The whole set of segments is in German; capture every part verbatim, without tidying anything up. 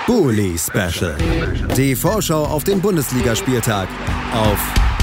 Bully Special. Die Vorschau auf den Bundesligaspieltag auf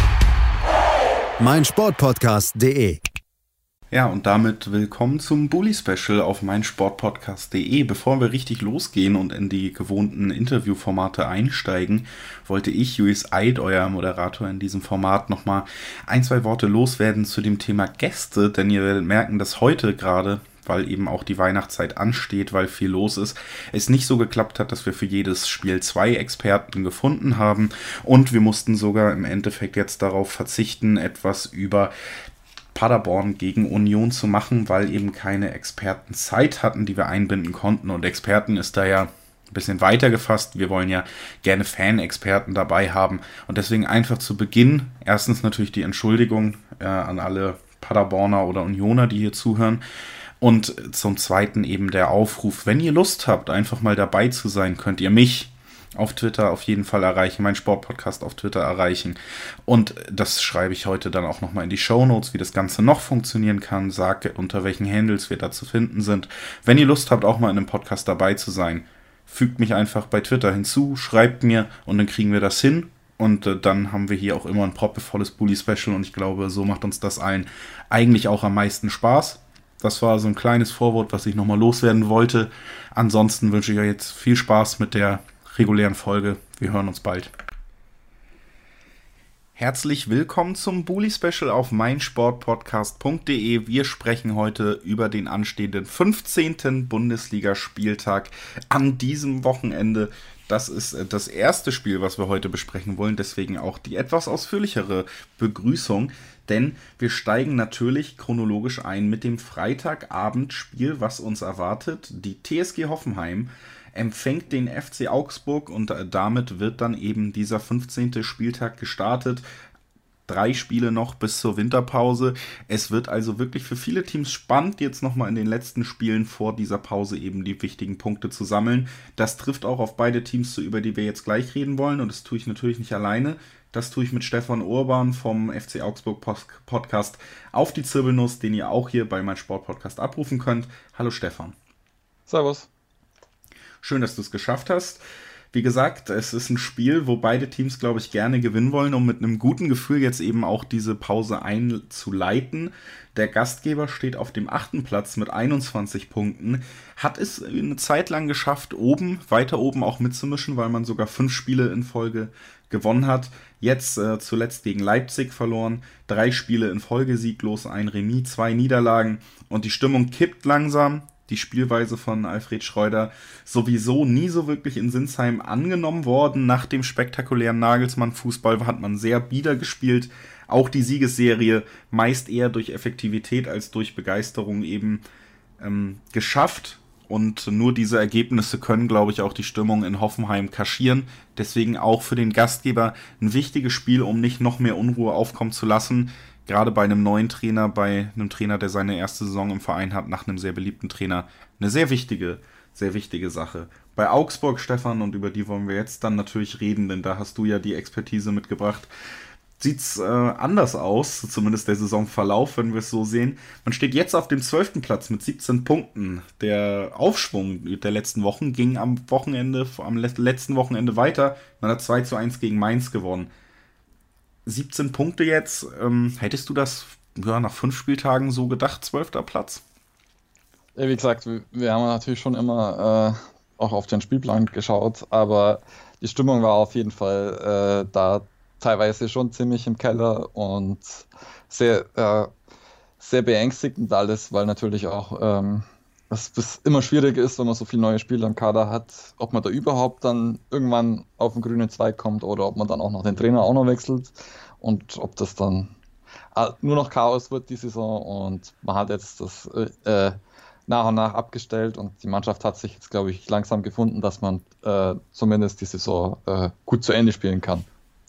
meinsportpodcast punkt de. Ja, und damit willkommen zum Bully Special auf meinsportpodcast punkt de. Bevor wir richtig losgehen und in die gewohnten Interviewformate einsteigen, wollte ich, Julius Eid, euer Moderator in diesem Format, nochmal ein, zwei Worte loswerden zu dem Thema Gäste, denn ihr werdet merken, dass heute gerade, weil eben auch die Weihnachtszeit ansteht, weil viel los ist, es nicht so geklappt hat, dass wir für jedes Spiel zwei Experten gefunden haben, und wir mussten sogar im Endeffekt jetzt darauf verzichten, etwas über Paderborn gegen Union zu machen, weil eben keine Experten Zeit hatten, die wir einbinden konnten. Und Experten ist da ja ein bisschen weiter gefasst. Wir wollen ja gerne Fan-Experten dabei haben. Und deswegen einfach zu Beginn erstens natürlich die Entschuldigung äh, an alle Paderborner oder Unioner, die hier zuhören. Und zum Zweiten eben der Aufruf, wenn ihr Lust habt, einfach mal dabei zu sein, könnt ihr mich auf Twitter auf jeden Fall erreichen, meinen Sportpodcast auf Twitter erreichen. Und das schreibe ich heute dann auch nochmal in die Shownotes, wie das Ganze noch funktionieren kann. Sage, unter welchen Handles wir da zu finden sind. Wenn ihr Lust habt, auch mal in einem Podcast dabei zu sein, fügt mich einfach bei Twitter hinzu, schreibt mir und dann kriegen wir das hin. Und äh, dann haben wir hier auch immer ein proppevolles Bully-Special, und ich glaube, so macht uns das allen eigentlich auch am meisten Spaß. Das war so ein kleines Vorwort, was ich nochmal loswerden wollte. Ansonsten wünsche ich euch jetzt viel Spaß mit der regulären Folge. Wir hören uns bald. Herzlich willkommen zum Bully Special auf meinsportpodcast punkt de. Wir sprechen heute über den anstehenden fünfzehnten Bundesligaspieltag an diesem Wochenende. Das ist das erste Spiel, was wir heute besprechen wollen, deswegen auch die etwas ausführlichere Begrüßung, denn wir steigen natürlich chronologisch ein mit dem Freitagabendspiel, was uns erwartet. Die T S G Hoffenheim empfängt den F C Augsburg, und damit wird dann eben dieser fünfzehnte Spieltag gestartet. Drei Spiele noch bis zur Winterpause. Es wird also wirklich für viele Teams spannend, jetzt nochmal in den letzten Spielen vor dieser Pause eben die wichtigen Punkte zu sammeln. Das trifft auch auf beide Teams zu, über die wir jetzt gleich reden wollen, und das tue ich natürlich nicht alleine. Das tue ich mit Stefan Urban vom F C Augsburg Podcast auf die Zirbelnuss, den ihr auch hier bei meinem Sportpodcast abrufen könnt. Hallo Stefan. Servus. Schön, dass du es geschafft hast. Wie gesagt, es ist ein Spiel, wo beide Teams, glaube ich, gerne gewinnen wollen, um mit einem guten Gefühl jetzt eben auch diese Pause einzuleiten. Der Gastgeber steht auf dem achten Platz mit einundzwanzig Punkten, hat es eine Zeit lang geschafft, oben, weiter oben auch mitzumischen, weil man sogar fünf Spiele in Folge gewonnen hat. Jetzt äh, zuletzt gegen Leipzig verloren, drei Spiele in Folge sieglos, ein Remis, zwei Niederlagen, und die Stimmung kippt langsam. Die Spielweise von Alfred Schreuder sowieso nie so wirklich in Sinsheim angenommen worden. Nach dem spektakulären Nagelsmann-Fußball hat man sehr bieder gespielt. Auch die Siegesserie meist eher durch Effektivität als durch Begeisterung eben ähm, geschafft. Und nur diese Ergebnisse können, glaube ich, auch die Stimmung in Hoffenheim kaschieren. Deswegen auch für den Gastgeber ein wichtiges Spiel, um nicht noch mehr Unruhe aufkommen zu lassen. Gerade bei einem neuen Trainer, bei einem Trainer, der seine erste Saison im Verein hat, nach einem sehr beliebten Trainer, eine sehr wichtige, sehr wichtige Sache. Bei Augsburg, Stefan, und über die wollen wir jetzt dann natürlich reden, denn da hast du ja die Expertise mitgebracht, sieht's äh, anders aus, zumindest der Saisonverlauf, wenn wir es so sehen. Man steht jetzt auf dem zwölften Platz mit siebzehn Punkten. Der Aufschwung der letzten Wochen ging am Wochenende, am letzten Wochenende weiter. Man hat zwei zu eins gegen Mainz gewonnen. siebzehn Punkte jetzt, ähm, hättest du das ja, nach fünf Spieltagen so gedacht, zwölfter Platz? Ja, wie gesagt, wir, wir haben natürlich schon immer äh, auch auf den Spielplan geschaut, aber die Stimmung war auf jeden Fall äh, da teilweise schon ziemlich im Keller und sehr, äh, sehr beängstigend alles, weil natürlich auch ähm, es bis immer schwierig ist, wenn man so viele neue Spieler im Kader hat, ob man da überhaupt dann irgendwann auf den grünen Zweig kommt oder ob man dann auch noch den Trainer auch noch wechselt und ob das dann nur noch Chaos wird die Saison. Und man hat jetzt das äh, nach und nach abgestellt, und die Mannschaft hat sich jetzt, glaube ich, langsam gefunden, dass man äh, zumindest die Saison äh, gut zu Ende spielen kann.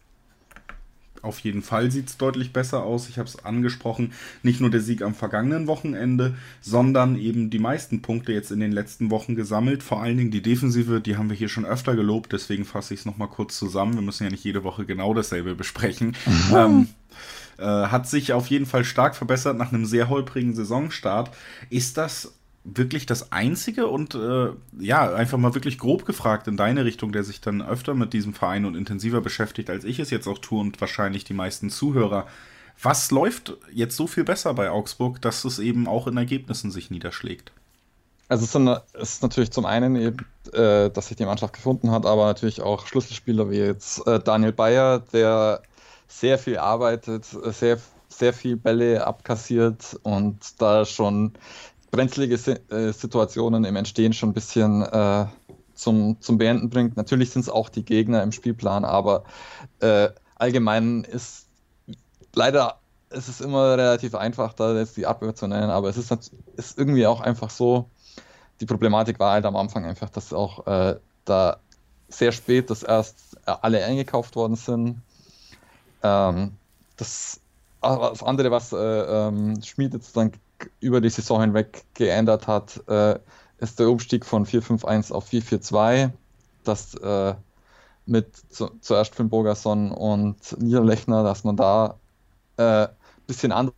Auf jeden Fall sieht es deutlich besser aus. Ich habe es angesprochen, nicht nur der Sieg am vergangenen Wochenende, sondern eben die meisten Punkte jetzt in den letzten Wochen gesammelt. Vor allen Dingen die Defensive, die haben wir hier schon öfter gelobt, deswegen fasse ich es nochmal kurz zusammen. Wir müssen ja nicht jede Woche genau dasselbe besprechen. Mhm. Ähm, äh, hat sich auf jeden Fall stark verbessert nach einem sehr holprigen Saisonstart. Ist das wirklich das Einzige und äh, ja, einfach mal wirklich grob gefragt in deine Richtung, der sich dann öfter mit diesem Verein und intensiver beschäftigt, als ich es jetzt auch tue und wahrscheinlich die meisten Zuhörer. Was läuft jetzt so viel besser bei Augsburg, dass es eben auch in Ergebnissen sich niederschlägt? Also es, sind, es ist natürlich zum einen eben, äh, dass sich die Mannschaft gefunden hat, aber natürlich auch Schlüsselspieler wie jetzt äh, Daniel Bayer, der sehr viel arbeitet, äh, sehr, sehr viel Bälle abkassiert und da schon brenzlige Si- äh, Situationen im Entstehen schon ein bisschen äh, zum, zum Beenden bringt. Natürlich sind es auch die Gegner im Spielplan, aber äh, allgemein ist leider, es ist immer relativ einfach, da jetzt die Abwehr zu nennen, aber es ist, nat- ist irgendwie auch einfach so, die Problematik war halt am Anfang einfach, dass auch äh, da sehr spät, dass erst äh, alle eingekauft worden sind. Ähm, das, aber das andere, was äh, ähm, Schmid jetzt dann über die Saison hinweg geändert hat, äh, ist der Umstieg von vier fünf eins auf vier vier zwei. Das äh, mit zu, zuerst Finn Bogason und Niederlechner, dass man da ein äh, bisschen anders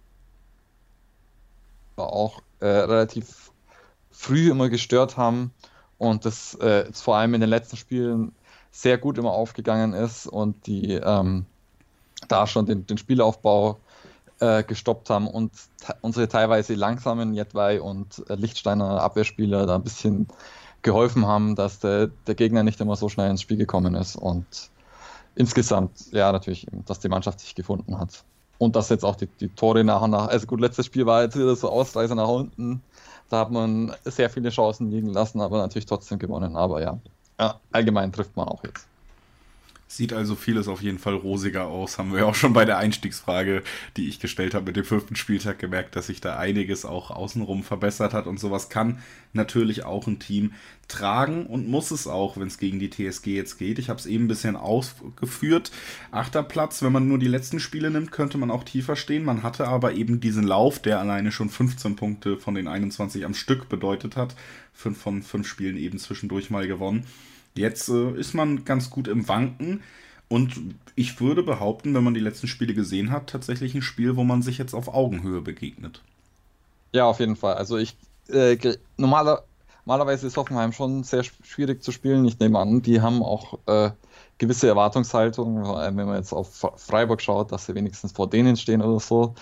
auch äh, relativ früh immer gestört haben und das äh, jetzt vor allem in den letzten Spielen sehr gut immer aufgegangen ist und die ähm, da schon den, den Spielaufbau äh, gestoppt haben und te- unsere teilweise langsamen Jedwai und äh, Lichtsteiner Abwehrspieler da ein bisschen geholfen haben, dass der, der Gegner nicht immer so schnell ins Spiel gekommen ist und insgesamt, ja, natürlich, eben, dass die Mannschaft sich gefunden hat. Und dass jetzt auch die, die Tore nach und nach, also gut, letztes Spiel war jetzt wieder so Ausreißer nach unten. Da hat man sehr viele Chancen liegen lassen, aber natürlich trotzdem gewonnen. Aber ja, ja allgemein trifft man auch jetzt. Sieht also vieles auf jeden Fall rosiger aus. Haben wir ja auch schon bei der Einstiegsfrage, die ich gestellt habe mit dem fünften Spieltag, gemerkt, dass sich da einiges auch außenrum verbessert hat. Und sowas kann natürlich auch ein Team tragen und muss es auch, wenn es gegen die T S G jetzt geht. Ich habe es eben ein bisschen ausgeführt. Achter Platz, wenn man nur die letzten Spiele nimmt, könnte man auch tiefer stehen. Man hatte aber eben diesen Lauf, der alleine schon fünfzehn Punkte von den einundzwanzig am Stück bedeutet hat. Fünf von fünf Spielen eben zwischendurch mal gewonnen. Jetzt äh, ist man ganz gut im Wanken und ich würde behaupten, wenn man die letzten Spiele gesehen hat, tatsächlich ein Spiel, wo man sich jetzt auf Augenhöhe begegnet. Ja, auf jeden Fall. Also ich äh, ge- normaler, normalerweise ist Hoffenheim schon sehr sch- schwierig zu spielen. Ich nehme an, die haben auch äh, gewisse Erwartungshaltung, vor allem wenn man jetzt auf Fre- Freiburg schaut, dass sie wenigstens vor denen stehen oder so.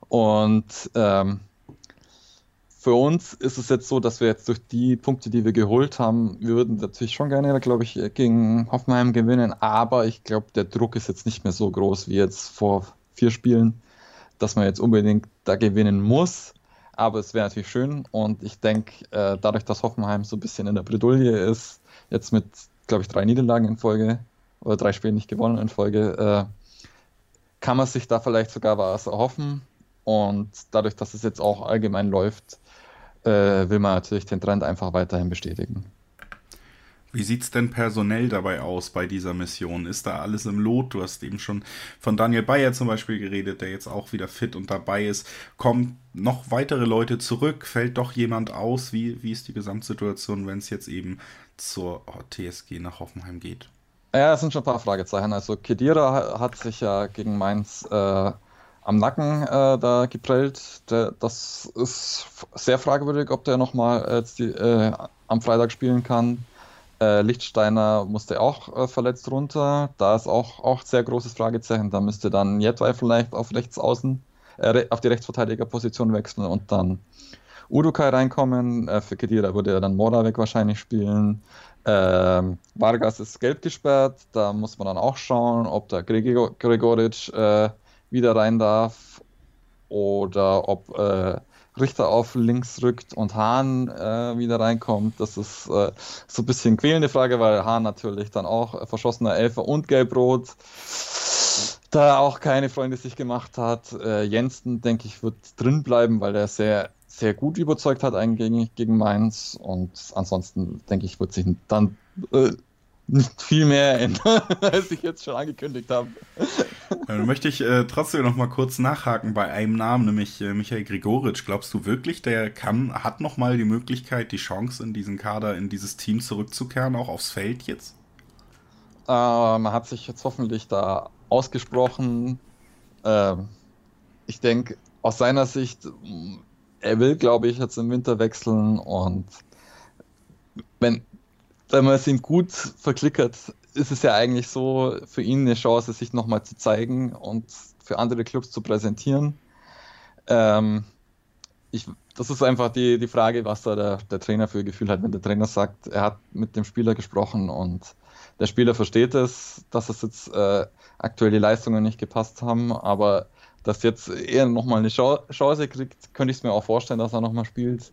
Und ähm, für uns ist es jetzt so, dass wir jetzt durch die Punkte, die wir geholt haben, wir würden natürlich schon gerne, glaube ich, gegen Hoffenheim gewinnen, aber ich glaube, der Druck ist jetzt nicht mehr so groß wie jetzt vor vier Spielen, dass man jetzt unbedingt da gewinnen muss. Aber es wäre natürlich schön und ich denke, äh, dadurch, dass Hoffenheim so ein bisschen in der Bredouille ist, jetzt mit, glaube ich, drei Niederlagen in Folge oder drei Spielen nicht gewonnen in Folge, äh, kann man sich da vielleicht sogar was erhoffen. Und dadurch, dass es jetzt auch allgemein läuft, äh, will man natürlich den Trend einfach weiterhin bestätigen. Wie sieht's denn personell dabei aus bei dieser Mission? Ist da alles im Lot? Du hast eben schon von Daniel Bayer zum Beispiel geredet, der jetzt auch wieder fit und dabei ist. Kommen noch weitere Leute zurück? Fällt doch jemand aus? Wie, wie ist die Gesamtsituation, wenn es jetzt eben zur T S G nach Hoffenheim geht? Ja, es sind schon ein paar Fragezeichen. Also Khedira ha- hat sich ja gegen Mainz äh, am Nacken äh, da geprellt. Der, das ist f- sehr fragwürdig, ob der nochmal äh, jetzt die, äh, am Freitag spielen kann. Äh, Lichtsteiner musste auch äh, verletzt runter. Da ist auch, auch sehr großes Fragezeichen. Da müsste dann Jedwai vielleicht auf rechts außen, äh, re- auf die Rechtsverteidigerposition wechseln und dann Urukai reinkommen. Äh, für Khedira würde er dann Moravec wahrscheinlich spielen. Ähm, Vargas ist gelb gesperrt. Da muss man dann auch schauen, ob der Grego- Gregoritsch äh, wieder rein darf oder ob äh, Richter auf links rückt und Hahn äh, wieder reinkommt. Das ist äh, so ein bisschen quälende Frage, weil Hahn natürlich dann auch äh, verschossener Elfer und Gelb-Rot da auch keine Freunde sich gemacht hat. Äh, Jensen, denke ich, wird drin bleiben, weil er sehr, sehr gut überzeugt hat eigentlich gegen Mainz. Und ansonsten, denke ich, wird sich dann äh, nicht viel mehr ändern, als ich jetzt schon angekündigt habe. Dann möchte ich äh, trotzdem noch mal kurz nachhaken bei einem Namen, nämlich äh, Michael Gregoritsch. Glaubst du wirklich, der kann, hat noch mal die Möglichkeit, die Chance in diesen Kader, in dieses Team zurückzukehren, auch aufs Feld jetzt? Äh, man hat sich jetzt hoffentlich da ausgesprochen. Ähm, ich denke, aus seiner Sicht, er will, glaube ich, jetzt im Winter wechseln und wenn, wenn man es ihm gut verklickert, ist es ja eigentlich so für ihn eine Chance, sich nochmal zu zeigen und für andere Clubs zu präsentieren. Ähm, ich, das ist einfach die, die Frage, was da der, der Trainer für ein Gefühl hat, wenn der Trainer sagt, er hat mit dem Spieler gesprochen und der Spieler versteht es, dass es jetzt äh, aktuell die Leistungen nicht gepasst haben, aber dass jetzt er nochmal eine Chance kriegt, könnte ich es mir auch vorstellen, dass er nochmal spielt.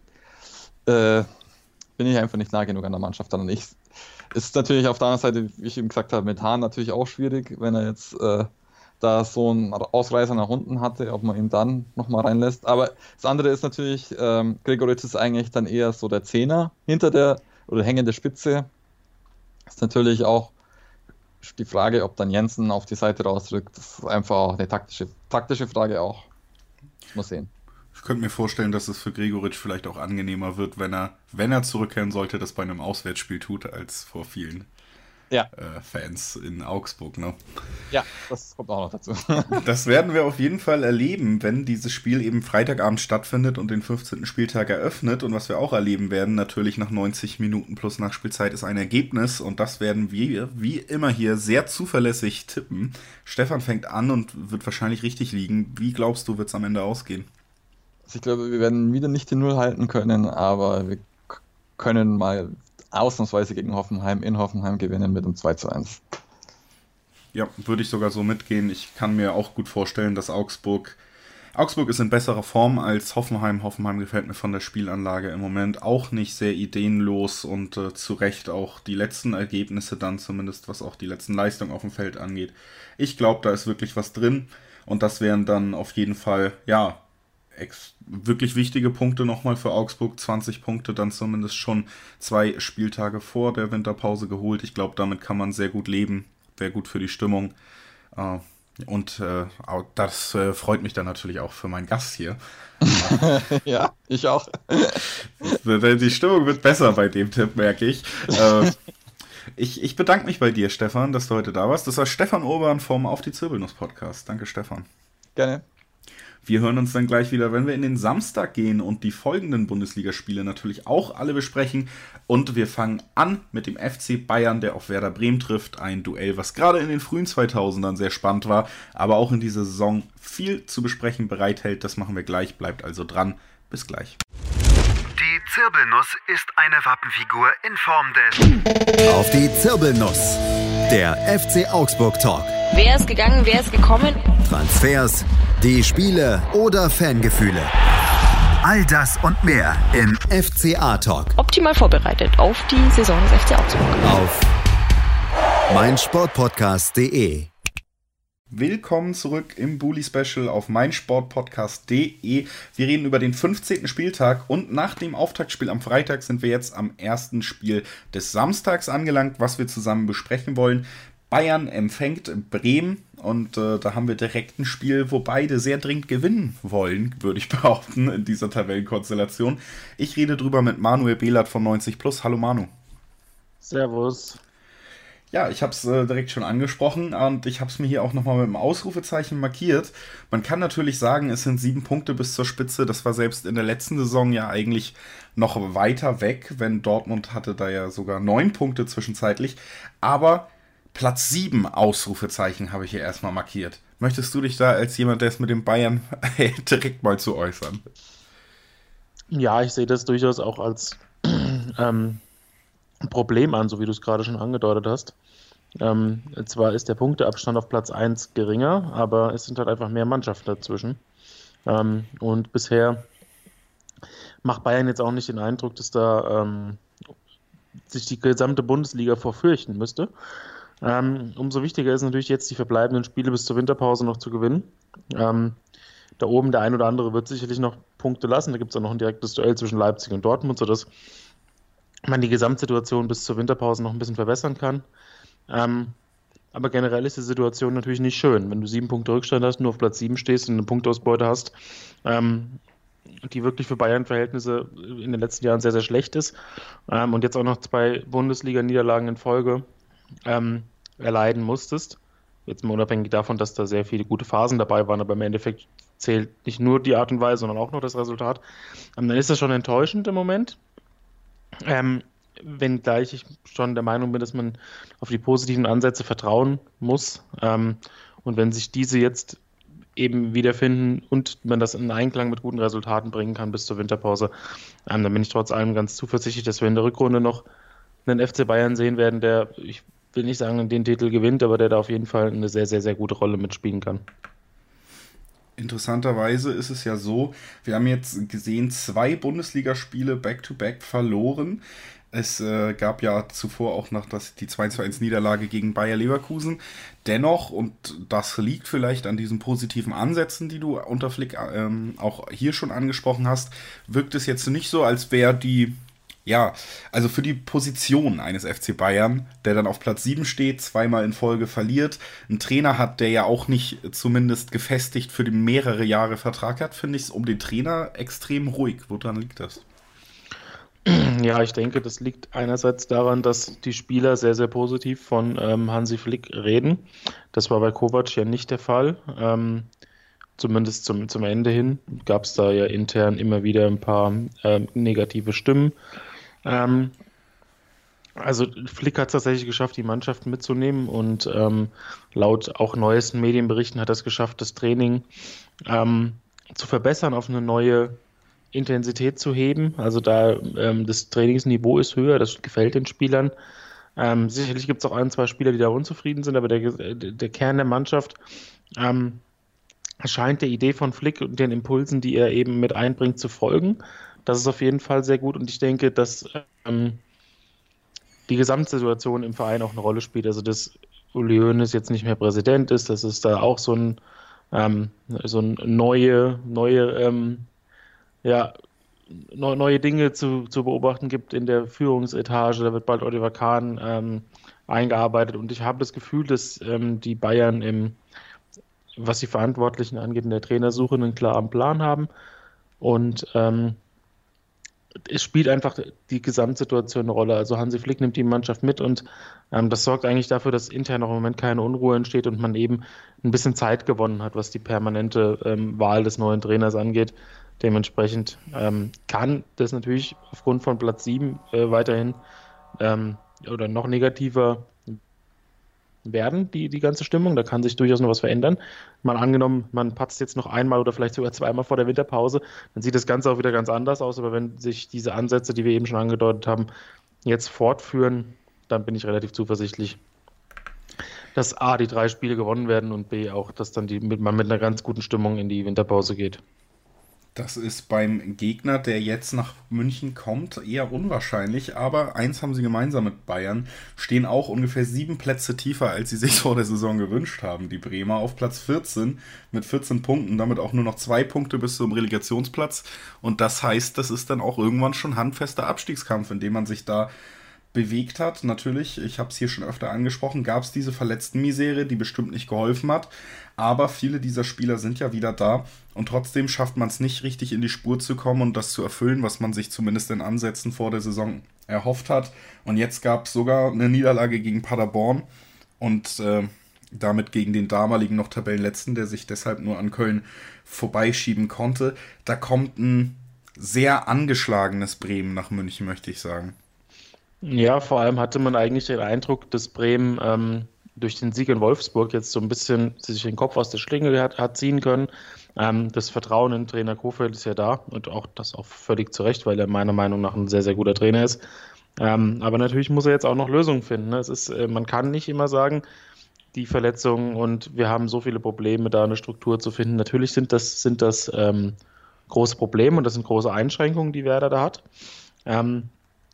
Äh, bin ich einfach nicht nah genug an der Mannschaft dran. Ich, ist natürlich auf der anderen Seite, wie ich eben gesagt habe, mit Hahn natürlich auch schwierig, wenn er jetzt äh, da so einen Ausreißer nach unten hatte, ob man ihn dann nochmal reinlässt. Aber das andere ist natürlich, ähm, Gregoritsch ist eigentlich dann eher so der Zehner hinter der oder hängende Spitze. Ist natürlich auch die Frage, ob dann Jensen auf die Seite rausrückt. Das ist einfach auch eine taktische, taktische Frage auch. Mal sehen. Ich könnte mir vorstellen, dass es für Gregoritsch vielleicht auch angenehmer wird, wenn er, wenn er zurückkehren sollte, das bei einem Auswärtsspiel tut, als vor vielen ja. äh, Fans in Augsburg. Ne? Ja, das kommt auch noch dazu. Das werden wir auf jeden Fall erleben, wenn dieses Spiel eben Freitagabend stattfindet und den fünfzehnten Spieltag eröffnet. Und was wir auch erleben werden, natürlich nach neunzig Minuten plus Nachspielzeit, ist ein Ergebnis. Und das werden wir, wie immer hier, sehr zuverlässig tippen. Stefan fängt an und wird wahrscheinlich richtig liegen. Wie glaubst du, wird es am Ende ausgehen? Also ich glaube, wir werden wieder nicht die Null halten können, aber wir k- können mal ausnahmsweise gegen Hoffenheim in Hoffenheim gewinnen mit einem zwei zu eins. Ja, würde ich sogar so mitgehen. Ich kann mir auch gut vorstellen, dass Augsburg... Augsburg ist in besserer Form als Hoffenheim. Hoffenheim gefällt mir von der Spielanlage im Moment auch nicht sehr ideenlos und äh, zu Recht auch die letzten Ergebnisse dann, zumindest was auch die letzten Leistungen auf dem Feld angeht. Ich glaube, da ist wirklich was drin und das wären dann auf jeden Fall, ja... Ex- wirklich wichtige Punkte nochmal für Augsburg, zwanzig Punkte dann zumindest schon zwei Spieltage vor der Winterpause geholt. Ich glaube, damit kann man sehr gut leben, wäre gut für die Stimmung äh, und äh, das äh, freut mich dann natürlich auch für meinen Gast hier. Ja, ich auch. Die Stimmung wird besser bei dem Tipp, merke ich. äh, ich. Ich bedanke mich bei dir, Stefan, dass du heute da warst. Das war Stefan Urban vom Auf die Zirbelnuss Podcast. Danke, Stefan. Gerne. Wir hören uns dann gleich wieder, wenn wir in den Samstag gehen und die folgenden Bundesligaspiele natürlich auch alle besprechen. Und wir fangen an mit dem F C Bayern, der auf Werder Bremen trifft. Ein Duell, was gerade in den frühen zweitausendern sehr spannend war, aber auch in dieser Saison viel zu besprechen bereithält. Das machen wir gleich, bleibt also dran. Bis gleich. Die Zirbelnuss ist eine Wappenfigur in Form des... Auf die Zirbelnuss, der F C Augsburg Talk. Wer ist gegangen, wer ist gekommen? Transfers, die Spiele oder Fangefühle. All das und mehr im F C A-Talk. Optimal vorbereitet auf die Saison des F C Augsburg. Auf meinsportpodcast punkt de. Willkommen zurück im Bully-Special auf meinsportpodcast punkt de. Wir reden über den fünfzehnten Spieltag und nach dem Auftaktspiel am Freitag sind wir jetzt am ersten Spiel des Samstags angelangt, was wir zusammen besprechen wollen. Bayern empfängt Bremen und äh, da haben wir direkt ein Spiel, wo beide sehr dringend gewinnen wollen, würde ich behaupten, in dieser Tabellenkonstellation. Ich rede drüber mit Manuel Behlert von neunzig plus. Hallo Manu. Servus. Ja, ich habe es äh, direkt schon angesprochen und ich habe es mir hier auch nochmal mit einem Ausrufezeichen markiert. Man kann natürlich sagen, es sind sieben Punkte bis zur Spitze. Das war selbst in der letzten Saison ja eigentlich noch weiter weg, wenn Dortmund hatte da ja sogar neun Punkte zwischenzeitlich. Aber Platz sieben Ausrufezeichen habe ich hier erstmal markiert. Möchtest du dich da als jemand, der es mit den Bayern direkt mal zu äußern? Ja, ich sehe das durchaus auch als ähm, Problem an, so wie du es gerade schon angedeutet hast. Ähm, zwar ist der Punkteabstand auf Platz eins geringer, aber es sind halt einfach mehr Mannschaften dazwischen. Ähm, und bisher macht Bayern jetzt auch nicht den Eindruck, dass da ähm, sich die gesamte Bundesliga vorfürchten müsste. Ähm, umso wichtiger ist natürlich jetzt, die verbleibenden Spiele bis zur Winterpause noch zu gewinnen. Ähm, da oben der ein oder andere wird sicherlich noch Punkte lassen. Da gibt es auch noch ein direktes Duell zwischen Leipzig und Dortmund, sodass man die Gesamtsituation bis zur Winterpause noch ein bisschen verbessern kann. Ähm, aber generell ist die Situation natürlich nicht schön. Wenn du sieben Punkte Rückstand hast, nur auf Platz sieben stehst und eine Punktausbeute hast, ähm, die wirklich für Bayern-Verhältnisse in den letzten Jahren sehr, sehr schlecht ist ähm, und jetzt auch noch zwei Bundesliga-Niederlagen in Folge ähm, erleiden musstest. Jetzt mal unabhängig davon, dass da sehr viele gute Phasen dabei waren, aber im Endeffekt zählt nicht nur die Art und Weise, sondern auch noch das Resultat, ähm, dann ist das schon enttäuschend im Moment. Ähm, wenngleich ich schon der Meinung bin, dass man auf die positiven Ansätze vertrauen muss. Ähm, und wenn sich diese jetzt eben wiederfinden und man das in Einklang mit guten Resultaten bringen kann bis zur Winterpause, ähm, dann bin ich trotz allem ganz zuversichtlich, dass wir in der Rückrunde noch einen F C Bayern sehen werden, der, ich will nicht sagen, den Titel gewinnt, aber der da auf jeden Fall eine sehr, sehr, sehr gute Rolle mitspielen kann. Interessanterweise ist es ja so, wir haben jetzt gesehen, zwei Bundesligaspiele back-to-back verloren. Es äh, gab ja zuvor auch noch das, die zwei zu eins Niederlage gegen Bayer Leverkusen. Dennoch, und das liegt vielleicht an diesen positiven Ansätzen, die du unter Flick ähm, auch hier schon angesprochen hast, wirkt es jetzt nicht so, als wäre die, ja, also für die Position eines F C Bayern, der dann auf Platz sieben steht, zweimal in Folge verliert, einen Trainer hat, der ja auch nicht zumindest gefestigt für die mehrere Jahre Vertrag hat, finde ich es um den Trainer extrem ruhig. Woran liegt das? Ja, ich denke, das liegt einerseits daran, dass die Spieler sehr, sehr positiv von ähm, Hansi Flick reden. Das war bei Kovac ja nicht der Fall. Ähm, zumindest zum, zum Ende hin gab es da ja intern immer wieder ein paar ähm, negative Stimmen. Ähm, also Flick hat es tatsächlich geschafft, die Mannschaft mitzunehmen und ähm, laut auch neuesten Medienberichten hat er es geschafft, das Training ähm, zu verbessern, auf eine neue Intensität zu heben. Also da ähm, das Trainingsniveau ist höher, das gefällt den Spielern. Ähm, sicherlich gibt es auch ein, zwei Spieler, die da unzufrieden sind, aber der, der Kern der Mannschaft ähm, scheint der Idee von Flick und den Impulsen, die er eben mit einbringt, zu folgen. Das ist auf jeden Fall sehr gut und ich denke, dass ähm, die Gesamtsituation im Verein auch eine Rolle spielt. Also dass Uli Hoeneß jetzt nicht mehr Präsident ist, dass es da auch so ein ähm, so ein neue, neue ähm, ja, neu, neue Dinge zu, zu beobachten gibt in der Führungsetage. Da wird bald Oliver Kahn ähm, eingearbeitet und ich habe das Gefühl, dass ähm, die Bayern, im, was die Verantwortlichen angeht, in der Trainersuche einen klaren Plan haben und ähm, es spielt einfach die Gesamtsituation eine Rolle. Also Hansi Flick nimmt die Mannschaft mit und ähm, das sorgt eigentlich dafür, dass intern noch im Moment keine Unruhe entsteht und man eben ein bisschen Zeit gewonnen hat, was die permanente ähm, Wahl des neuen Trainers angeht. Dementsprechend ähm, kann das natürlich aufgrund von Platz sieben äh, weiterhin ähm, oder noch negativer werden, die, die ganze Stimmung. Da kann sich durchaus noch was verändern. Mal angenommen, man patzt jetzt noch einmal oder vielleicht sogar zweimal vor der Winterpause, dann sieht das Ganze auch wieder ganz anders aus. Aber wenn sich diese Ansätze, die wir eben schon angedeutet haben, jetzt fortführen, dann bin ich relativ zuversichtlich, dass A, die drei Spiele gewonnen werden und B, auch, dass dann die, mit, man mit einer ganz guten Stimmung in die Winterpause geht. Das ist beim Gegner, der jetzt nach München kommt, eher unwahrscheinlich, aber eins haben sie gemeinsam mit Bayern, stehen auch ungefähr sieben Plätze tiefer, als sie sich vor der Saison gewünscht haben. Die Bremer auf Platz vierzehn mit vierzehn Punkten, damit auch nur noch zwei Punkte bis zum Relegationsplatz und das heißt, das ist dann auch irgendwann schon handfester Abstiegskampf, in dem man sich da bewegt hat. Natürlich, ich habe es hier schon öfter angesprochen, gab es diese Verletztenmisere, die bestimmt nicht geholfen hat, aber viele dieser Spieler sind ja wieder da und trotzdem schafft man es nicht richtig in die Spur zu kommen und das zu erfüllen, was man sich zumindest in Ansätzen vor der Saison erhofft hat. Und jetzt gab es sogar eine Niederlage gegen Paderborn und äh, damit gegen den damaligen noch Tabellenletzten, der sich deshalb nur an Köln vorbeischieben konnte. Da kommt ein sehr angeschlagenes Bremen nach München, möchte ich sagen. Ja, vor allem hatte man eigentlich den Eindruck, dass Bremen ähm, durch den Sieg in Wolfsburg jetzt so ein bisschen sich den Kopf aus der Schlinge hat, hat ziehen können. Ähm, das Vertrauen in Trainer Kofeld ist ja da und auch das auch völlig zu Recht, weil er meiner Meinung nach ein sehr, sehr guter Trainer ist. Ähm, aber natürlich muss er jetzt auch noch Lösungen finden. Ne? Es ist, äh, man kann nicht immer sagen, die Verletzungen und wir haben so viele Probleme, da eine Struktur zu finden. Natürlich sind das, sind das ähm, große Probleme und das sind große Einschränkungen, die Werder da hat. Ähm,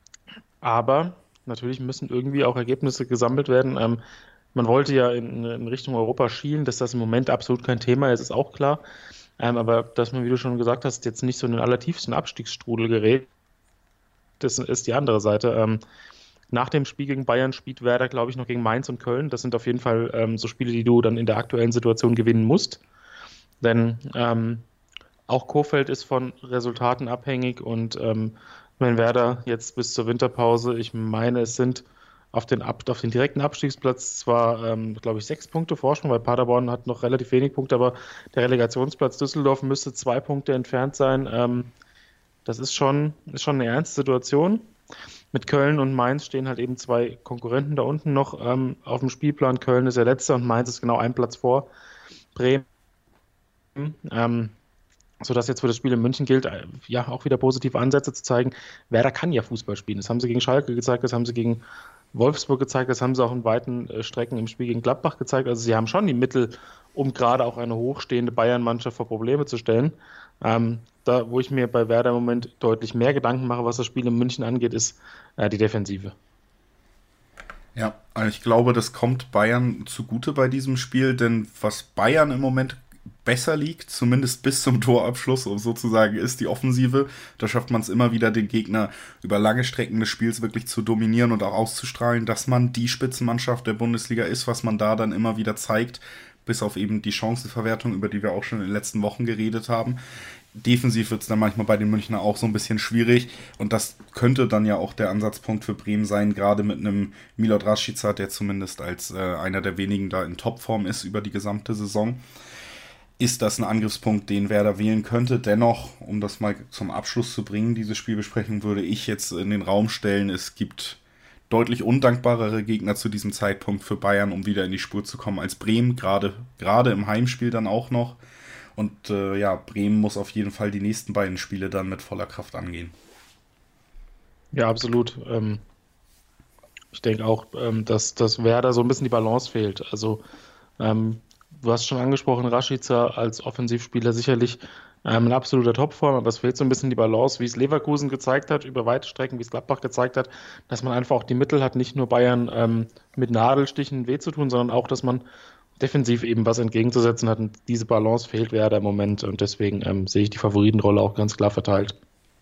Aber natürlich müssen irgendwie auch Ergebnisse gesammelt werden. Ähm, man wollte ja in, in Richtung Europa schielen, dass das im Moment absolut kein Thema ist, ist auch klar. Ähm, aber dass man, wie du schon gesagt hast, jetzt nicht so in den allertiefsten Abstiegsstrudel gerät, das ist die andere Seite. Ähm, nach dem Spiel gegen Bayern spielt Werder, glaube ich, noch gegen Mainz und Köln. Das sind auf jeden Fall ähm, so Spiele, die du dann in der aktuellen Situation gewinnen musst. Denn ähm, auch Kofeld ist von Resultaten abhängig und ähm, wenn Werder jetzt bis zur Winterpause, ich meine, es sind auf den, Ab- auf den direkten Abstiegsplatz zwar, ähm, glaube ich, sechs Punkte Vorsprung, weil Paderborn hat noch relativ wenig Punkte, aber der Relegationsplatz Düsseldorf müsste zwei Punkte entfernt sein. Ähm, das ist schon, ist schon eine ernste Situation. Mit Köln und Mainz stehen halt eben zwei Konkurrenten da unten noch ähm, auf dem Spielplan. Köln ist der letzte und Mainz ist genau ein Platz vor Bremen. Ähm, sodass jetzt für das Spiel in München gilt, ja, auch wieder positive Ansätze zu zeigen. Werder kann ja Fußball spielen. Das haben sie gegen Schalke gezeigt, das haben sie gegen Wolfsburg gezeigt, das haben sie auch in weiten äh, Strecken im Spiel gegen Gladbach gezeigt. Also sie haben schon die Mittel, um gerade auch eine hochstehende Bayern-Mannschaft vor Probleme zu stellen. Ähm, da, wo ich mir bei Werder im Moment deutlich mehr Gedanken mache, was das Spiel in München angeht, ist äh, die Defensive. Ja, also ich glaube, das kommt Bayern zugute bei diesem Spiel, denn was Bayern im Moment besser liegt, zumindest bis zum Torabschluss, um sozusagen, ist die Offensive. Da schafft man es immer wieder, den Gegner über lange Strecken des Spiels wirklich zu dominieren und auch auszustrahlen, dass man die Spitzenmannschaft der Bundesliga ist, was man da dann immer wieder zeigt, bis auf eben die Chancenverwertung, über die wir auch schon in den letzten Wochen geredet haben. Defensiv wird es dann manchmal bei den Münchner auch so ein bisschen schwierig und das könnte dann ja auch der Ansatzpunkt für Bremen sein, gerade mit einem Milot Rashica, der zumindest als äh, einer der wenigen da in Topform ist über die gesamte Saison. Ist das ein Angriffspunkt, den Werder wählen könnte? Dennoch, um das mal zum Abschluss zu bringen, diese Spielbesprechung, würde ich jetzt in den Raum stellen, es gibt deutlich undankbarere Gegner zu diesem Zeitpunkt für Bayern, um wieder in die Spur zu kommen als Bremen, gerade, gerade im Heimspiel dann auch noch. Und äh, ja, Bremen muss auf jeden Fall die nächsten beiden Spiele dann mit voller Kraft angehen. Ja, absolut. Ähm, ich denke auch, ähm, dass, dass Werder so ein bisschen die Balance fehlt. Also ähm, du hast schon angesprochen, Rashica als Offensivspieler sicherlich ähm, ein absoluter Topform, aber es fehlt so ein bisschen die Balance, wie es Leverkusen gezeigt hat, über weite Strecken, wie es Gladbach gezeigt hat, dass man einfach auch die Mittel hat, nicht nur Bayern ähm, mit Nadelstichen weh zu tun, sondern auch, dass man defensiv eben was entgegenzusetzen hat und diese Balance fehlt Werder im Moment und deswegen ähm, sehe ich die Favoritenrolle auch ganz klar verteilt.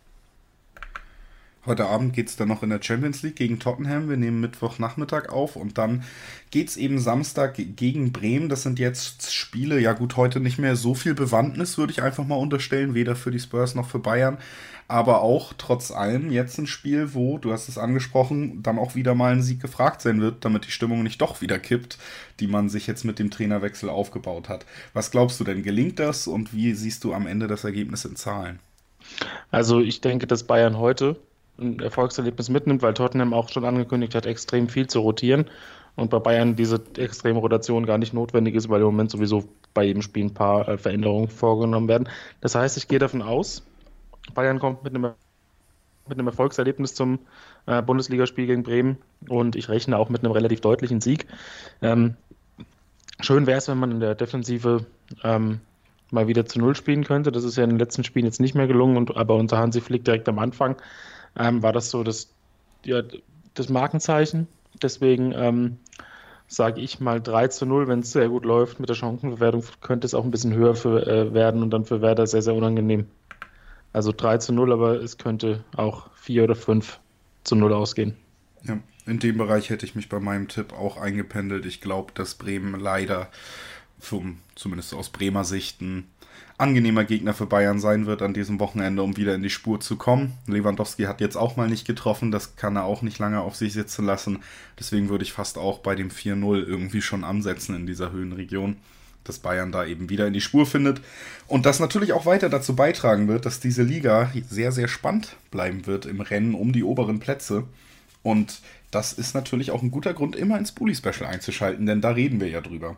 Heute Abend geht es dann noch in der Champions League gegen Tottenham. Wir nehmen Mittwochnachmittag auf und dann geht es eben Samstag gegen Bremen. Das sind jetzt Spiele, ja gut, heute nicht mehr so viel Bewandtnis, würde ich einfach mal unterstellen, weder für die Spurs noch für Bayern. Aber auch trotz allem jetzt ein Spiel, wo, du hast es angesprochen, dann auch wieder mal ein Sieg gefragt sein wird, damit die Stimmung nicht doch wieder kippt, die man sich jetzt mit dem Trainerwechsel aufgebaut hat. Was glaubst du denn, gelingt das und wie siehst du am Ende das Ergebnis in Zahlen? Also ich denke, dass Bayern heute ein Erfolgserlebnis mitnimmt, weil Tottenham auch schon angekündigt hat, extrem viel zu rotieren und bei Bayern diese extreme Rotation gar nicht notwendig ist, weil im Moment sowieso bei jedem Spiel ein paar äh, Veränderungen vorgenommen werden. Das heißt, ich gehe davon aus, Bayern kommt mit einem, mit einem Erfolgserlebnis zum äh, Bundesligaspiel gegen Bremen und ich rechne auch mit einem relativ deutlichen Sieg. Ähm, schön wäre es, wenn man in der Defensive ähm, mal wieder zu Null spielen könnte. Das ist ja in den letzten Spielen jetzt nicht mehr gelungen, und, aber unter Hansi Flick direkt am Anfang ähm, war das so das, ja, das Markenzeichen. Deswegen ähm, sage ich mal drei zu null, wenn es sehr gut läuft. Mit der Chancenverwertung könnte es auch ein bisschen höher für, äh, werden und dann für Werder sehr, sehr unangenehm. Also drei zu null, aber es könnte auch vier oder fünf zu null ausgehen. Ja, in dem Bereich hätte ich mich bei meinem Tipp auch eingependelt. Ich glaube, dass Bremen leider, vom, zumindest aus Bremer Sicht, ein angenehmer Gegner für Bayern sein wird an diesem Wochenende, um wieder in die Spur zu kommen. Lewandowski hat jetzt auch mal nicht getroffen, das kann er auch nicht lange auf sich sitzen lassen. Deswegen würde ich fast auch bei dem vier null irgendwie schon ansetzen in dieser Höhenregion, dass Bayern da eben wieder in die Spur findet und das natürlich auch weiter dazu beitragen wird, dass diese Liga sehr, sehr spannend bleiben wird im Rennen um die oberen Plätze. Und das ist natürlich auch ein guter Grund, immer ins Bully-Special einzuschalten, denn da reden wir ja drüber.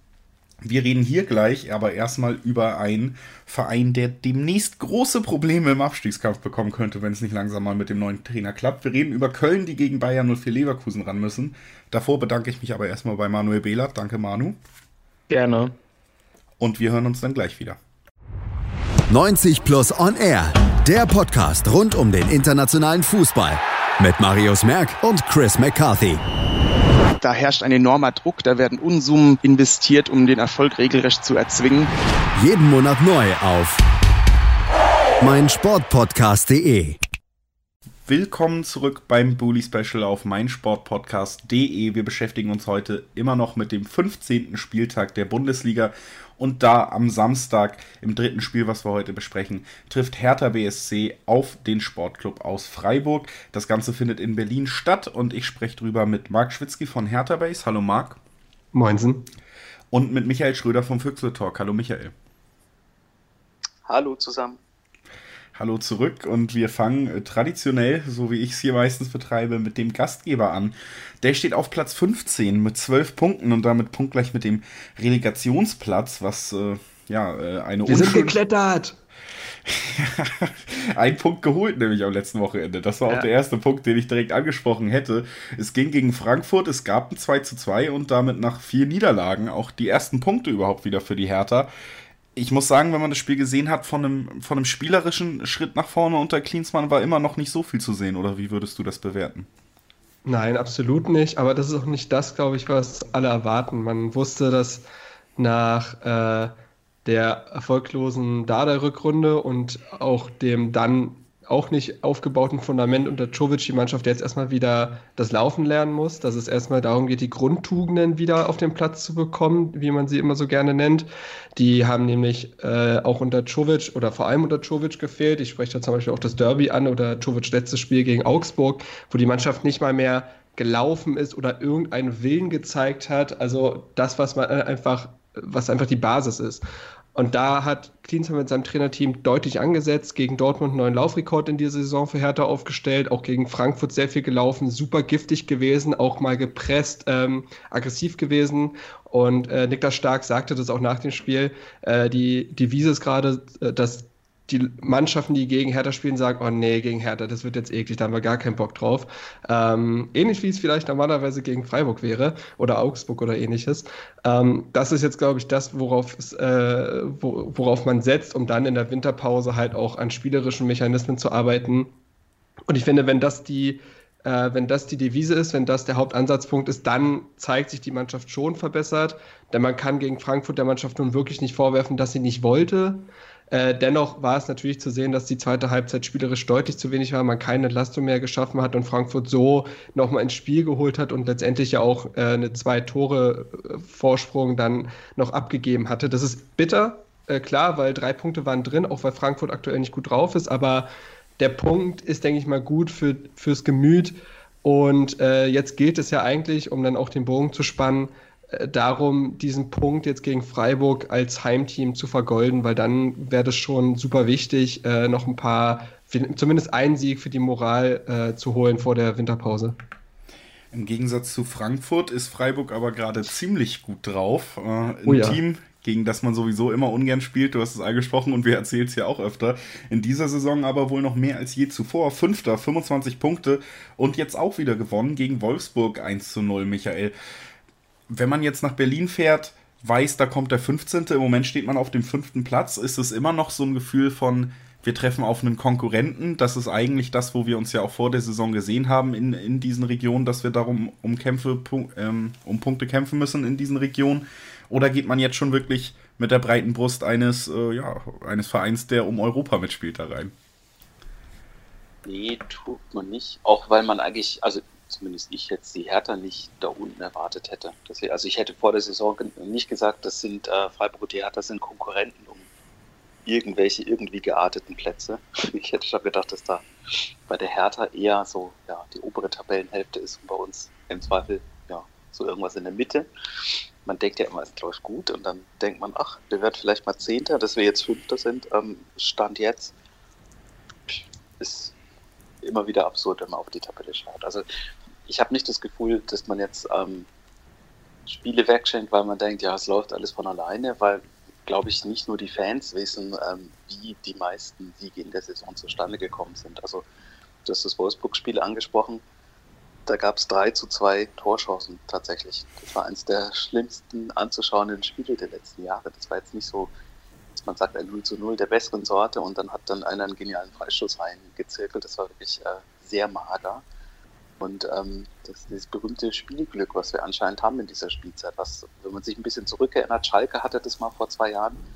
Wir reden hier gleich aber erstmal über einen Verein, der demnächst große Probleme im Abstiegskampf bekommen könnte, wenn es nicht langsam mal mit dem neuen Trainer klappt. Wir reden über Köln, die gegen Bayer null vier Leverkusen ran müssen. Davor bedanke ich mich aber erstmal bei Manuel Behlert. Danke, Manu. Gerne. Und wir hören uns dann gleich wieder. neunzig plus on Air, der Podcast rund um den internationalen Fußball mit Marius Merck und Chris McCarthy. Da herrscht ein enormer Druck, da werden Unsummen investiert, um den Erfolg regelrecht zu erzwingen. Jeden Monat neu auf meinsportpodcast punkt de. Willkommen zurück beim Bully Special auf meinsportpodcast punkt de. Wir beschäftigen uns heute immer noch mit dem fünfzehnten Spieltag der Bundesliga. Und da am Samstag im dritten Spiel, was wir heute besprechen, trifft Hertha B S C auf den Sportclub aus Freiburg. Das Ganze findet in Berlin statt und ich spreche drüber mit Marc Schwitzky von Hertha Base. Hallo Marc. Moinsen. Und mit Michael Schröder vom Füchsle Talk. Hallo Michael. Hallo zusammen. Hallo zurück und wir fangen äh, traditionell, so wie ich es hier meistens betreibe, mit dem Gastgeber an. Der steht auf Platz fünfzehn mit zwölf Punkten und damit punktgleich mit dem Relegationsplatz, was äh, ja äh, eine Wir sind geklettert! Ein Punkt geholt, nämlich am letzten Wochenende. Das war auch ja. der erste Punkt, den ich direkt angesprochen hätte. Es ging gegen Frankfurt, es gab ein zwei zu zwei und damit nach vier Niederlagen auch die ersten Punkte überhaupt wieder für die Hertha. Ich muss sagen, wenn man das Spiel gesehen hat, von einem, von einem spielerischen Schritt nach vorne unter Klinsmann war immer noch nicht so viel zu sehen. Oder wie würdest du das bewerten? Nein, absolut nicht. Aber das ist auch nicht das, glaube ich, was alle erwarten. Man wusste, dass nach äh, der erfolglosen Dardai-Rückrunde und auch dem dann auch nicht aufgebauten Fundament unter Čović die Mannschaft jetzt erstmal wieder das Laufen lernen muss, dass es erstmal darum geht, die Grundtugenden wieder auf den Platz zu bekommen, wie man sie immer so gerne nennt. Die haben nämlich äh, auch unter Čović oder vor allem unter Čović gefehlt. Ich spreche da zum Beispiel auch das Derby an oder Čović letztes Spiel gegen Augsburg, wo die Mannschaft nicht mal mehr gelaufen ist oder irgendeinen Willen gezeigt hat. Also das, was man einfach, was einfach die Basis ist. Und da hat Klinsmann mit seinem Trainerteam deutlich angesetzt, gegen Dortmund einen neuen Laufrekord in dieser Saison für Hertha aufgestellt, auch gegen Frankfurt sehr viel gelaufen, super giftig gewesen, auch mal gepresst, ähm, aggressiv gewesen. Und äh, Niklas Stark sagte das auch nach dem Spiel. Äh, die Devise ist gerade, äh, dass die Mannschaften, die gegen Hertha spielen, sagen, oh nee, gegen Hertha, das wird jetzt eklig, da haben wir gar keinen Bock drauf. Ähm, ähnlich wie es vielleicht normalerweise gegen Freiburg wäre oder Augsburg oder ähnliches. Ähm, das ist jetzt, glaube ich, das, worauf, es, äh, wo, worauf man setzt, um dann in der Winterpause halt auch an spielerischen Mechanismen zu arbeiten. Und ich finde, wenn das die Äh, wenn das die Devise ist, wenn das der Hauptansatzpunkt ist, dann zeigt sich die Mannschaft schon verbessert. Denn man kann gegen Frankfurt der Mannschaft nun wirklich nicht vorwerfen, dass sie nicht wollte. Äh, dennoch war es natürlich zu sehen, dass die zweite Halbzeit spielerisch deutlich zu wenig war, man keine Entlastung mehr geschaffen hat und Frankfurt so nochmal ins Spiel geholt hat und letztendlich ja auch äh, eine Zwei-Tore-Vorsprung dann noch abgegeben hatte. Das ist bitter, äh, klar, weil drei Punkte waren drin, auch weil Frankfurt aktuell nicht gut drauf ist, aber der Punkt ist, denke ich mal, gut für, fürs Gemüt. Und äh, jetzt gilt es ja eigentlich, um dann auch den Bogen zu spannen, äh, darum, diesen Punkt jetzt gegen Freiburg als Heimteam zu vergolden, weil dann wäre das schon super wichtig, äh, noch ein paar, zumindest einen Sieg für die Moral äh, zu holen vor der Winterpause. Im Gegensatz zu Frankfurt ist Freiburg aber gerade ziemlich gut drauf. Äh, ein oh ja. Team, gegen das man sowieso immer ungern spielt, du hast es angesprochen und wir erzählen es ja auch öfter. In dieser Saison aber wohl noch mehr als je zuvor. Fünfter, fünfundzwanzig Punkte und jetzt auch wieder gewonnen gegen Wolfsburg eins zu null, Michael. Wenn man jetzt nach Berlin fährt, weiß, da kommt der fünfzehnte Im Moment steht man auf dem fünften Platz. Ist es immer noch so ein Gefühl von, wir treffen auf einen Konkurrenten? Das ist eigentlich das, wo wir uns ja auch vor der Saison gesehen haben in, in diesen Regionen, dass wir darum um, Kämpfe, ähm, um Punkte kämpfen müssen in diesen Regionen. Oder geht man jetzt schon wirklich mit der breiten Brust eines, äh, ja, eines Vereins, der um Europa mitspielt, da rein? Nee, tut man nicht. Auch weil man eigentlich, also zumindest ich jetzt die Hertha nicht da unten erwartet hätte. Dass wir, also ich hätte vor der Saison nicht gesagt, das sind äh, Freiburg und die Hertha sind Konkurrenten um irgendwelche irgendwie gearteten Plätze. Ich hätte schon gedacht, dass da bei der Hertha eher so ja, die obere Tabellenhälfte ist und bei uns im Zweifel ja so irgendwas in der Mitte. Man denkt ja immer, es läuft gut und dann denkt man, ach, wir werden vielleicht mal Zehnter, dass wir jetzt Fünfter sind. Ähm, Stand jetzt ist immer wieder absurd, wenn man auf die Tabelle schaut. Also ich habe nicht das Gefühl, dass man jetzt ähm, Spiele wegschenkt, weil man denkt, ja, es läuft alles von alleine, weil, glaube ich, nicht nur die Fans wissen, ähm, wie die meisten Siege in der Saison zustande gekommen sind. Also du hast das Wolfsburg-Spiel angesprochen. Da gab es drei zu zwei Torchancen tatsächlich. Das war eines der schlimmsten anzuschauenden Spiele der letzten Jahre. Das war jetzt nicht so, dass man sagt, ein null zu null der besseren Sorte und dann hat dann einer einen genialen Freistoß reingezirkelt. Das war wirklich äh, sehr mager. Und ähm, das, dieses berühmte Spielglück, was wir anscheinend haben in dieser Spielzeit, was, wenn man sich ein bisschen zurückerinnert, Schalke hatte das mal vor zwei Jahren,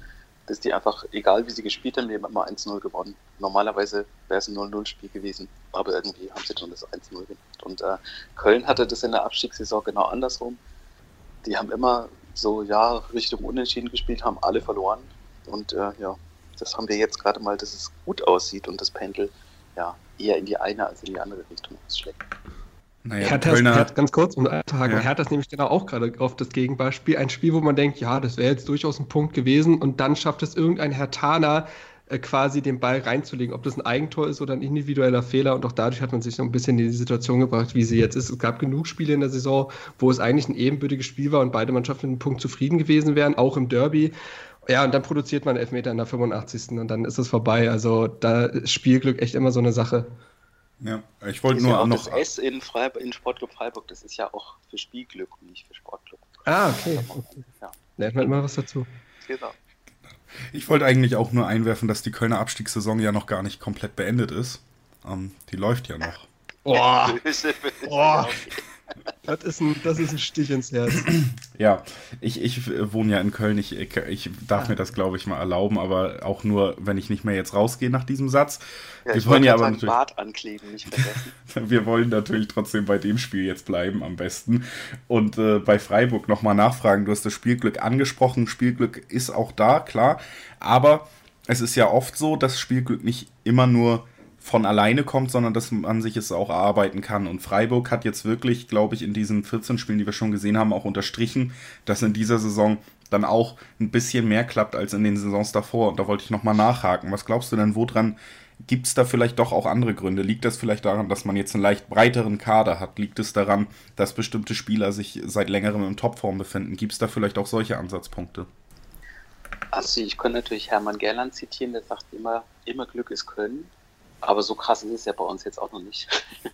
dass die einfach, egal wie sie gespielt haben, die haben immer eins null gewonnen. Normalerweise wäre es ein null null Spiel gewesen, aber irgendwie haben sie schon das eins null gemacht. Und äh, Köln hatte das in der Abstiegssaison genau andersrum. Die haben immer so, ja, Richtung Unentschieden gespielt, haben alle verloren. Und äh, ja, das haben wir jetzt gerade mal, dass es gut aussieht und das Pendel ja eher in die eine als in die andere Richtung ausschlägt. Naja, Hertha, Kölner, Hertha, ganz kurz, um einzuhaken, ja. Hertha ist nämlich genau auch gerade auf das Gegenbeispiel. Ein Spiel, wo man denkt, ja, das wäre jetzt durchaus ein Punkt gewesen und dann schafft es irgendein Herthaner äh, quasi den Ball reinzulegen, ob das ein Eigentor ist oder ein individueller Fehler und auch dadurch hat man sich so ein bisschen in die Situation gebracht, wie sie jetzt ist. Es gab genug Spiele in der Saison, wo es eigentlich ein ebenbürtiges Spiel war und beide Mannschaften mit einem Punkt zufrieden gewesen wären, auch im Derby. Ja, und dann produziert man Elfmeter in der fünfundachtzigsten und dann ist es vorbei. Also da ist Spielglück echt immer so eine Sache. Ja, ich wollte ist nur ja auch noch... Das S in, Freiburg, in Sportclub Freiburg, das ist ja auch für Spielglück und nicht für Sportclub. Ah, okay. Ja. Lernt man immer was dazu. Genau. Ich wollte eigentlich auch nur einwerfen, dass die Kölner Abstiegssaison ja noch gar nicht komplett beendet ist. Ähm, die läuft ja noch. Boah! Boah. Das ist, ein, das ist ein Stich ins Herz. Ja, ich, ich wohne ja in Köln, ich, ich darf ja. mir das, glaube ich, mal erlauben, aber auch nur, wenn ich nicht mehr jetzt rausgehe nach diesem Satz. Ja, wir ich wollen ja aber natürlich, Bart ankleben, nicht vergessen. Wir wollen natürlich trotzdem bei dem Spiel jetzt bleiben, am besten. Und äh, bei Freiburg nochmal nachfragen, du hast das Spielglück angesprochen, Spielglück ist auch da, klar, aber es ist ja oft so, dass Spielglück nicht immer nur von alleine kommt, sondern dass man sich es auch erarbeiten kann. Und Freiburg hat jetzt wirklich, glaube ich, in diesen vierzehn Spielen, die wir schon gesehen haben, auch unterstrichen, dass in dieser Saison dann auch ein bisschen mehr klappt als in den Saisons davor. Und da wollte ich nochmal nachhaken. Was glaubst du denn, woran gibt es da vielleicht doch auch andere Gründe? Liegt das vielleicht daran, dass man jetzt einen leicht breiteren Kader hat? Liegt es daran, dass bestimmte Spieler sich seit längerem in Topform befinden? Gibt es da vielleicht auch solche Ansatzpunkte? Also ich könnte natürlich Hermann Gerland zitieren, der sagt immer, immer Glück ist Können. Aber so krass ist es ja bei uns jetzt auch noch nicht.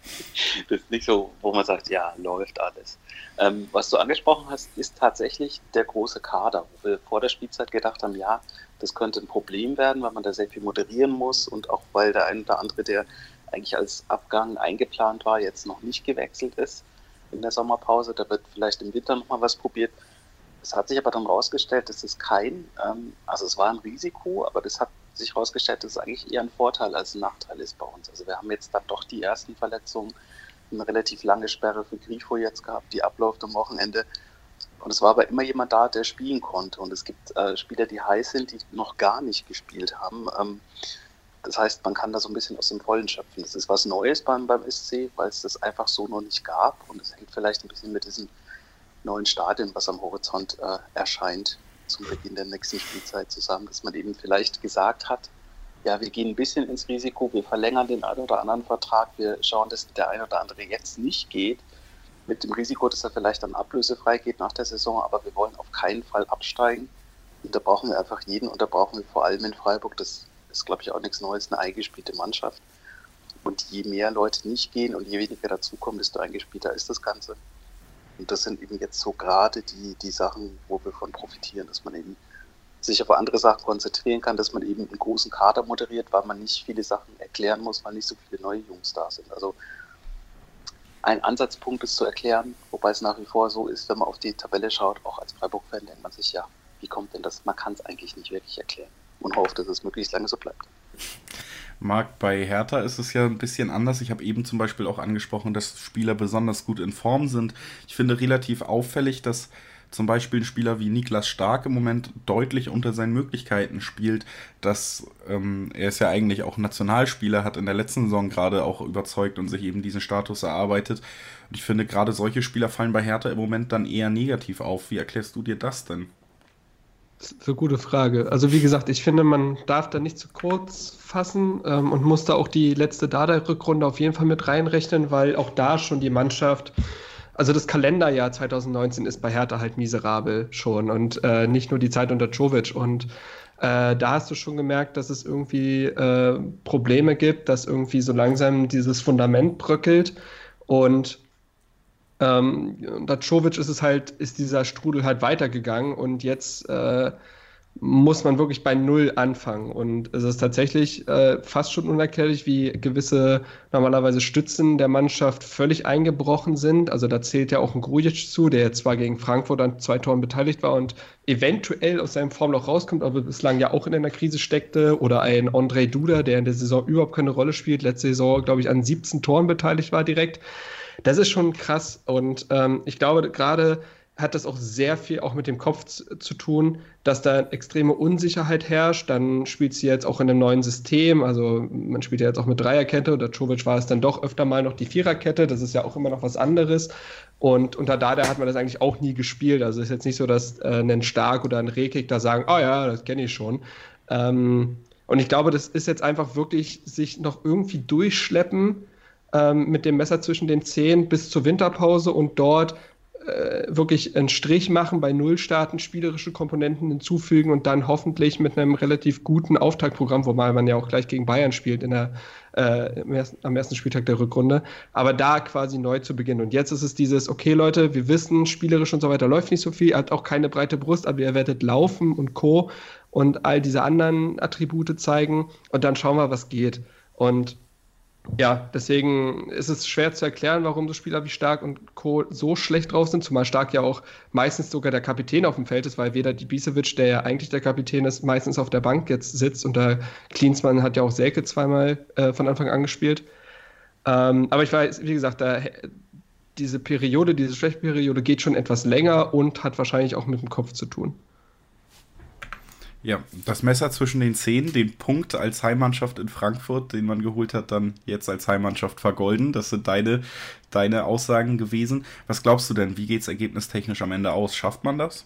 Das ist nicht so, wo man sagt, ja, läuft alles. Ähm, was du angesprochen hast, ist tatsächlich der große Kader, wo wir vor der Spielzeit gedacht haben, ja, das könnte ein Problem werden, weil man da sehr viel moderieren muss und auch weil der ein oder andere, der eigentlich als Abgang eingeplant war, jetzt noch nicht gewechselt ist in der Sommerpause. Da wird vielleicht im Winter nochmal was probiert. Es hat sich aber dann rausgestellt, dass es kein, ähm, also es war ein Risiko, aber das hat sich herausgestellt, dass es eigentlich eher ein Vorteil als ein Nachteil ist bei uns. Also wir haben jetzt dann doch die ersten Verletzungen, eine relativ lange Sperre für Grifo jetzt gehabt, die abläuft am Wochenende. Und es war aber immer jemand da, der spielen konnte. Und es gibt äh, Spieler, die heiß sind, die noch gar nicht gespielt haben. Ähm, das heißt, man kann da so ein bisschen aus dem Vollen schöpfen. Das ist was Neues beim, beim S C, weil es das einfach so noch nicht gab. Und es hängt vielleicht ein bisschen mit diesem neuen Stadion, was am Horizont äh, erscheint, zum Beginn der nächsten Spielzeit zusammen, dass man eben vielleicht gesagt hat, ja, wir gehen ein bisschen ins Risiko, wir verlängern den einen oder anderen Vertrag, wir schauen, dass der eine oder andere jetzt nicht geht, mit dem Risiko, dass er vielleicht dann ablösefrei geht nach der Saison, aber wir wollen auf keinen Fall absteigen und da brauchen wir einfach jeden und da brauchen wir vor allem in Freiburg, das ist, glaube ich, auch nichts Neues, eine eingespielte Mannschaft und je mehr Leute nicht gehen und je weniger dazukommen, desto eingespielter ist das Ganze. Und das sind eben jetzt so gerade die, die Sachen, wo wir von profitieren, dass man eben sich auf andere Sachen konzentrieren kann, dass man eben einen großen Kader moderiert, weil man nicht viele Sachen erklären muss, weil nicht so viele neue Jungs da sind. Also ein Ansatzpunkt ist zu erklären, wobei es nach wie vor so ist, wenn man auf die Tabelle schaut, auch als Freiburg-Fan denkt man sich, ja, wie kommt denn das? Man kann es eigentlich nicht wirklich erklären und hofft, dass es möglichst lange so bleibt. Marc, bei Hertha ist es ja ein bisschen anders. Ich habe eben zum Beispiel auch angesprochen, dass Spieler besonders gut in Form sind. Ich finde relativ auffällig, dass zum Beispiel ein Spieler wie Niklas Stark im Moment deutlich unter seinen Möglichkeiten spielt. Dass ähm, er ist ja eigentlich auch Nationalspieler, hat in der letzten Saison gerade auch überzeugt und sich eben diesen Status erarbeitet. Und ich finde, gerade solche Spieler fallen bei Hertha im Moment dann eher negativ auf. Wie erklärst du dir das denn? Das ist eine gute Frage. Also wie gesagt, ich finde, man darf da nicht zu kurz fassen ähm, und muss da auch die letzte Dardai-Rückrunde auf jeden Fall mit reinrechnen, weil auch da schon die Mannschaft, also das Kalenderjahr zwanzig neunzehn ist bei Hertha halt miserabel schon und äh, nicht nur die Zeit unter Czovic und äh, da hast du schon gemerkt, dass es irgendwie äh, Probleme gibt, dass irgendwie so langsam dieses Fundament bröckelt und Ähm, unter Czovic ist es halt, ist dieser Strudel halt weitergegangen und jetzt äh, muss man wirklich bei Null anfangen. Und es ist tatsächlich äh, fast schon unerklärlich, wie gewisse normalerweise Stützen der Mannschaft völlig eingebrochen sind. Also da zählt ja auch ein Grujic zu, der jetzt zwar gegen Frankfurt an zwei Toren beteiligt war und eventuell aus seinem Formloch rauskommt, aber bislang ja auch in einer Krise steckte. Oder ein André Duda, der in der Saison überhaupt keine Rolle spielt. Letzte Saison, glaube ich, an siebzehn Toren beteiligt war direkt. Das ist schon krass. Und ähm, ich glaube, gerade hat das auch sehr viel auch mit dem Kopf zu, zu tun, dass da extreme Unsicherheit herrscht. Dann spielt sie jetzt auch in einem neuen System. Also man spielt ja jetzt auch mit Dreierkette. Oder Čović war es dann doch öfter mal noch die Viererkette. Das ist ja auch immer noch was anderes. Und unter Dada hat man das eigentlich auch nie gespielt. Also es ist jetzt nicht so, dass äh, ein Stark oder ein Rekik da sagen, oh ja, das kenne ich schon. Ähm, und ich glaube, das ist jetzt einfach wirklich sich noch irgendwie durchschleppen ähm, mit dem Messer zwischen den Zehen bis zur Winterpause und dort wirklich einen Strich machen, bei Null starten, spielerische Komponenten hinzufügen und dann hoffentlich mit einem relativ guten Auftaktprogramm, wobei man ja auch gleich gegen Bayern spielt in der, äh, im ersten, am ersten Spieltag der Rückrunde, aber da quasi neu zu beginnen. Und jetzt ist es dieses, okay Leute, wir wissen, spielerisch und so weiter läuft nicht so viel, er hat auch keine breite Brust, aber ihr werdet laufen und Co. und all diese anderen Attribute zeigen und dann schauen wir, was geht. Und ja, deswegen ist es schwer zu erklären, warum so Spieler wie Stark und Co. so schlecht drauf sind, zumal Stark ja auch meistens sogar der Kapitän auf dem Feld ist, weil weder Ibisevic, der ja eigentlich der Kapitän ist, meistens auf der Bank jetzt sitzt und der Klinsmann hat ja auch Selke zweimal äh, von Anfang an gespielt. Ähm, aber ich weiß, wie gesagt, da, diese Periode, diese Schwächeperiode geht schon etwas länger und hat wahrscheinlich auch mit dem Kopf zu tun. Ja, das Messer zwischen den Zähnen, den Punkt als Heimmannschaft in Frankfurt, den man geholt hat, dann jetzt als Heimmannschaft vergolden. Das sind deine, deine Aussagen gewesen. Was glaubst du denn, wie geht es ergebnistechnisch am Ende aus? Schafft man das?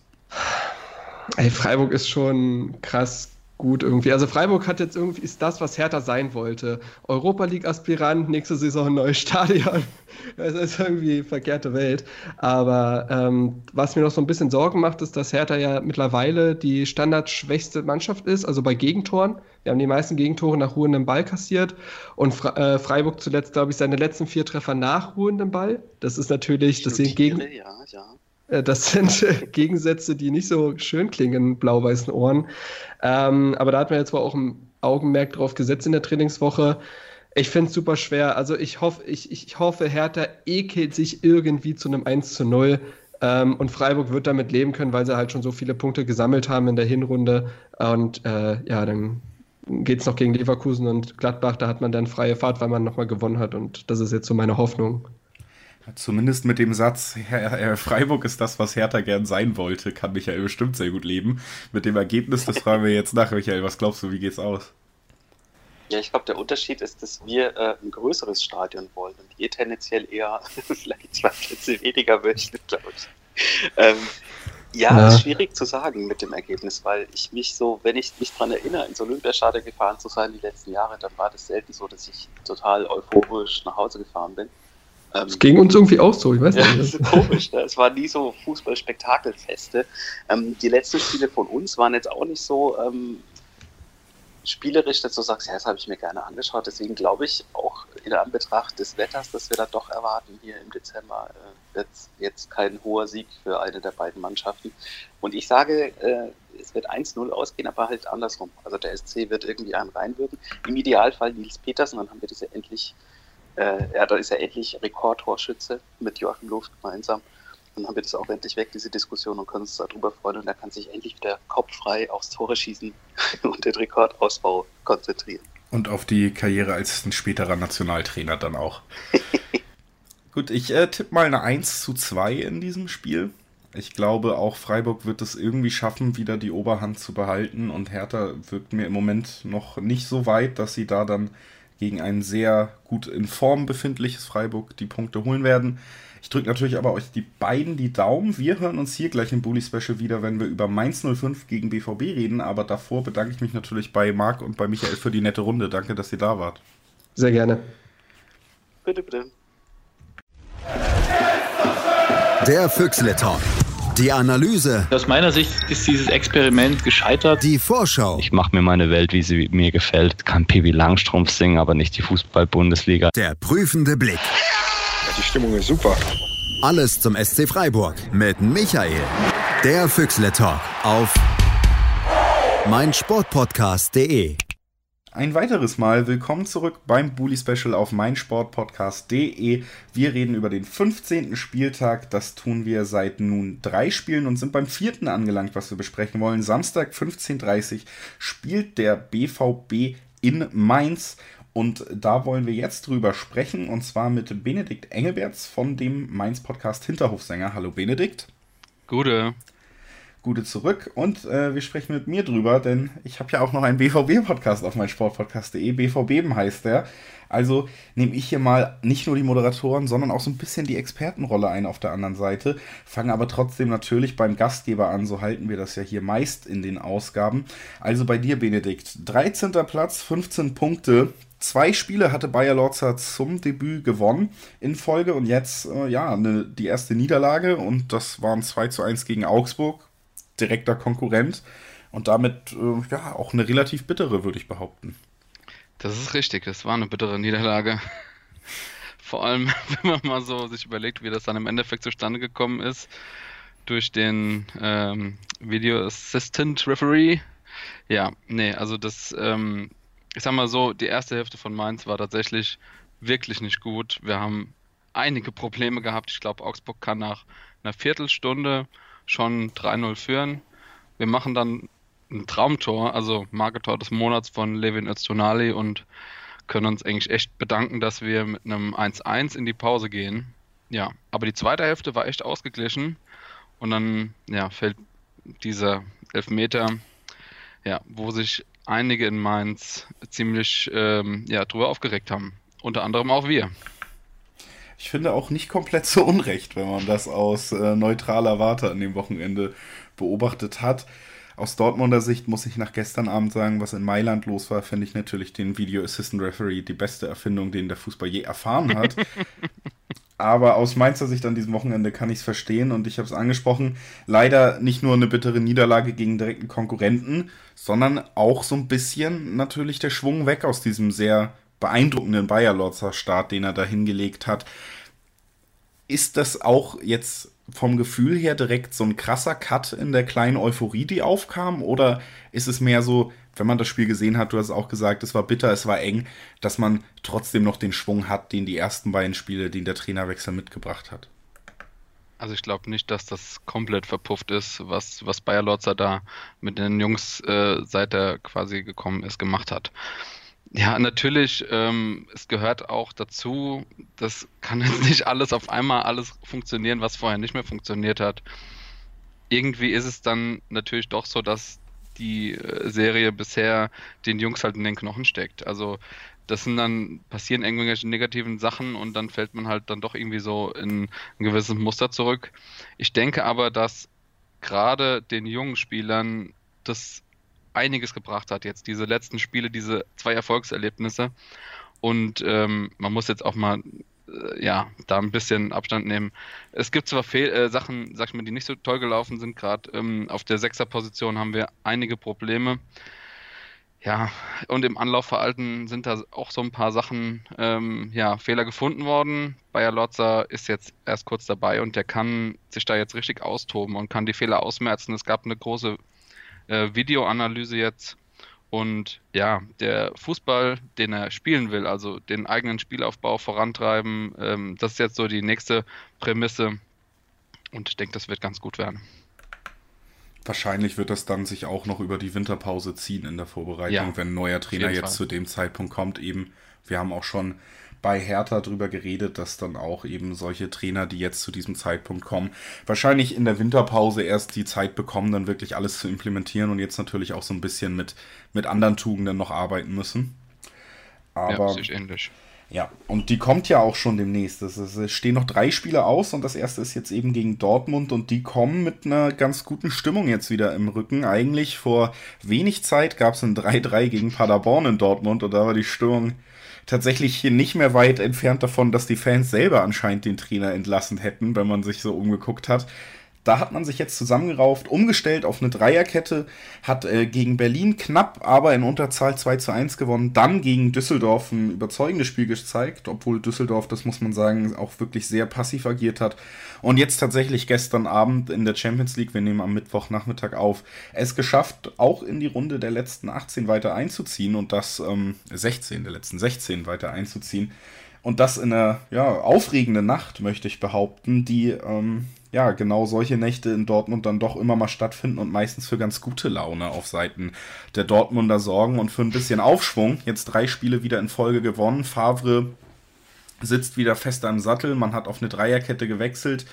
Ey, Freiburg ist schon krass gut irgendwie. Also Freiburg hat jetzt irgendwie, ist das, was Hertha sein wollte. Europa League-Aspirant, nächste Saison ein neues Stadion. Das ist irgendwie verkehrte Welt. Aber ähm, was mir noch so ein bisschen Sorgen macht, ist, dass Hertha ja mittlerweile die standardschwächste Mannschaft ist, also bei Gegentoren. Wir haben die meisten Gegentore nach ruhendem Ball kassiert und Fre- äh, Freiburg zuletzt, glaube ich, seine letzten vier Treffer nach ruhendem Ball. Das ist natürlich, das sind gegen... Ja, ja. Das sind Gegensätze, die nicht so schön klingen in blau-weißen Ohren. Ähm, aber da hat man jetzt wohl auch ein Augenmerk drauf gesetzt in der Trainingswoche. Ich finde es super schwer. Also ich hoffe, ich, ich hoffe, Hertha ekelt sich irgendwie zu einem eins zu null. Ähm, und Freiburg wird damit leben können, weil sie halt schon so viele Punkte gesammelt haben in der Hinrunde. Und äh, ja, dann geht es noch gegen Leverkusen und Gladbach. Da hat man dann freie Fahrt, weil man nochmal gewonnen hat. Und das ist jetzt so meine Hoffnung. Zumindest mit dem Satz, Herr Freiburg ist das, was Hertha gern sein wollte, kann Michael bestimmt sehr gut leben. Mit dem Ergebnis, das fragen wir jetzt nach. Michael, was glaubst du, wie geht's aus? Ja, ich glaube, der Unterschied ist, dass wir äh, ein größeres Stadion wollen und ihr tendenziell eher vielleicht zwei Plätze weniger möchtet, glaube ich. Ähm, ja, ja, ist schwierig zu sagen mit dem Ergebnis, weil ich mich so, wenn ich mich daran erinnere, ins Olympiastadion gefahren zu sein die letzten Jahre, dann war das selten so, dass ich total euphorisch nach Hause gefahren bin. Es ging uns irgendwie auch so, ich weiß ja, nicht. Das ist komisch, ne? Es waren nie so Fußball-Spektakelfeste. Ähm, die letzten Spiele von uns waren jetzt auch nicht so ähm, spielerisch, dass du sagst, ja, das habe ich mir gerne angeschaut. Deswegen glaube ich auch in Anbetracht des Wetters, das wir da doch erwarten hier im Dezember, äh, wird jetzt kein hoher Sieg für eine der beiden Mannschaften. Und ich sage, äh, es wird eins null ausgehen, aber halt andersrum. Also der S C wird irgendwie einen reinwirken. Im Idealfall Nils Petersen, dann haben wir diese endlich Äh, ja, da ist er endlich Rekordtorschütze mit Joachim Löw gemeinsam. Dann haben wir das auch endlich weg, diese Diskussion, und können uns darüber freuen. Und er kann sich endlich wieder kopffrei aufs Tore schießen und den Rekordausbau konzentrieren. Und auf die Karriere als ein späterer Nationaltrainer dann auch. Gut, ich äh, tippe mal eine eins zu zwei in diesem Spiel. Ich glaube, auch Freiburg wird es irgendwie schaffen, wieder die Oberhand zu behalten. Und Hertha wirkt mir im Moment noch nicht so weit, dass sie da dann gegen ein sehr gut in Form befindliches Freiburg die Punkte holen werden. Ich drücke natürlich aber euch die beiden die Daumen. Wir hören uns hier gleich im Bully-Special wieder, wenn wir über Mainz null fünf gegen B V B reden. Aber davor bedanke ich mich natürlich bei Marc und bei Michael für die nette Runde. Danke, dass ihr da wart. Sehr gerne. Bitte, bitte. Der Füchsle-Talk. Die Analyse. Aus meiner Sicht ist dieses Experiment gescheitert. Die Vorschau. Ich mache mir meine Welt, wie sie mir gefällt. Kann Pippi Langstrumpf singen, aber nicht die Fußball-Bundesliga. Der prüfende Blick. Ja, die Stimmung ist super. Alles zum S C Freiburg mit Michael. Der Füchsle-Talk auf mein Sportpodcast punkt de. Ein weiteres Mal willkommen zurück beim Bully Special auf mein Sportpodcast punkt de. Wir reden über den fünfzehnten Spieltag. Das tun wir seit nun drei Spielen und sind beim vierten angelangt, was wir besprechen wollen. Samstag fünfzehn Uhr dreißig spielt der B V B in Mainz. Und da wollen wir jetzt drüber sprechen, und zwar mit Benedikt Engelberts von dem Mainz-Podcast Hinterhofsänger. Hallo Benedikt. Gute. Gute zurück. Und äh, wir sprechen mit mir drüber, denn ich habe ja auch noch einen B V B-Podcast auf mein Sportpodcast punkt de. B V B heißt der. Also nehme ich hier mal nicht nur die Moderatoren, sondern auch so ein bisschen die Expertenrolle ein auf der anderen Seite. Fange aber trotzdem natürlich beim Gastgeber an, so halten wir das ja hier meist in den Ausgaben. Also bei dir, Benedikt, dreizehnter Platz, fünfzehn Punkte. Zwei Spiele hatte Bayer Lorza zum Debüt gewonnen in Folge und jetzt äh, ja ne, die erste Niederlage, und das waren zwei zu eins gegen Augsburg, direkter Konkurrent, und damit äh, ja auch eine relativ bittere, würde ich behaupten. Das ist richtig, das war eine bittere Niederlage. Vor allem, wenn man mal so sich überlegt, wie das dann im Endeffekt zustande gekommen ist, durch den ähm, Video Assistant Referee. Ja, nee, also das... Ähm, Ich sag mal so, die erste Hälfte von Mainz war tatsächlich wirklich nicht gut. Wir haben einige Probleme gehabt. Ich glaube, Augsburg kann nach einer Viertelstunde schon drei null führen. Wir machen dann ein Traumtor, also Marketor des Monats von Levin Öztunali, und können uns eigentlich echt bedanken, dass wir mit einem eins eins in die Pause gehen. Ja, aber die zweite Hälfte war echt ausgeglichen, und dann ja, fällt dieser Elfmeter, ja, wo sich einige in Mainz ziemlich ähm, ja, drüber aufgeregt haben. Unter anderem auch wir. Ich finde auch nicht komplett so unrecht, wenn man das aus äh, neutraler Warte an dem Wochenende beobachtet hat. Aus Dortmunder Sicht muss ich nach gestern Abend sagen, was in Mailand los war, finde ich natürlich den Video Assistant Referee die beste Erfindung, den der Fußball je erfahren hat. Aber aus Mainzer Sicht an diesem Wochenende kann ich es verstehen, und ich habe es angesprochen, leider nicht nur eine bittere Niederlage gegen direkten Konkurrenten, sondern auch so ein bisschen natürlich der Schwung weg aus diesem sehr beeindruckenden Bayer Lorzer Start, den er da hingelegt hat. Ist das auch jetzt vom Gefühl her direkt so ein krasser Cut in der kleinen Euphorie, die aufkam, oder ist es mehr so, wenn man das Spiel gesehen hat, du hast auch gesagt, es war bitter, es war eng, dass man trotzdem noch den Schwung hat, den die ersten beiden Spiele, den der Trainerwechsel mitgebracht hat? Also ich glaube nicht, dass das komplett verpufft ist, was, was Bayer Lorzer da mit den Jungs, äh, seit er quasi gekommen ist, gemacht hat. Ja, natürlich, ähm, es gehört auch dazu, das kann jetzt nicht alles auf einmal alles funktionieren, was vorher nicht mehr funktioniert hat. Irgendwie ist es dann natürlich doch so, dass die Serie bisher den Jungs halt in den Knochen steckt. Also das sind dann, passieren irgendwelche negativen Sachen, und dann fällt man halt dann doch irgendwie so in ein gewisses Muster zurück. Ich denke aber, dass gerade den jungen Spielern das einiges gebracht hat jetzt, diese letzten Spiele, diese zwei Erfolgserlebnisse, und ähm, man muss jetzt auch mal äh, ja, da ein bisschen Abstand nehmen. Es gibt zwar Fehl- äh, Sachen, sag ich mal, die nicht so toll gelaufen sind, gerade ähm, auf der Sechserposition haben wir einige Probleme. Ja, und im Anlaufverhalten sind da auch so ein paar Sachen, ähm, ja, Fehler gefunden worden. Bayer Lorzer ist jetzt erst kurz dabei, und der kann sich da jetzt richtig austoben und kann die Fehler ausmerzen. Es gab eine große äh, Videoanalyse jetzt, und ja, der Fußball, den er spielen will, also den eigenen Spielaufbau vorantreiben, ähm, das ist jetzt so die nächste Prämisse, und ich denke, das wird ganz gut werden. Wahrscheinlich wird das dann sich auch noch über die Winterpause ziehen in der Vorbereitung, ja, wenn ein neuer Trainer jetzt Fall. zu dem Zeitpunkt kommt. Eben, wir haben auch schon bei Hertha drüber geredet, dass dann auch eben solche Trainer, die jetzt zu diesem Zeitpunkt kommen, wahrscheinlich in der Winterpause erst die Zeit bekommen, dann wirklich alles zu implementieren, und jetzt natürlich auch so ein bisschen mit, mit anderen Tugenden noch arbeiten müssen. Aber, ja, sich ähnlich. Ja, und die kommt ja auch schon demnächst. Es, es stehen noch drei Spiele aus, und das erste ist jetzt eben gegen Dortmund, und die kommen mit einer ganz guten Stimmung jetzt wieder im Rücken. Eigentlich vor wenig Zeit gab es ein drei drei gegen Paderborn in Dortmund, und da war die Stimmung tatsächlich hier nicht mehr weit entfernt davon, dass die Fans selber anscheinend den Trainer entlassen hätten, wenn man sich so umgeguckt hat. Da hat man sich jetzt zusammengerauft, umgestellt auf eine Dreierkette, hat äh, gegen Berlin knapp, aber in Unterzahl zwei zu eins gewonnen, dann gegen Düsseldorf ein überzeugendes Spiel gezeigt, obwohl Düsseldorf, das muss man sagen, auch wirklich sehr passiv agiert hat. Und jetzt tatsächlich gestern Abend in der Champions League, wir nehmen am Mittwochnachmittag auf, es geschafft, auch in die Runde der letzten achtzehn weiter einzuziehen und das ähm, sechzehn, der letzten sechzehn weiter einzuziehen. Und das in einer ja, aufregenden Nacht, möchte ich behaupten, die ähm, ja genau solche Nächte in Dortmund dann doch immer mal stattfinden und meistens für ganz gute Laune auf Seiten der Dortmunder sorgen und für ein bisschen Aufschwung. Jetzt drei Spiele wieder in Folge gewonnen. Favre sitzt wieder fester im Sattel. Man hat auf eine Dreierkette gewechselt.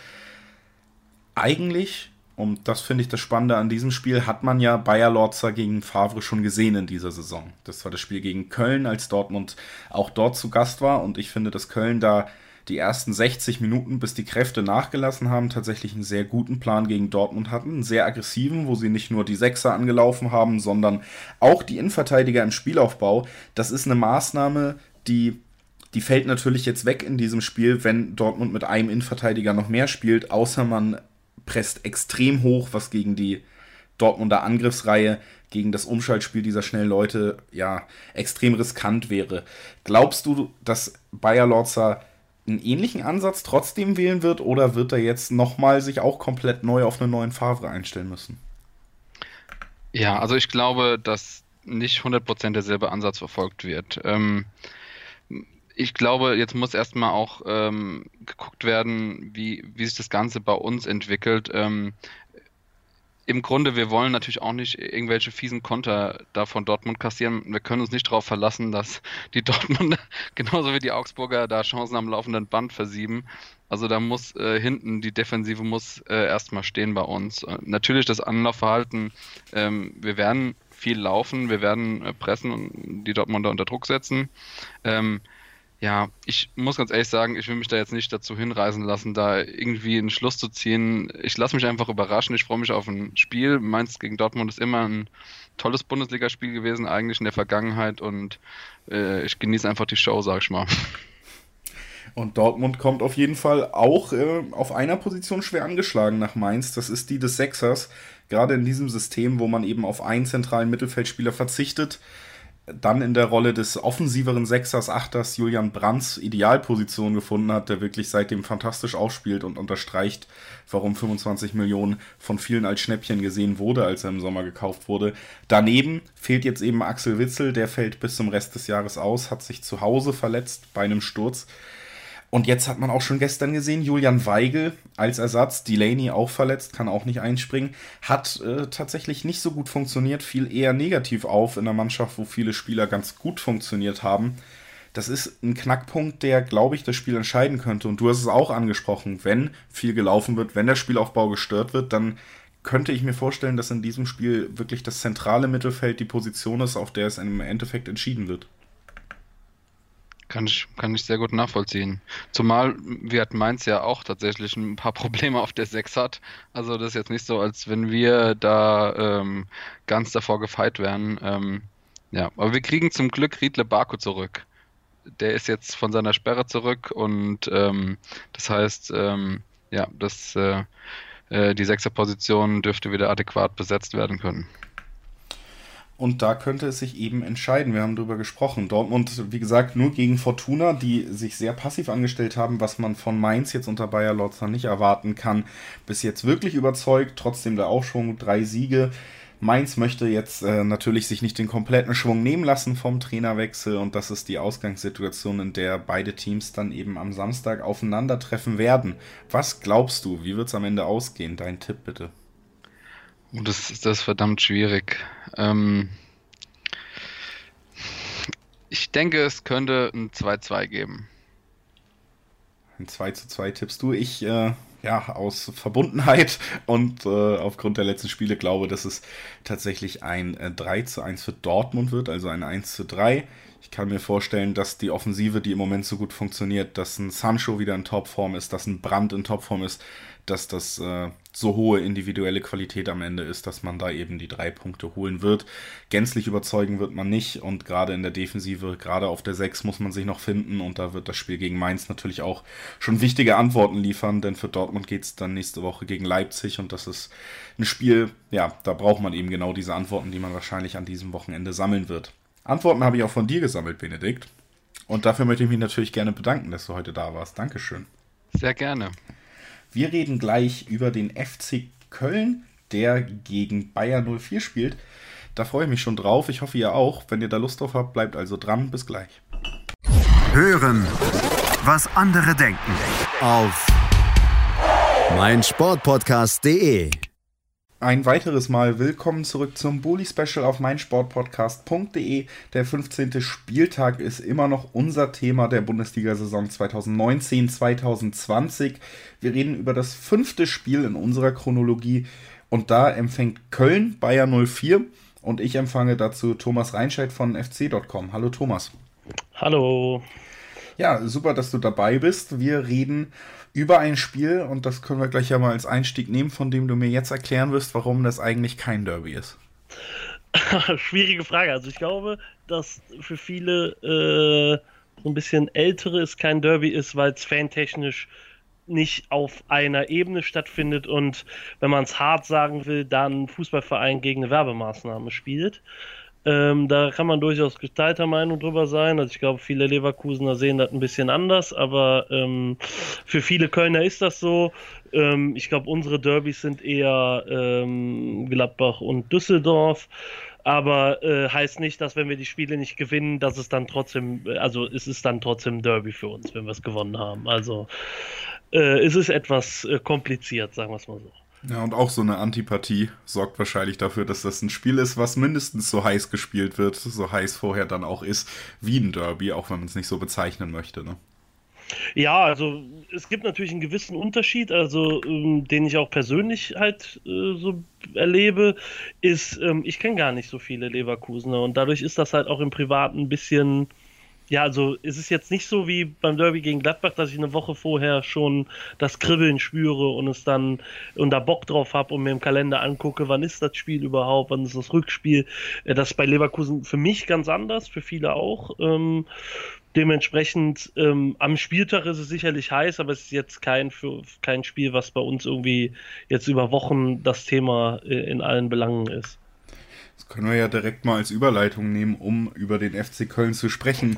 Eigentlich, und das finde ich das Spannende an diesem Spiel, hat man ja Bayer Lorzer gegen Favre schon gesehen in dieser Saison. Das war das Spiel gegen Köln, als Dortmund auch dort zu Gast war. Und ich finde, dass Köln da die ersten sechzig Minuten, bis die Kräfte nachgelassen haben, tatsächlich einen sehr guten Plan gegen Dortmund hatten. Einen sehr aggressiven, wo sie nicht nur die Sechser angelaufen haben, sondern auch die Innenverteidiger im Spielaufbau. Das ist eine Maßnahme, die... Die fällt natürlich jetzt weg in diesem Spiel, wenn Dortmund mit einem Innenverteidiger noch mehr spielt, außer man presst extrem hoch, was gegen die Dortmunder Angriffsreihe, gegen das Umschaltspiel dieser schnellen Leute ja extrem riskant wäre. Glaubst du, dass Bayer Lorzer einen ähnlichen Ansatz trotzdem wählen wird oder wird er jetzt nochmal sich auch komplett neu auf einen neuen Favre einstellen müssen? Ja, also ich glaube, dass nicht hundert Prozent derselbe Ansatz verfolgt wird. Ähm, Ich glaube, jetzt muss erstmal auch ähm, geguckt werden, wie, wie sich das Ganze bei uns entwickelt. Ähm, Im Grunde, wir wollen natürlich auch nicht irgendwelche fiesen Konter da von Dortmund kassieren. Wir können uns nicht darauf verlassen, dass die Dortmunder genauso wie die Augsburger da Chancen am laufenden Band versieben. Also da muss äh, hinten, die Defensive muss äh, erstmal stehen bei uns. Äh, natürlich das Anlaufverhalten, ähm, wir werden viel laufen, wir werden äh, pressen und die Dortmunder unter Druck setzen. Ähm, Ja, ich muss ganz ehrlich sagen, ich will mich da jetzt nicht dazu hinreißen lassen, da irgendwie einen Schluss zu ziehen. Ich lasse mich einfach überraschen. Ich freue mich auf ein Spiel. Mainz gegen Dortmund ist immer ein tolles Bundesligaspiel gewesen, eigentlich in der Vergangenheit. Und äh, ich genieße einfach die Show, sag ich mal. Und Dortmund kommt auf jeden Fall auch äh, auf einer Position schwer angeschlagen nach Mainz. Das ist die des Sechsers. Gerade in diesem System, wo man eben auf einen zentralen Mittelfeldspieler verzichtet, dann in der Rolle des offensiveren Sechsers, Achters Julian Brandts Idealposition gefunden hat, der wirklich seitdem fantastisch aufspielt und unterstreicht, warum fünfundzwanzig Millionen von vielen als Schnäppchen gesehen wurde, als er im Sommer gekauft wurde. Daneben fehlt jetzt eben Axel Witsel, der fällt bis zum Rest des Jahres aus, hat sich zu Hause verletzt bei einem Sturz. Und jetzt hat man auch schon gestern gesehen, Julian Weigl als Ersatz, Delaney auch verletzt, kann auch nicht einspringen, hat äh, tatsächlich nicht so gut funktioniert, fiel eher negativ auf in einer Mannschaft, wo viele Spieler ganz gut funktioniert haben. Das ist ein Knackpunkt, der, glaube ich, das Spiel entscheiden könnte. Und du hast es auch angesprochen, wenn viel gelaufen wird, wenn der Spielaufbau gestört wird, dann könnte ich mir vorstellen, dass in diesem Spiel wirklich das zentrale Mittelfeld die Position ist, auf der es im Endeffekt entschieden wird. Kann ich, kann ich sehr gut nachvollziehen. Zumal wir hat Mainz ja auch tatsächlich ein paar Probleme auf der sechs hat. Also das ist jetzt nicht so, als wenn wir da ähm, ganz davor gefeit wären. Ähm, ja, aber wir kriegen zum Glück Riedle Baku zurück. Der ist jetzt von seiner Sperre zurück und ähm, das heißt, ähm, ja, dass äh, äh, die Sechser-Position dürfte wieder adäquat besetzt werden können. Und da könnte es sich eben entscheiden. Wir haben darüber gesprochen. Dortmund, wie gesagt, nur gegen Fortuna, die sich sehr passiv angestellt haben, was man von Mainz jetzt unter Bayer Lorzer nicht erwarten kann. Bis jetzt wirklich überzeugt, trotzdem der Aufschwung, drei Siege. Mainz möchte jetzt äh, natürlich sich nicht den kompletten Schwung nehmen lassen vom Trainerwechsel und das ist die Ausgangssituation, in der beide Teams dann eben am Samstag aufeinandertreffen werden. Was glaubst du, wie wird es am Ende ausgehen? Dein Tipp bitte. Oh, das, das ist verdammt schwierig. Ähm, ich denke, es könnte ein zwei zu zwei geben. Ein zwei zu zwei tippst du. Ich, äh, ja, aus Verbundenheit und äh, aufgrund der letzten Spiele glaube, dass es tatsächlich ein äh, drei zu eins für Dortmund wird, also ein eins zu drei. Ich kann mir vorstellen, dass die Offensive, die im Moment so gut funktioniert, dass ein Sancho wieder in Topform ist, dass ein Brandt in Topform ist, dass das äh, so hohe individuelle Qualität am Ende ist, dass man da eben die drei Punkte holen wird. Gänzlich überzeugen wird man nicht und gerade in der Defensive, gerade auf der sechs muss man sich noch finden und da wird das Spiel gegen Mainz natürlich auch schon wichtige Antworten liefern, denn für Dortmund geht es dann nächste Woche gegen Leipzig und das ist ein Spiel, ja, da braucht man eben genau diese Antworten, die man wahrscheinlich an diesem Wochenende sammeln wird. Antworten habe ich auch von dir gesammelt, Benedikt. Und dafür möchte ich mich natürlich gerne bedanken, dass du heute da warst. Dankeschön. Sehr gerne. Wir reden gleich über den F C Köln, der gegen Bayer null vier spielt. Da freue ich mich schon drauf. Ich hoffe, ihr auch. Wenn ihr da Lust drauf habt, bleibt also dran. Bis gleich. Hören, was andere denken. Auf meinsportpodcast punkt de. Ein weiteres Mal willkommen zurück zum Bully-Special auf meinsportpodcast punkt de. Der fünfzehnte Spieltag ist immer noch unser Thema der Bundesliga-Saison zwanzig neunzehn zwanzig zwanzig. Wir reden über das fünfte Spiel in unserer Chronologie und da empfängt Köln Bayer null vier und ich empfange dazu Thomas Reinscheid von F C Punkt com. Hallo Thomas. Hallo. Ja, super, dass du dabei bist. Wir reden über ein Spiel und das können wir gleich ja mal als Einstieg nehmen, von dem du mir jetzt erklären wirst, warum das eigentlich kein Derby ist. Schwierige Frage. Also ich glaube, dass für viele äh, so ein bisschen ältere es kein Derby ist, weil es fantechnisch nicht auf einer Ebene stattfindet und wenn man es hart sagen will, dann ein Fußballverein gegen eine Werbemaßnahme spielt. Ähm, da kann man durchaus geteilter Meinung drüber sein. Also ich glaube, viele Leverkusener sehen das ein bisschen anders, aber ähm, für viele Kölner ist das so. Ähm, ich glaube, unsere Derbys sind eher ähm, Gladbach und Düsseldorf. Aber äh, heißt nicht, dass wenn wir die Spiele nicht gewinnen, dass es dann trotzdem, also es ist dann trotzdem Derby für uns, wenn wir es gewonnen haben. Also äh, es ist etwas äh, kompliziert, sagen wir es mal so. Ja, und auch so eine Antipathie sorgt wahrscheinlich dafür, dass das ein Spiel ist, was mindestens so heiß gespielt wird, so heiß vorher dann auch ist, wie ein Derby, auch wenn man es nicht so bezeichnen möchte, ne? Ja, also es gibt natürlich einen gewissen Unterschied, also ähm, den ich auch persönlich halt äh, so erlebe, ist, ähm, ich kenne gar nicht so viele Leverkusener und dadurch ist das halt auch im Privaten ein bisschen... Ja, also es ist jetzt nicht so wie beim Derby gegen Gladbach, dass ich eine Woche vorher schon das Kribbeln spüre und es dann und da Bock drauf habe und mir im Kalender angucke, wann ist das Spiel überhaupt, wann ist das Rückspiel. Das ist bei Leverkusen für mich ganz anders, für viele auch. Ähm, dementsprechend ähm, am Spieltag ist es sicherlich heiß, aber es ist jetzt kein, für, kein Spiel, was bei uns irgendwie jetzt über Wochen das Thema äh, in allen Belangen ist. Das können wir ja direkt mal als Überleitung nehmen, um über den F C Köln zu sprechen.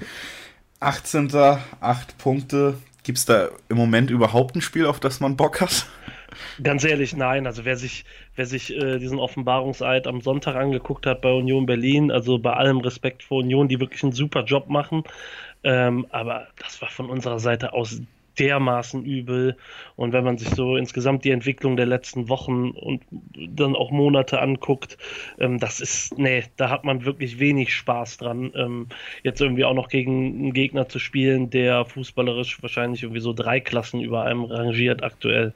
achtzehnter acht Punkte. Gibt es da im Moment überhaupt ein Spiel, auf das man Bock hat? Ganz ehrlich, nein. Also wer sich, wer sich äh, diesen Offenbarungseid am Sonntag angeguckt hat bei Union Berlin, also bei allem Respekt vor Union, die wirklich einen super Job machen, ähm, aber das war von unserer Seite aus dermaßen übel und wenn man sich so insgesamt die Entwicklung der letzten Wochen und dann auch Monate anguckt, ähm, das ist, nee, da hat man wirklich wenig Spaß dran, ähm, jetzt irgendwie auch noch gegen einen Gegner zu spielen, der fußballerisch wahrscheinlich irgendwie so drei Klassen über einem rangiert aktuell.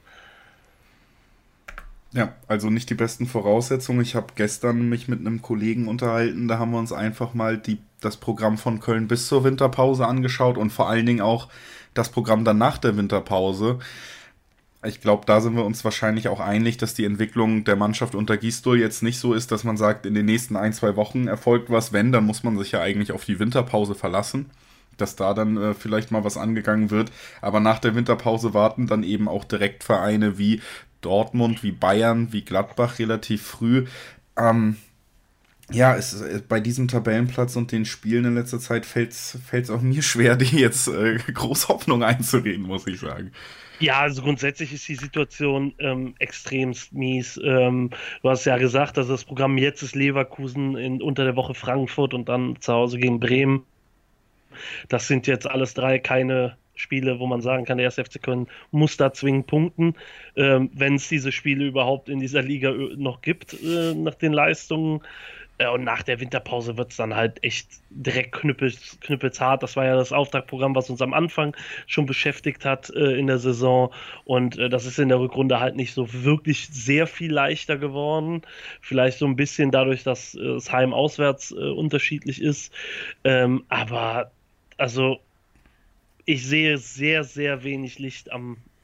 Ja, also nicht die besten Voraussetzungen. Ich habe gestern mich mit einem Kollegen unterhalten, da haben wir uns einfach mal die, das Programm von Köln bis zur Winterpause angeschaut und vor allen Dingen auch das Programm dann nach der Winterpause. Ich glaube, da sind wir uns wahrscheinlich auch einig, dass die Entwicklung der Mannschaft unter Gisdol jetzt nicht so ist, dass man sagt, in den nächsten ein, zwei Wochen erfolgt was. Wenn, dann muss man sich ja eigentlich auf die Winterpause verlassen, dass da dann äh, vielleicht mal was angegangen wird. Aber nach der Winterpause warten dann eben auch direkt Vereine wie Dortmund, wie Bayern, wie Gladbach relativ früh. Ähm, Ja, es, bei diesem Tabellenplatz und den Spielen in letzter Zeit fällt es auch mir schwer, die jetzt äh, groß Hoffnung einzureden, muss ich sagen. Ja, also grundsätzlich ist die Situation ähm, extremst mies. Ähm, du hast ja gesagt, dass das Programm jetzt ist Leverkusen, in, unter der Woche Frankfurt und dann zu Hause gegen Bremen. Das sind jetzt alles drei keine Spiele, wo man sagen kann, der erste F C Köln muss da zwingend punkten, ähm, wenn es diese Spiele überhaupt in dieser Liga noch gibt, äh, nach den Leistungen. Und nach der Winterpause wird es dann halt echt direkt knüppels, knüppelshart. Das war ja das Auftaktprogramm, was uns am Anfang schon beschäftigt hat äh, in der Saison. Und äh, das ist in der Rückrunde halt nicht so wirklich sehr viel leichter geworden. Vielleicht so ein bisschen dadurch, dass äh, das Heim-Auswärts äh, unterschiedlich ist. Ähm, aber also ich sehe sehr, sehr wenig Licht am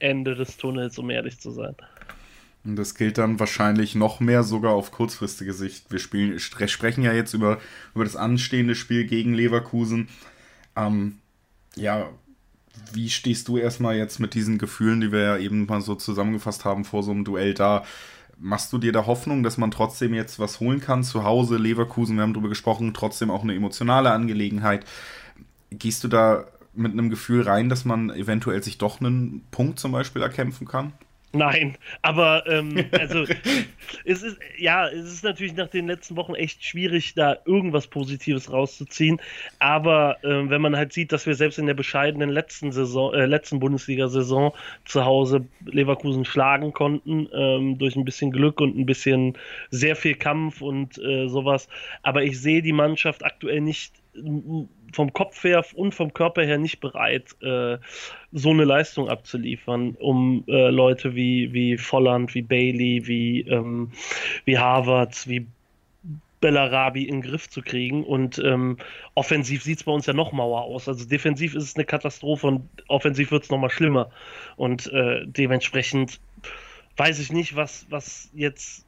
Ende des Tunnels, um ehrlich zu sein. Und das gilt dann wahrscheinlich noch mehr sogar auf kurzfristige Sicht. Wir spielen, sprechen ja jetzt über, über das anstehende Spiel gegen Leverkusen. Ähm, ja, wie stehst du erstmal jetzt mit diesen Gefühlen, die wir ja eben mal so zusammengefasst haben vor so einem Duell da? Machst du dir da Hoffnung, dass man trotzdem jetzt was holen kann zu Hause? Leverkusen, wir haben drüber gesprochen, trotzdem auch eine emotionale Angelegenheit. Gehst du da mit einem Gefühl rein, dass man eventuell sich doch einen Punkt zum Beispiel erkämpfen kann? Nein, aber ähm, also es ist ja, es ist natürlich nach den letzten Wochen echt schwierig, da irgendwas Positives rauszuziehen. Aber ähm, wenn man halt sieht, dass wir selbst in der bescheidenen letzten Saison, äh, letzten Bundesliga-Saison zu Hause Leverkusen schlagen konnten ähm, durch ein bisschen Glück und ein bisschen sehr viel Kampf und äh, sowas. Aber ich sehe die Mannschaft aktuell nicht vom Kopf her und vom Körper her nicht bereit, äh, so eine Leistung abzuliefern, um äh, Leute wie, wie Volland, wie Bailey, wie, ähm, wie Havertz, wie Bellarabi in den Griff zu kriegen. Und ähm, offensiv sieht es bei uns ja noch mauer aus. Also defensiv ist es eine Katastrophe und offensiv wird es noch mal schlimmer. Und äh, dementsprechend weiß ich nicht, was, was jetzt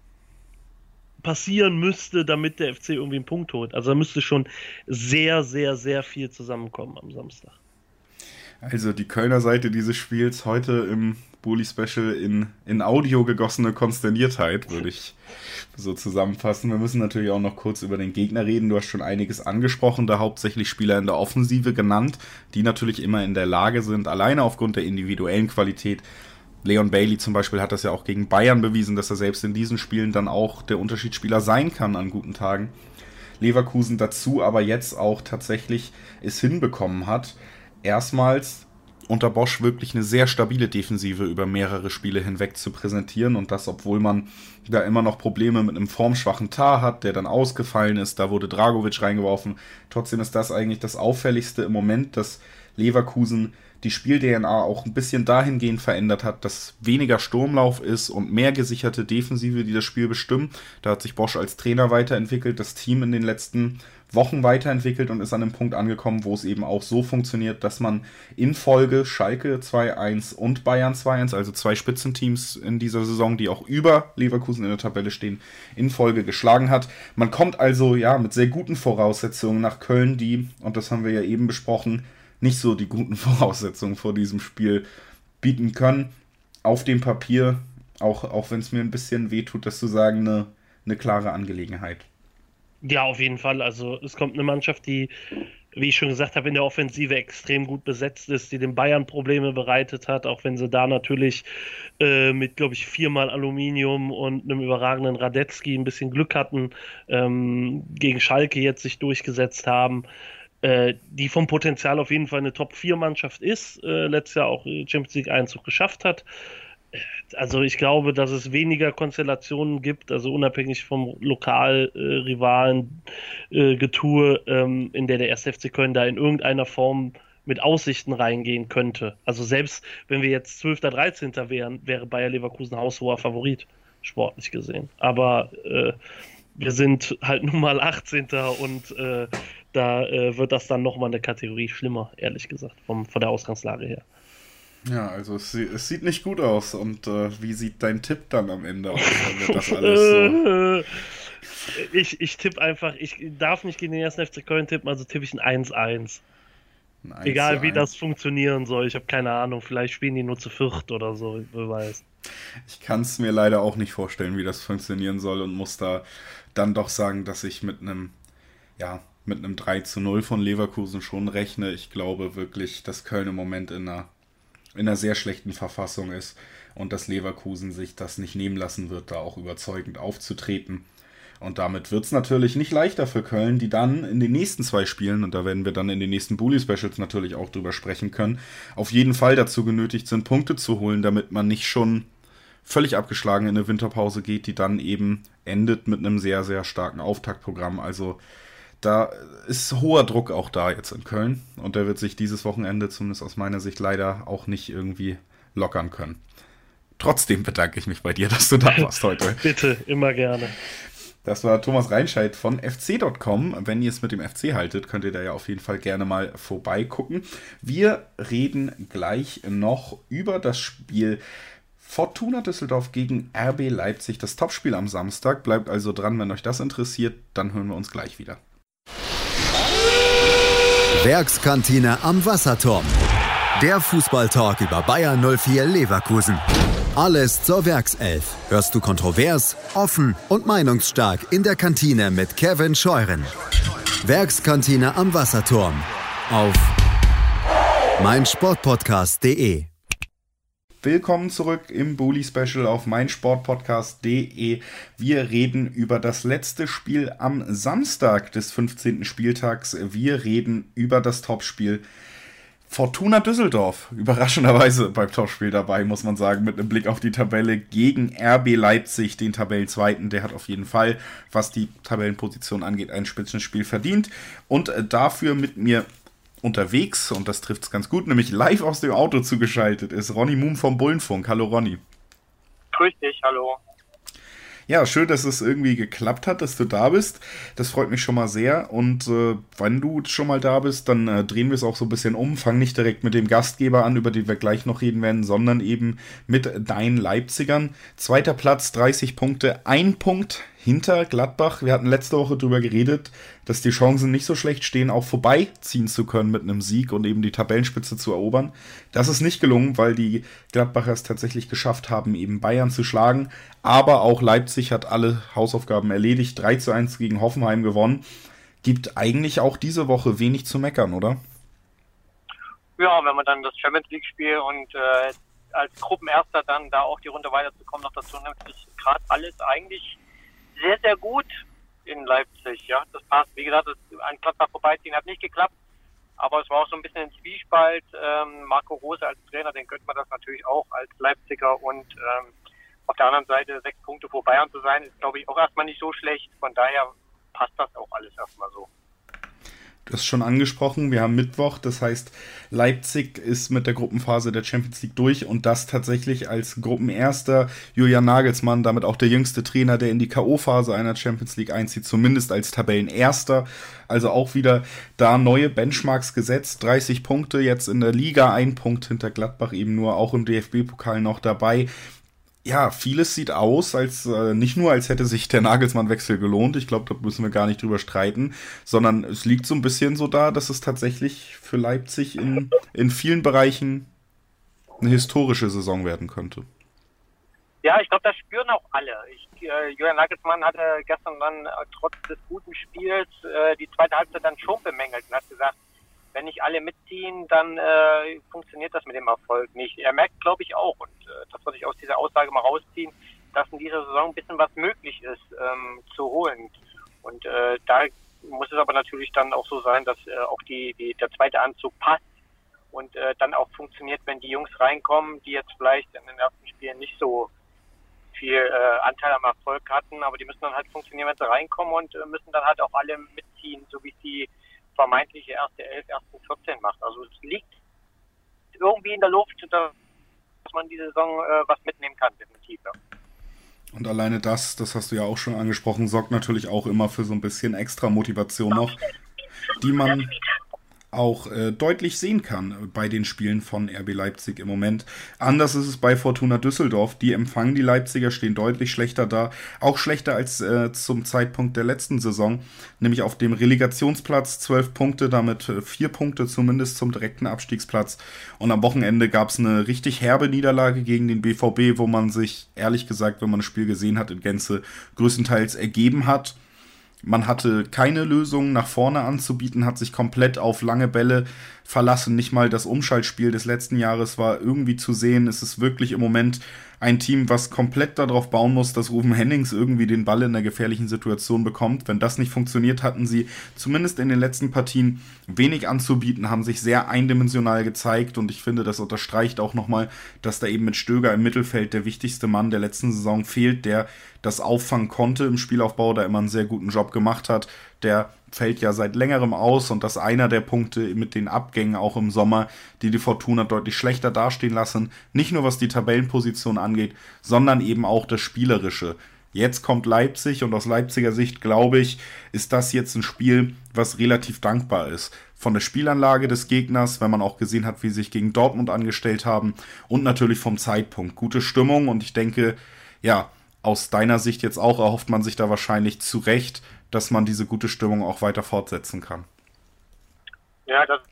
passieren müsste, damit der F C irgendwie einen Punkt holt. Also da müsste schon sehr, sehr, sehr viel zusammenkommen am Samstag. Also die Kölner Seite dieses Spiels heute im Bully-Special in, in Audio gegossene Konsterniertheit, würde ich so zusammenfassen. Wir müssen natürlich auch noch kurz über den Gegner reden. Du hast schon einiges angesprochen, da hauptsächlich Spieler in der Offensive genannt, die natürlich immer in der Lage sind, alleine aufgrund der individuellen Qualität. Leon Bailey zum Beispiel hat das ja auch gegen Bayern bewiesen, dass er selbst in diesen Spielen dann auch der Unterschiedsspieler sein kann an guten Tagen. Leverkusen dazu aber jetzt auch tatsächlich es hinbekommen hat, erstmals unter Bosz wirklich eine sehr stabile Defensive über mehrere Spiele hinweg zu präsentieren und das, obwohl man da immer noch Probleme mit einem formschwachen Tah hat, der dann ausgefallen ist, da wurde Dragovic reingeworfen. Trotzdem ist das eigentlich das Auffälligste im Moment, dass Leverkusen die Spiel-D N A auch ein bisschen dahingehend verändert hat, dass weniger Sturmlauf ist und mehr gesicherte Defensive, die das Spiel bestimmen. Da hat sich Bosz als Trainer weiterentwickelt, das Team in den letzten Wochen weiterentwickelt und ist an einem Punkt angekommen, wo es eben auch so funktioniert, dass man in Folge Schalke zwei eins und Bayern zwei eins, also zwei Spitzenteams in dieser Saison, die auch über Leverkusen in der Tabelle stehen, in Folge geschlagen hat. Man kommt also ja mit sehr guten Voraussetzungen nach Köln, die, und das haben wir ja eben besprochen, nicht so die guten Voraussetzungen vor diesem Spiel bieten können. Auf dem Papier, auch, auch wenn es mir ein bisschen wehtut, das zu sagen, eine, eine klare Angelegenheit. Ja, auf jeden Fall. Also es kommt eine Mannschaft, die, wie ich schon gesagt habe, in der Offensive extrem gut besetzt ist, die den Bayern Probleme bereitet hat, auch wenn sie da natürlich äh, mit, glaube ich, viermal Aluminium und einem überragenden Radetzky ein bisschen Glück hatten, ähm, gegen Schalke jetzt sich durchgesetzt haben. Die vom Potenzial auf jeden Fall eine Top vier Mannschaft ist, äh, letztes Jahr auch Champions League Einzug geschafft hat. Also ich glaube, dass es weniger Konstellationen gibt, also unabhängig vom Lokalrivalen äh, Getue, ähm, in der der erste F C Köln da in irgendeiner Form mit Aussichten reingehen könnte. Also selbst wenn wir jetzt zwölfter, dreizehnter wären, wäre Bayer Leverkusen haushoher Favorit, sportlich gesehen. Aber äh, wir sind halt nun mal achtzehnter und äh, da äh, wird das dann nochmal eine Kategorie schlimmer, ehrlich gesagt, vom, von der Ausgangslage her. Ja, also es, es sieht nicht gut aus. Und äh, wie sieht dein Tipp dann am Ende aus, wenn wir das alles so... ich ich tippe einfach, ich darf nicht gegen den ersten F C Köln tippen, also tippe ich ein eins eins. Ein Egal wie das funktionieren soll, ich habe keine Ahnung, vielleicht spielen die nur zu viert oder so, wer weiß. Ich kann es mir leider auch nicht vorstellen, wie das funktionieren soll und muss da dann doch sagen, dass ich mit einem, ja, mit einem drei zu null von Leverkusen schon rechne. Ich glaube wirklich, dass Köln im Moment in einer, in einer sehr schlechten Verfassung ist und dass Leverkusen sich das nicht nehmen lassen wird, da auch überzeugend aufzutreten. Und damit wird es natürlich nicht leichter für Köln, die dann in den nächsten zwei Spielen, und da werden wir dann in den nächsten Bully-Specials natürlich auch drüber sprechen können, auf jeden Fall dazu genötigt sind, Punkte zu holen, damit man nicht schon völlig abgeschlagen in eine Winterpause geht, die dann eben endet mit einem sehr, sehr starken Auftaktprogramm. Also da ist hoher Druck auch da jetzt in Köln und der wird sich dieses Wochenende, zumindest aus meiner Sicht, leider auch nicht irgendwie lockern können. Trotzdem bedanke ich mich bei dir, dass du da warst heute. Bitte, immer gerne. Das war Thomas Reinscheid von F C Punkt com. Wenn ihr es mit dem F C haltet, könnt ihr da ja auf jeden Fall gerne mal vorbeigucken. Wir reden gleich noch über das Spiel Fortuna Düsseldorf gegen R B Leipzig. Das Topspiel am Samstag. Bleibt also dran, wenn euch das interessiert. Dann hören wir uns gleich wieder. Werkskantine am Wasserturm. Der Fußballtalk über Bayer null vier Leverkusen. Alles zur Werkself. Hörst du kontrovers, offen und meinungsstark in der Kantine mit Kevin Scheuren. Werkskantine am Wasserturm. Auf meinsportpodcast punkt de. Willkommen zurück im Bully Special auf meinsportpodcast punkt de. Wir reden über das letzte Spiel am Samstag des fünfzehnten Spieltags. Wir reden über das Topspiel Fortuna Düsseldorf. Überraschenderweise beim Topspiel dabei, muss man sagen, mit einem Blick auf die Tabelle gegen R B Leipzig, den Tabellenzweiten. Der hat auf jeden Fall, was die Tabellenposition angeht, ein Spitzenspiel verdient. Und dafür mit mir unterwegs, und das trifft es ganz gut, nämlich live aus dem Auto zugeschaltet ist Ronny Muhm vom Bullenfunk. Hallo Ronny. Grüß dich, hallo. Ja, schön, dass es irgendwie geklappt hat, dass du da bist. Das freut mich schon mal sehr. Und äh, wenn du schon mal da bist, dann äh, drehen wir es auch so ein bisschen um. Fang nicht direkt mit dem Gastgeber an, über den wir gleich noch reden werden, sondern eben mit deinen Leipzigern. Zweiter Platz, dreißig Punkte, ein Punkt hinter Gladbach. Wir hatten letzte Woche drüber geredet, dass die Chancen nicht so schlecht stehen, auch vorbeiziehen zu können mit einem Sieg und eben die Tabellenspitze zu erobern. Das ist nicht gelungen, weil die Gladbacher es tatsächlich geschafft haben, eben Bayern zu schlagen. Aber auch Leipzig hat alle Hausaufgaben erledigt. drei zu eins gegen Hoffenheim gewonnen. Gibt eigentlich auch diese Woche wenig zu meckern, oder? Ja, wenn man dann das Champions League-Spiel und äh, als Gruppenerster dann da auch die Runde weiterzukommen noch dazu nimmt, ist gerade alles eigentlich sehr, sehr gut in Leipzig. Ja, das passt. Wie gesagt, das ein Gladbach vorbeiziehen hat nicht geklappt, aber es war auch so ein bisschen ein Zwiespalt. Ähm, Marco Rose als Trainer, den gönnt man das natürlich auch als Leipziger, und ähm, auf der anderen Seite sechs Punkte vor Bayern zu sein, ist, glaube ich, auch erstmal nicht so schlecht. Von daher passt das auch alles erstmal so. Du hast schon angesprochen, wir haben Mittwoch, das heißt, Leipzig ist mit der Gruppenphase der Champions League durch, und das tatsächlich als Gruppenerster. Julian Nagelsmann, damit auch der jüngste Trainer, der in die K O-Phase einer Champions League einzieht, zumindest als Tabellenerster. Also auch wieder da neue Benchmarks gesetzt, dreißig Punkte jetzt in der Liga, ein Punkt hinter Gladbach eben nur, auch im D F B-Pokal noch dabei. Ja, vieles sieht aus, als äh, nicht nur, als hätte sich der Nagelsmann-Wechsel gelohnt. Ich glaube, da müssen wir gar nicht drüber streiten, sondern es liegt so ein bisschen so da, dass es tatsächlich für Leipzig in, in vielen Bereichen eine historische Saison werden könnte. Ja, ich glaube, das spüren auch alle. Ich, äh, Julian Nagelsmann hatte gestern dann äh, trotz des guten Spiels äh, die zweite Halbzeit dann schon bemängelt und hat gesagt, wenn nicht alle mitziehen, dann äh, funktioniert das mit dem Erfolg nicht. Er merkt, glaube ich, auch, und äh, das würde ich aus dieser Aussage mal rausziehen, dass in dieser Saison ein bisschen was möglich ist, ähm, zu holen. Und äh, da muss es aber natürlich dann auch so sein, dass äh, auch die, die der zweite Anzug passt und äh, dann auch funktioniert, wenn die Jungs reinkommen, die jetzt vielleicht in den ersten Spielen nicht so viel äh, Anteil am Erfolg hatten, aber die müssen dann halt funktionieren, wenn sie reinkommen, und äh, müssen dann halt auch alle mitziehen, so wie sie vermeintliche erste Elf, ersten vierzehn macht. Also es liegt irgendwie in der Luft, dass man diese Saison äh, was mitnehmen kann, definitiv. Ja. Und alleine das, das hast du ja auch schon angesprochen, sorgt natürlich auch immer für so ein bisschen extra Motivation noch, die man auch äh, deutlich sehen kann bei den Spielen von R B Leipzig im Moment. Anders ist es bei Fortuna Düsseldorf. Die empfangen die Leipziger, stehen deutlich schlechter da. Auch schlechter als äh, zum Zeitpunkt der letzten Saison. Nämlich auf dem Relegationsplatz zwölf Punkte, damit äh, vier Punkte zumindest zum direkten Abstiegsplatz. Und am Wochenende gab es eine richtig herbe Niederlage gegen den B V B, wo man sich, ehrlich gesagt, wenn man das Spiel gesehen hat, in Gänze größtenteils ergeben hat. Man hatte keine Lösung nach vorne anzubieten, hat sich komplett auf lange Bälle verlassen. Nicht mal das Umschaltspiel des letzten Jahres war irgendwie zu sehen. Es ist wirklich im Moment ein Team, was komplett darauf bauen muss, dass Ruven Hennings irgendwie den Ball in einer gefährlichen Situation bekommt. Wenn das nicht funktioniert, hatten sie zumindest in den letzten Partien wenig anzubieten, haben sich sehr eindimensional gezeigt, und ich finde, das unterstreicht auch nochmal, dass da eben mit Stöger im Mittelfeld der wichtigste Mann der letzten Saison fehlt, der das auffangen konnte im Spielaufbau, da immer einen sehr guten Job gemacht hat. Der fällt ja seit längerem aus, und das ist einer der Punkte mit den Abgängen auch im Sommer, die die Fortuna deutlich schlechter dastehen lassen. Nicht nur was die Tabellenposition angeht, sondern eben auch das Spielerische. Jetzt kommt Leipzig und aus Leipziger Sicht, glaube ich, ist das jetzt ein Spiel, was relativ dankbar ist. Von der Spielanlage des Gegners, wenn man auch gesehen hat, wie sie sich gegen Dortmund angestellt haben und natürlich vom Zeitpunkt. Gute Stimmung und ich denke, ja, aus deiner Sicht jetzt auch erhofft man sich da wahrscheinlich zu Recht, dass man diese gute Stimmung auch weiter fortsetzen kann. Ja, das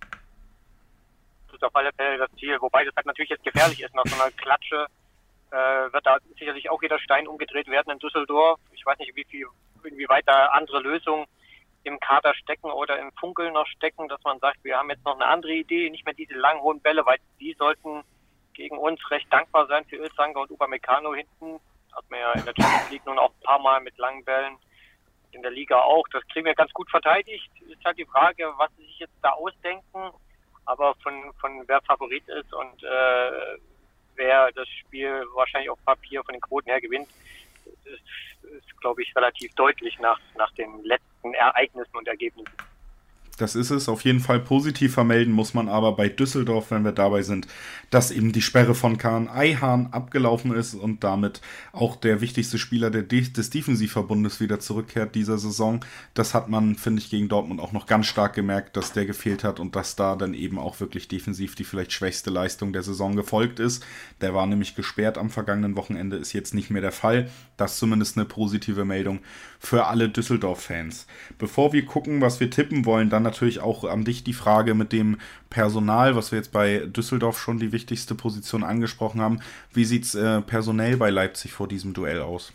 ist auf alle Fälle das Ziel, wobei das halt natürlich jetzt gefährlich ist, nach so einer Klatsche äh, wird da sicherlich auch jeder Stein umgedreht werden in Düsseldorf. Ich weiß nicht, wie viel, inwieweit da andere Lösungen im Kader stecken oder im Funkeln noch stecken, dass man sagt, wir haben jetzt noch eine andere Idee, nicht mehr diese langen, hohen Bälle, weil die sollten gegen uns recht dankbar sein für Ilsanker und Upamecano hinten. Hat man ja in der Champions League nun auch ein paar Mal mit langen Bällen, in der Liga auch. Das kriegen wir ganz gut verteidigt. Ist halt die Frage, was sie sich jetzt da ausdenken, aber von, von wer Favorit ist und äh, wer das Spiel wahrscheinlich auf Papier von den Quoten her gewinnt, ist, ist glaube ich, relativ deutlich nach, nach den letzten Ereignissen und Ergebnissen. Das ist es. Auf jeden Fall positiv vermelden muss man aber bei Düsseldorf, wenn wir dabei sind, dass eben die Sperre von Kaan Ayhan abgelaufen ist und damit auch der wichtigste Spieler der De- des Defensivverbundes wieder zurückkehrt dieser Saison. Das hat man, finde ich, gegen Dortmund auch noch ganz stark gemerkt, dass der gefehlt hat und dass da dann eben auch wirklich defensiv die vielleicht schwächste Leistung der Saison gefolgt ist. Der war nämlich gesperrt am vergangenen Wochenende, ist jetzt nicht mehr der Fall. Das ist zumindest eine positive Meldung für alle Düsseldorf-Fans. Bevor wir gucken, was wir tippen wollen, dann natürlich auch an dich die Frage mit dem Personal, was wir jetzt bei Düsseldorf schon die wichtigste Position angesprochen haben. Wie sieht es äh, personell bei Leipzig vor diesem Duell aus?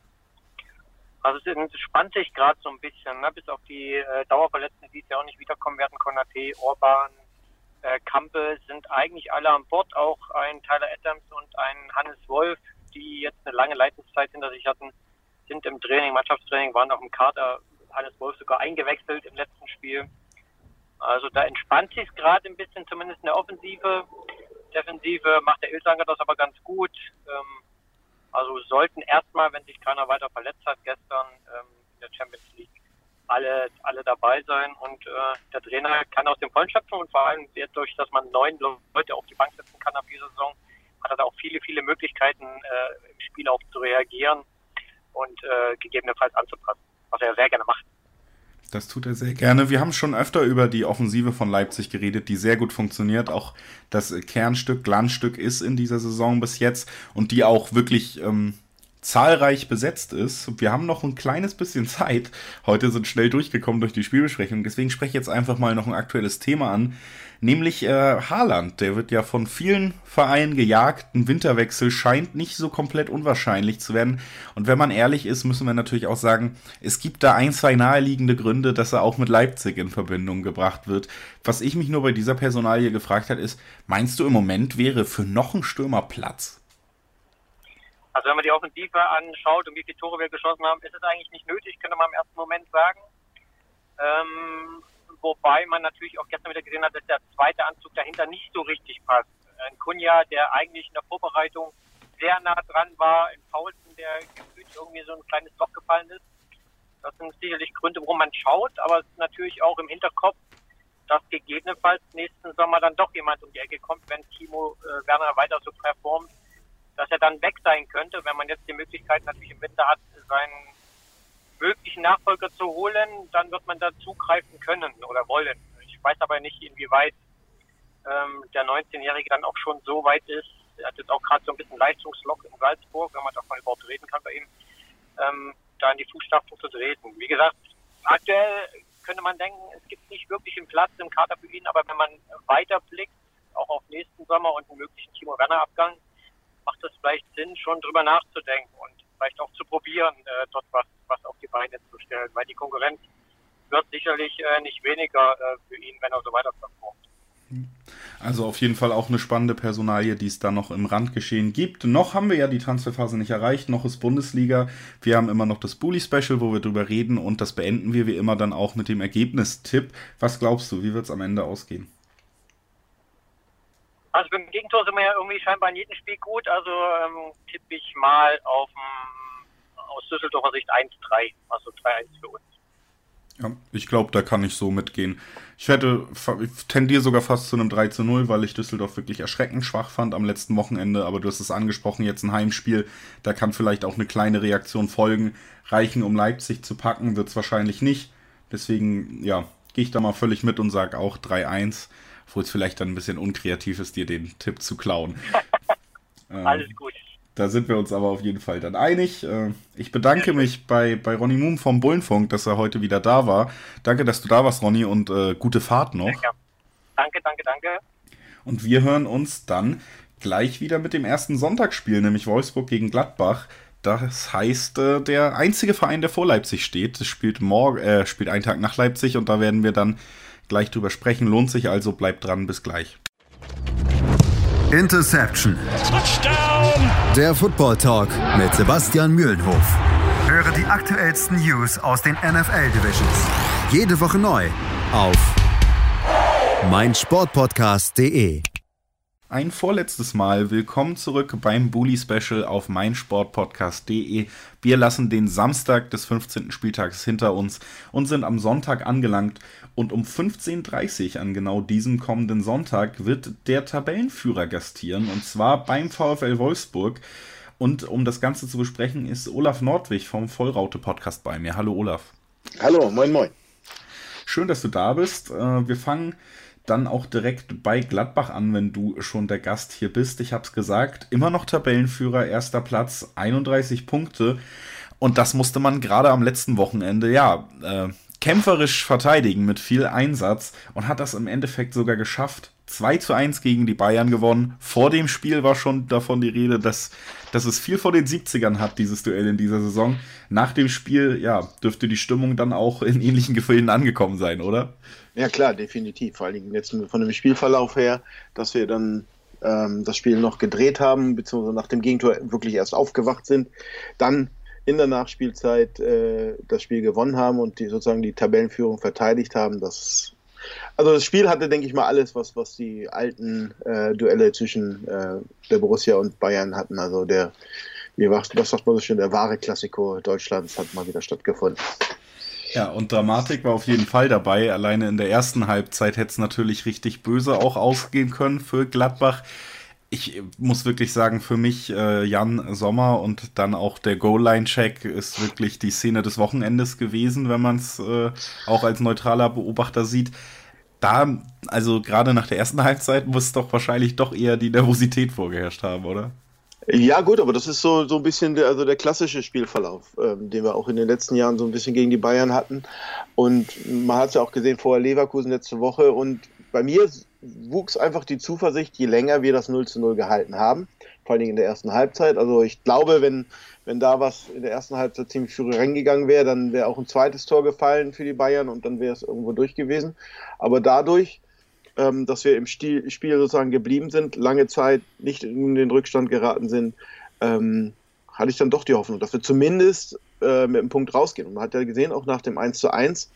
Also es entspannt sich gerade so ein bisschen, ne? Bis auf die äh, Dauerverletzten, die es ja auch nicht wiederkommen werden, Konaté, Orban, äh, Kampel, sind eigentlich alle an Bord, auch ein Tyler Adams und ein Hannes Wolf, die jetzt eine lange Leidenszeit hinter sich hatten, sind im Training, Mannschaftstraining, waren auch im Kader, Hannes Wolf sogar eingewechselt im letzten Spiel. Also da entspannt sich es gerade ein bisschen, zumindest in der Offensive. Defensive macht der Ilsanker das aber ganz gut. Ähm, also sollten erstmal, wenn sich keiner weiter verletzt hat, gestern ähm, in der Champions League alle, alle dabei sein. Und äh, der Trainer kann aus dem Vollen schöpfen und vor allem dadurch, dass man neun Leute auf die Bank setzen kann ab dieser Saison, hat er da auch viele, viele Möglichkeiten äh, im Spiel auch zu reagieren und äh, gegebenenfalls anzupassen, was er sehr gerne macht. Das tut er sehr gerne. Wir haben schon öfter über die Offensive von Leipzig geredet, die sehr gut funktioniert, auch das Kernstück, Glanzstück ist in dieser Saison bis jetzt und die auch wirklich ähm, zahlreich besetzt ist. Wir haben noch ein kleines bisschen Zeit. Heute sind schnell durchgekommen durch die Spielbesprechung, deswegen spreche ich jetzt einfach mal noch ein aktuelles Thema an, nämlich äh, Haaland. Der wird ja von vielen Vereinen gejagt. Ein Winterwechsel scheint nicht so komplett unwahrscheinlich zu werden. Und wenn man ehrlich ist, müssen wir natürlich auch sagen, es gibt da ein, zwei naheliegende Gründe, dass er auch mit Leipzig in Verbindung gebracht wird. Was ich mich nur bei dieser Personalie gefragt habe, ist, meinst du im Moment wäre für noch ein Stürmer Platz? Also wenn man die Offensive anschaut und wie viele Tore wir geschossen haben, ist es eigentlich nicht nötig, könnte man im ersten Moment sagen. Ähm, wobei man natürlich auch gestern wieder gesehen hat, dass der zweite Anzug dahinter nicht so richtig passt. Ein Kunja, der eigentlich in der Vorbereitung sehr nah dran war, ein Paulsen, der gefühlt irgendwie so ein kleines Loch gefallen ist. Das sind sicherlich Gründe, warum man schaut, aber es ist natürlich auch im Hinterkopf, dass gegebenenfalls nächsten Sommer dann doch jemand um die Ecke kommt, wenn Timo äh, Werner weiter so performt, dass er dann weg sein könnte, wenn man jetzt die Möglichkeit natürlich im Winter hat, seinen möglichen Nachfolger zu holen, dann wird man da zugreifen können oder wollen. Ich weiß aber nicht, inwieweit ähm, der neunzehnjährige dann auch schon so weit ist. Er hat jetzt auch gerade so ein bisschen Leistungsloch in Salzburg, wenn man davon überhaupt reden kann bei ihm, ähm, da in die Fußstapfen zu treten. Wie gesagt, aktuell könnte man denken, es gibt nicht wirklich einen Platz im Kader für ihn, aber wenn man weiter blickt, auch auf nächsten Sommer und einen möglichen Timo Werner Abgang, macht es vielleicht Sinn, schon drüber nachzudenken und vielleicht auch zu probieren, äh, dort was, was auf die Beine zu stellen, weil die Konkurrenz wird sicherlich äh, nicht weniger äh, für ihn, wenn er so weiter performt. Also auf jeden Fall auch eine spannende Personalie, die es da noch im Randgeschehen gibt. Noch haben wir ja die Transferphase nicht erreicht, noch ist Bundesliga. Wir haben immer noch das Bully-Special, wo wir drüber reden und das beenden wir wie immer dann auch mit dem Ergebnistipp. Was glaubst du, wie wird es am Ende ausgehen? Also beim Gegentor sind wir ja irgendwie scheinbar in jedem Spiel gut, also ähm, tippe ich mal auf aus Düsseldorfer Sicht eins drei, also drei eins für uns. Ja, ich glaube, da kann ich so mitgehen. Ich hätte, ich tendiere sogar fast zu einem drei zu null, weil ich Düsseldorf wirklich erschreckend schwach fand am letzten Wochenende. Aber du hast es angesprochen, jetzt ein Heimspiel. Da kann vielleicht auch eine kleine Reaktion folgen. Reichen, um Leipzig zu packen, wird es wahrscheinlich nicht. Deswegen, ja, gehe ich da mal völlig mit und sage auch drei eins. Obwohl es vielleicht dann ein bisschen unkreativ ist, dir den Tipp zu klauen. ähm, Alles gut. Da sind wir uns aber auf jeden Fall dann einig. Ich bedanke mich bei, bei Ronny Muhm vom Bullenfunk, dass er heute wieder da war. Danke, dass du da warst, Ronny, und äh, gute Fahrt noch. Danke, danke, danke. Und wir hören uns dann gleich wieder mit dem ersten Sonntagsspiel, nämlich Wolfsburg gegen Gladbach. Das heißt, äh, der einzige Verein, der vor Leipzig steht, spielt, morgen, äh, spielt einen Tag nach Leipzig und da werden wir dann gleich drüber sprechen. Lohnt sich also, bleibt dran, bis gleich. Interception. Touchdown! Der Football Talk mit Sebastian Mühlenhof. Höre die aktuellsten News aus den N F L-Divisions. Jede Woche neu auf meinsportpodcast punkt de. Ein vorletztes Mal willkommen zurück beim Bully Special auf meinsportpodcast punkt de. Wir lassen den Samstag des fünfzehnten Spieltags hinter uns und sind am Sonntag angelangt. Und um fünfzehn Uhr dreißig an genau diesem kommenden Sonntag wird der Tabellenführer gastieren, und zwar beim VfL Wolfsburg. Und um das Ganze zu besprechen, ist Olaf Nordwig vom Vollraute-Podcast bei mir. Hallo Olaf. Hallo, moin moin. Schön, dass du da bist. Wir fangen dann auch direkt bei Gladbach an, wenn du schon der Gast hier bist. Ich habe es gesagt, immer noch Tabellenführer, erster Platz, einunddreißig Punkte. Und das musste man gerade am letzten Wochenende, ja, äh, kämpferisch verteidigen mit viel Einsatz und hat das im Endeffekt sogar geschafft. zwei zu eins gegen die Bayern gewonnen. Vor dem Spiel war schon davon die Rede, dass, dass es viel vor den siebzigern hat, dieses Duell in dieser Saison. Nach dem Spiel, ja, dürfte die Stimmung dann auch in ähnlichen Gefilden angekommen sein, oder? Ja klar, definitiv. Vor allen Dingen jetzt von dem Spielverlauf her, dass wir dann ähm, das Spiel noch gedreht haben, beziehungsweise nach dem Gegentor wirklich erst aufgewacht sind. Dann in der Nachspielzeit äh, das Spiel gewonnen haben und die sozusagen die Tabellenführung verteidigt haben. Das, also das Spiel hatte, denke ich mal, alles, was, was die alten äh, Duelle zwischen äh, der Borussia und Bayern hatten. Also der, wie was sagt man so schön, der wahre Klassiko Deutschlands hat mal wieder stattgefunden. Ja, und Dramatik war auf jeden Fall dabei. Alleine in der ersten Halbzeit hätte es natürlich richtig böse auch ausgehen können für Gladbach. Ich muss wirklich sagen, für mich äh, Jan Sommer und dann auch der Goal-Line-Check ist wirklich die Szene des Wochenendes gewesen, wenn man es äh, auch als neutraler Beobachter sieht. Da, also gerade nach der ersten Halbzeit, muss doch wahrscheinlich doch eher die Nervosität vorgeherrscht haben, oder? Ja gut, aber das ist so, so ein bisschen der, also der klassische Spielverlauf, ähm, den wir auch in den letzten Jahren so ein bisschen gegen die Bayern hatten. Und man hat es ja auch gesehen, vorher Leverkusen letzte Woche. Und bei mir wuchs einfach die Zuversicht, je länger wir das null zu null gehalten haben, vor allen Dingen in der ersten Halbzeit. Also ich glaube, wenn, wenn da was in der ersten Halbzeit ziemlich früh reingegangen wäre, dann wäre auch ein zweites Tor gefallen für die Bayern und dann wäre es irgendwo durch gewesen. Aber dadurch, ähm, dass wir im Stil, Spiel sozusagen geblieben sind, lange Zeit nicht in den Rückstand geraten sind, ähm, hatte ich dann doch die Hoffnung, dass wir zumindest äh, mit einem Punkt rausgehen. Und man hat ja gesehen, auch nach dem eins zu eins,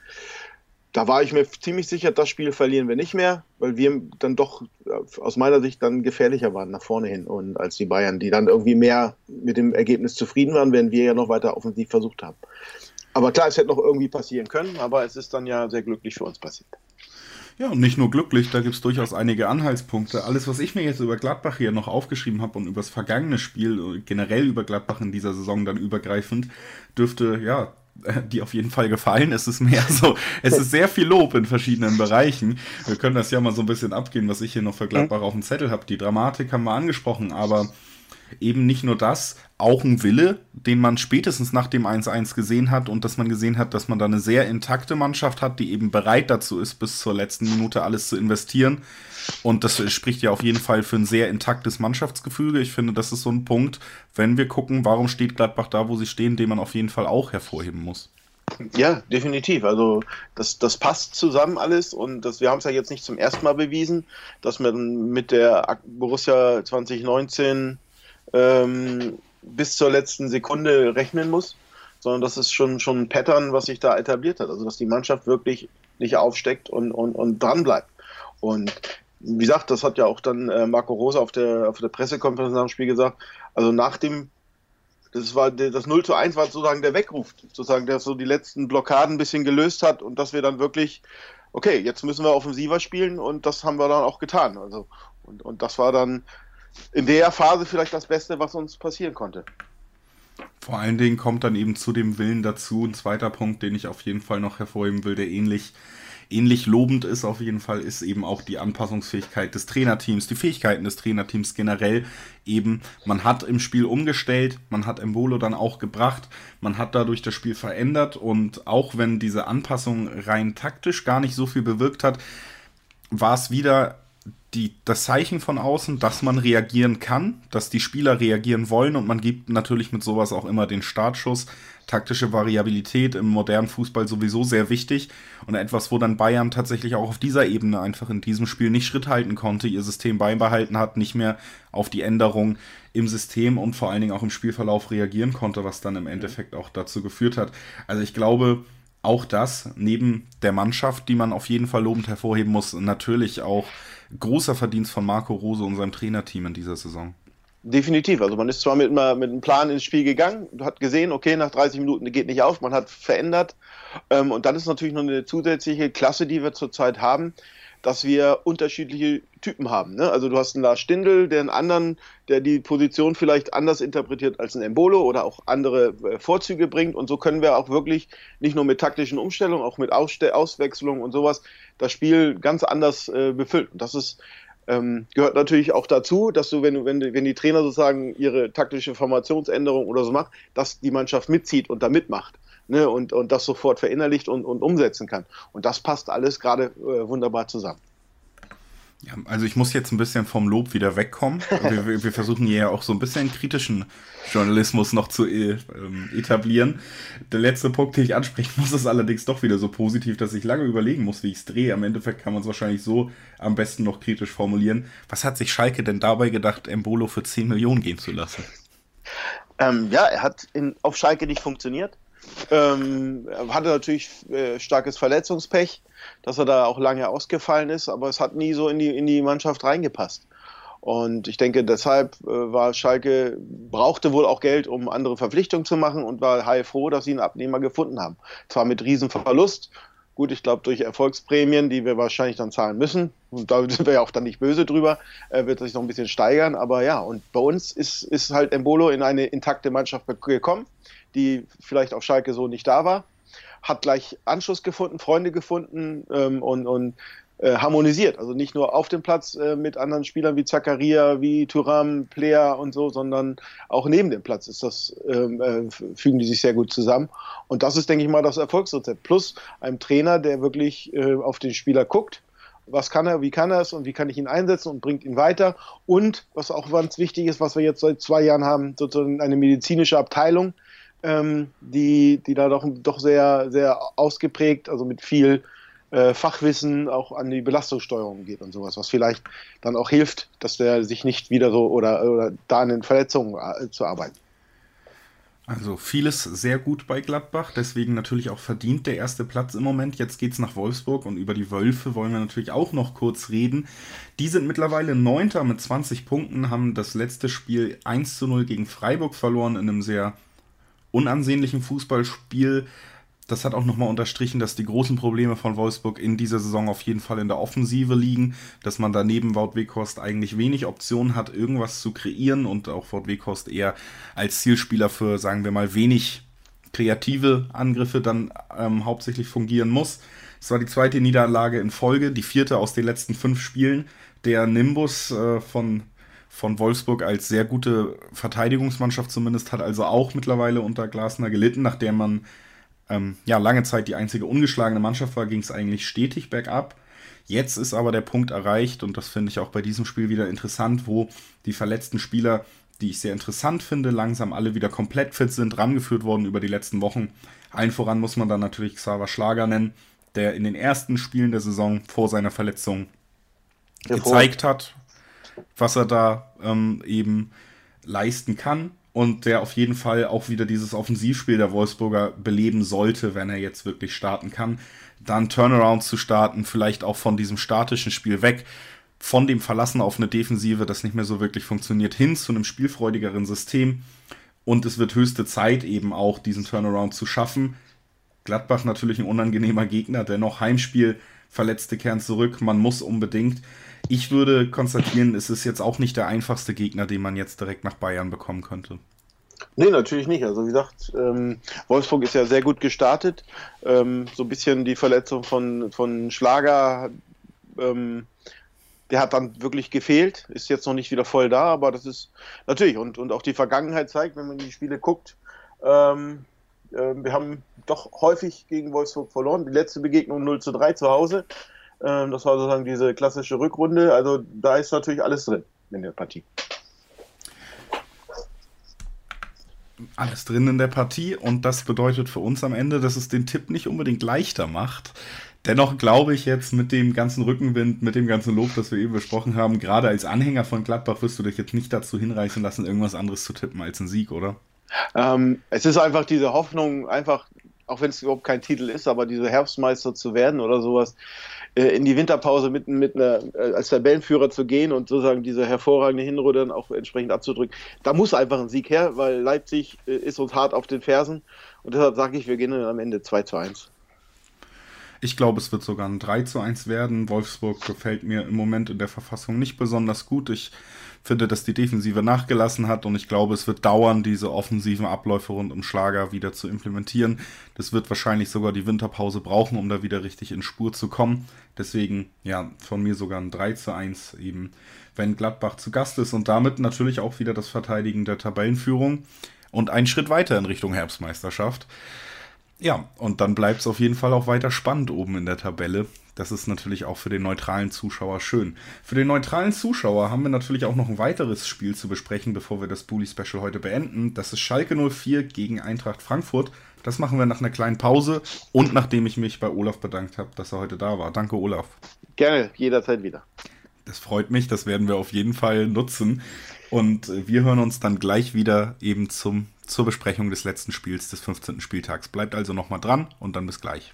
da war ich mir ziemlich sicher, das Spiel verlieren wir nicht mehr, weil wir dann doch aus meiner Sicht dann gefährlicher waren nach vorne hin und als die Bayern, die dann irgendwie mehr mit dem Ergebnis zufrieden waren, während wir ja noch weiter offensiv versucht haben. Aber klar, es hätte noch irgendwie passieren können, aber es ist dann ja sehr glücklich für uns passiert. Ja, und nicht nur glücklich, da gibt es durchaus einige Anhaltspunkte. Alles, was ich mir jetzt über Gladbach hier noch aufgeschrieben habe und über das vergangene Spiel, generell über Gladbach in dieser Saison dann übergreifend, dürfte, ja, die auf jeden Fall gefallen. Es ist mehr so, es ist sehr viel Lob in verschiedenen Bereichen. Wir können das ja mal so ein bisschen abgehen, was ich hier noch für Gladbach auf dem Zettel habe. Die Dramatik haben wir angesprochen, aber eben nicht nur das, auch ein Wille, den man spätestens nach dem eins eins gesehen hat und dass man gesehen hat, dass man da eine sehr intakte Mannschaft hat, die eben bereit dazu ist, bis zur letzten Minute alles zu investieren. Und das spricht ja auf jeden Fall für ein sehr intaktes Mannschaftsgefüge. Ich finde, das ist so ein Punkt, wenn wir gucken, warum steht Gladbach da, wo sie stehen, den man auf jeden Fall auch hervorheben muss. Ja, definitiv. Also das, das passt zusammen alles und das, wir haben es ja jetzt nicht zum ersten Mal bewiesen, dass man mit der Borussia zwanzig neunzehn ähm, bis zur letzten Sekunde rechnen muss, sondern das ist schon, schon ein Pattern, was sich da etabliert hat. Also dass die Mannschaft wirklich nicht aufsteckt und, und, und dran bleibt. Und wie gesagt, das hat ja auch dann äh, Marco Rose auf der, auf der Pressekonferenz nach dem Spiel gesagt, also nach dem Das war das null zu eins war sozusagen der Weckruf, sozusagen, der so die letzten Blockaden ein bisschen gelöst hat und dass wir dann wirklich, okay, jetzt müssen wir offensiver spielen und das haben wir dann auch getan. Also und, und das war dann in der Phase vielleicht das Beste, was uns passieren konnte. Vor allen Dingen kommt dann eben zu dem Willen dazu ein zweiter Punkt, den ich auf jeden Fall noch hervorheben will, der ähnlich, ähnlich lobend ist auf jeden Fall, ist eben auch die Anpassungsfähigkeit des Trainerteams, die Fähigkeiten des Trainerteams generell eben. Man hat im Spiel umgestellt, man hat Embolo dann auch gebracht, man hat dadurch das Spiel verändert und auch wenn diese Anpassung rein taktisch gar nicht so viel bewirkt hat, war es wieder Die, das Zeichen von außen, dass man reagieren kann, dass die Spieler reagieren wollen und man gibt natürlich mit sowas auch immer den Startschuss. Taktische Variabilität im modernen Fußball sowieso sehr wichtig und etwas, wo dann Bayern tatsächlich auch auf dieser Ebene einfach in diesem Spiel nicht Schritt halten konnte, ihr System beibehalten hat, nicht mehr auf die Änderung im System und vor allen Dingen auch im Spielverlauf reagieren konnte, was dann im Endeffekt auch dazu geführt hat. Also ich glaube, auch das, neben der Mannschaft, die man auf jeden Fall lobend hervorheben muss, natürlich auch großer Verdienst von Marco Rose und seinem Trainerteam in dieser Saison. Definitiv. Also man ist zwar mit, mit einem Plan ins Spiel gegangen, hat gesehen, okay, nach dreißig Minuten geht nicht auf, man hat verändert. Ähm, und dann ist natürlich noch eine zusätzliche Klasse, die wir zurzeit haben, dass wir unterschiedliche Typen haben. Ne? Also du hast einen Lars Stindl, der einen anderen, der die Position vielleicht anders interpretiert als ein Embolo oder auch andere äh, Vorzüge bringt. Und so können wir auch wirklich nicht nur mit taktischen Umstellungen, auch mit Ausste- Auswechslungen und sowas das Spiel ganz anders äh, befüllen. Und das ist, ähm, gehört natürlich auch dazu, dass du, wenn, du, wenn, wenn die Trainer sozusagen ihre taktische Formationsänderung oder so machen, dass die Mannschaft mitzieht und da mitmacht. Ne, und, und das sofort verinnerlicht und, und umsetzen kann. Und das passt alles gerade äh, wunderbar zusammen. Ja, also ich muss jetzt ein bisschen vom Lob wieder wegkommen. wir, wir versuchen hier ja auch so ein bisschen kritischen Journalismus noch zu äh, etablieren. Der letzte Punkt, den ich ansprechen muss, ist allerdings doch wieder so positiv, dass ich lange überlegen muss, wie ich es drehe. Am Endeffekt kann man es wahrscheinlich so am besten noch kritisch formulieren. Was hat sich Schalke denn dabei gedacht, Embolo für zehn Millionen gehen zu lassen? Ähm, ja, er hat in, auf Schalke nicht funktioniert. Ähm, hatte natürlich äh, starkes Verletzungspech, dass er da auch lange ausgefallen ist, aber es hat nie so in die, in die Mannschaft reingepasst. Und ich denke, deshalb äh, war Schalke, brauchte wohl auch Geld, um andere Verpflichtungen zu machen und war heilfroh, dass sie einen Abnehmer gefunden haben. Zwar mit Riesenverlust, gut, ich glaube durch Erfolgsprämien, die wir wahrscheinlich dann zahlen müssen, und da sind wir ja auch dann nicht böse drüber, äh, wird sich noch ein bisschen steigern, aber ja, und bei uns ist, ist halt Embolo in eine intakte Mannschaft gekommen, die vielleicht auf Schalke so nicht da war, hat gleich Anschluss gefunden, Freunde gefunden ähm, und, und äh, harmonisiert. Also nicht nur auf dem Platz äh, mit anderen Spielern wie Zakaria, wie Thuram, Player und so, sondern auch neben dem Platz ist das, ähm, äh, fügen die sich sehr gut zusammen. Und das ist, denke ich mal, das Erfolgsrezept. Plus einem Trainer, der wirklich äh, auf den Spieler guckt, was kann er, wie kann er es und wie kann ich ihn einsetzen und bringt ihn weiter. Und was auch ganz wichtig ist, was wir jetzt seit zwei Jahren haben, sozusagen eine medizinische Abteilung, ähm, die, die da doch, doch sehr, sehr ausgeprägt, also mit viel äh, Fachwissen auch an die Belastungssteuerung geht und sowas, was vielleicht dann auch hilft, dass der sich nicht wieder so oder, oder da an den Verletzungen äh, zu arbeiten. Also vieles sehr gut bei Gladbach, deswegen natürlich auch verdient der erste Platz im Moment. Jetzt geht's nach Wolfsburg und über die Wölfe wollen wir natürlich auch noch kurz reden. Die sind mittlerweile Neunter mit zwanzig Punkten, haben das letzte Spiel eins zu null gegen Freiburg verloren in einem sehr unansehnlichen Fußballspiel. Das hat auch nochmal unterstrichen, dass die großen Probleme von Wolfsburg in dieser Saison auf jeden Fall in der Offensive liegen, dass man da neben Wout Weghorst eigentlich wenig Optionen hat, irgendwas zu kreieren und auch Wout Weghorst eher als Zielspieler für, sagen wir mal, wenig kreative Angriffe dann ähm, hauptsächlich fungieren muss. Es war die zweite Niederlage in Folge, die vierte aus den letzten fünf Spielen. Der Nimbus äh, von von Wolfsburg als sehr gute Verteidigungsmannschaft zumindest hat also auch mittlerweile unter Glasner gelitten, nachdem man ähm, ja lange Zeit die einzige ungeschlagene Mannschaft war, ging es eigentlich stetig bergab. Jetzt ist aber der Punkt erreicht und das finde ich auch bei diesem Spiel wieder interessant, wo die verletzten Spieler, die ich sehr interessant finde, langsam alle wieder komplett fit sind, rangeführt worden über die letzten Wochen. Allen voran muss man dann natürlich Xaver Schlager nennen, der in den ersten Spielen der Saison vor seiner Verletzung ja, gezeigt hat, was er da ähm, eben leisten kann und der auf jeden Fall auch wieder dieses Offensivspiel der Wolfsburger beleben sollte, wenn er jetzt wirklich starten kann. Dann Turnaround zu starten, vielleicht auch von diesem statischen Spiel weg, von dem Verlassen auf eine Defensive, das nicht mehr so wirklich funktioniert, hin zu einem spielfreudigeren System Und es wird höchste Zeit eben auch, diesen Turnaround zu schaffen. Gladbach natürlich ein unangenehmer Gegner, dennoch Heimspiel, verletzte kehren zurück, man muss unbedingt. Ich würde konstatieren, es ist jetzt auch nicht der einfachste Gegner, den man jetzt direkt nach Bayern bekommen könnte. Nee, natürlich nicht. Also wie gesagt, ähm, Wolfsburg ist ja sehr gut gestartet. Ähm, so ein bisschen die Verletzung von, von Schlager, ähm, der hat dann wirklich gefehlt, ist jetzt noch nicht wieder voll da, aber das ist natürlich, und, und auch die Vergangenheit zeigt, wenn man die Spiele guckt, ähm, äh, wir haben doch häufig gegen Wolfsburg verloren. Die letzte Begegnung null zu drei zu Hause. Ähm, das war sozusagen diese klassische Rückrunde. Also da ist natürlich alles drin in der Partie. Alles drin in der Partie, und das bedeutet für uns am Ende, dass es den Tipp nicht unbedingt leichter macht. Dennoch glaube ich jetzt mit dem ganzen Rückenwind, mit dem ganzen Lob, das wir eben besprochen haben, gerade als Anhänger von Gladbach wirst du dich jetzt nicht dazu hinreißen lassen, irgendwas anderes zu tippen als einen Sieg, oder? Ähm, es ist einfach diese Hoffnung, einfach, auch wenn es überhaupt kein Titel ist, aber diese Herbstmeister zu werden oder sowas, äh, in die Winterpause mit, mit einer, äh, als Tabellenführer zu gehen und sozusagen diese hervorragende Hinrunde dann auch entsprechend abzudrücken. Da muss einfach ein Sieg her, weil Leipzig äh, ist uns hart auf den Fersen, und deshalb sage ich, wir gehen dann am Ende zwei zu eins. Ich glaube, es wird sogar ein drei zu eins werden. Wolfsburg gefällt mir im Moment in der Verfassung nicht besonders gut. Ich finde, dass die Defensive nachgelassen hat, und ich glaube, es wird dauern, diese offensiven Abläufe rund um Schlager wieder zu implementieren. Das wird wahrscheinlich sogar die Winterpause brauchen, um da wieder richtig in Spur zu kommen. Deswegen, ja, von mir sogar ein drei zu eins eben, wenn Gladbach zu Gast ist, und damit natürlich auch wieder das Verteidigen der Tabellenführung und einen Schritt weiter in Richtung Herbstmeisterschaft. Ja, und dann bleibt es auf jeden Fall auch weiter spannend oben in der Tabelle. Das ist natürlich auch für den neutralen Zuschauer schön. Für den neutralen Zuschauer haben wir natürlich auch noch ein weiteres Spiel zu besprechen, bevor wir das Bully-Special heute beenden. Das ist Schalke null vier gegen Eintracht Frankfurt. Das machen wir nach einer kleinen Pause und nachdem ich mich bei Olaf bedankt habe, dass er heute da war. Danke, Olaf. Gerne, jederzeit wieder. Das freut mich, das werden wir auf jeden Fall nutzen. Und wir hören uns dann gleich wieder eben zum, zur Besprechung des letzten Spiels des fünfzehnten Spieltags. Bleibt also nochmal dran und dann bis gleich.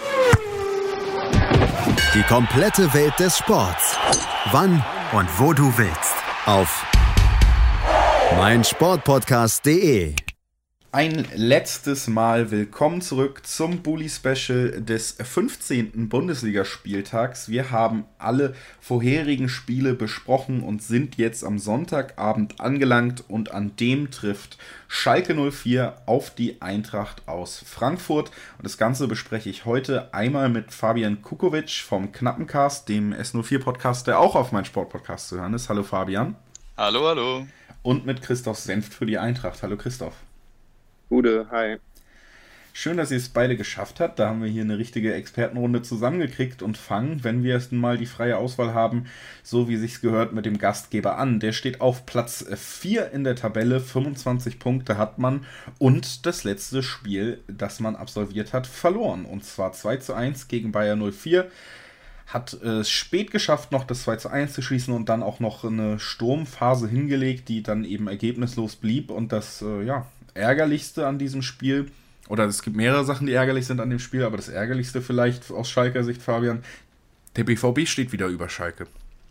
Die komplette Welt des Sports. Wann und wo du willst. Auf meinsportpodcast punkt de. Ein letztes Mal willkommen zurück zum Bully-Special des fünfzehnten Bundesligaspieltags. Wir haben alle vorherigen Spiele besprochen und sind jetzt am Sonntagabend angelangt, und an dem trifft Schalke null vier auf die Eintracht aus Frankfurt. Und das Ganze bespreche ich heute einmal mit Fabian Kukovic vom Knappencast, dem S null vier Podcast, der auch auf meinsportpodcast zu hören ist. Hallo Fabian. Hallo, hallo. Und mit Christoph Senft für die Eintracht. Hallo Christoph. Gute, hi. Schön, dass ihr es beide geschafft habt. Da haben wir hier eine richtige Expertenrunde zusammengekriegt und fangen, wenn wir erst mal die freie Auswahl haben, so wie sich's gehört, mit dem Gastgeber an. Der steht auf Platz vier in der Tabelle, fünfundzwanzig Punkte hat man, und das letzte Spiel, das man absolviert hat, verloren. Und zwar zwei zu eins gegen Bayer null vier. Hat es spät geschafft, noch das zwei zu eins zu schießen und dann auch noch eine Sturmphase hingelegt, die dann eben ergebnislos blieb. Und das, äh, ja, Ärgerlichste an diesem Spiel, oder es gibt mehrere Sachen, die ärgerlich sind an dem Spiel, aber das Ärgerlichste vielleicht aus Schalker Sicht, Fabian, der B V B steht wieder über Schalke.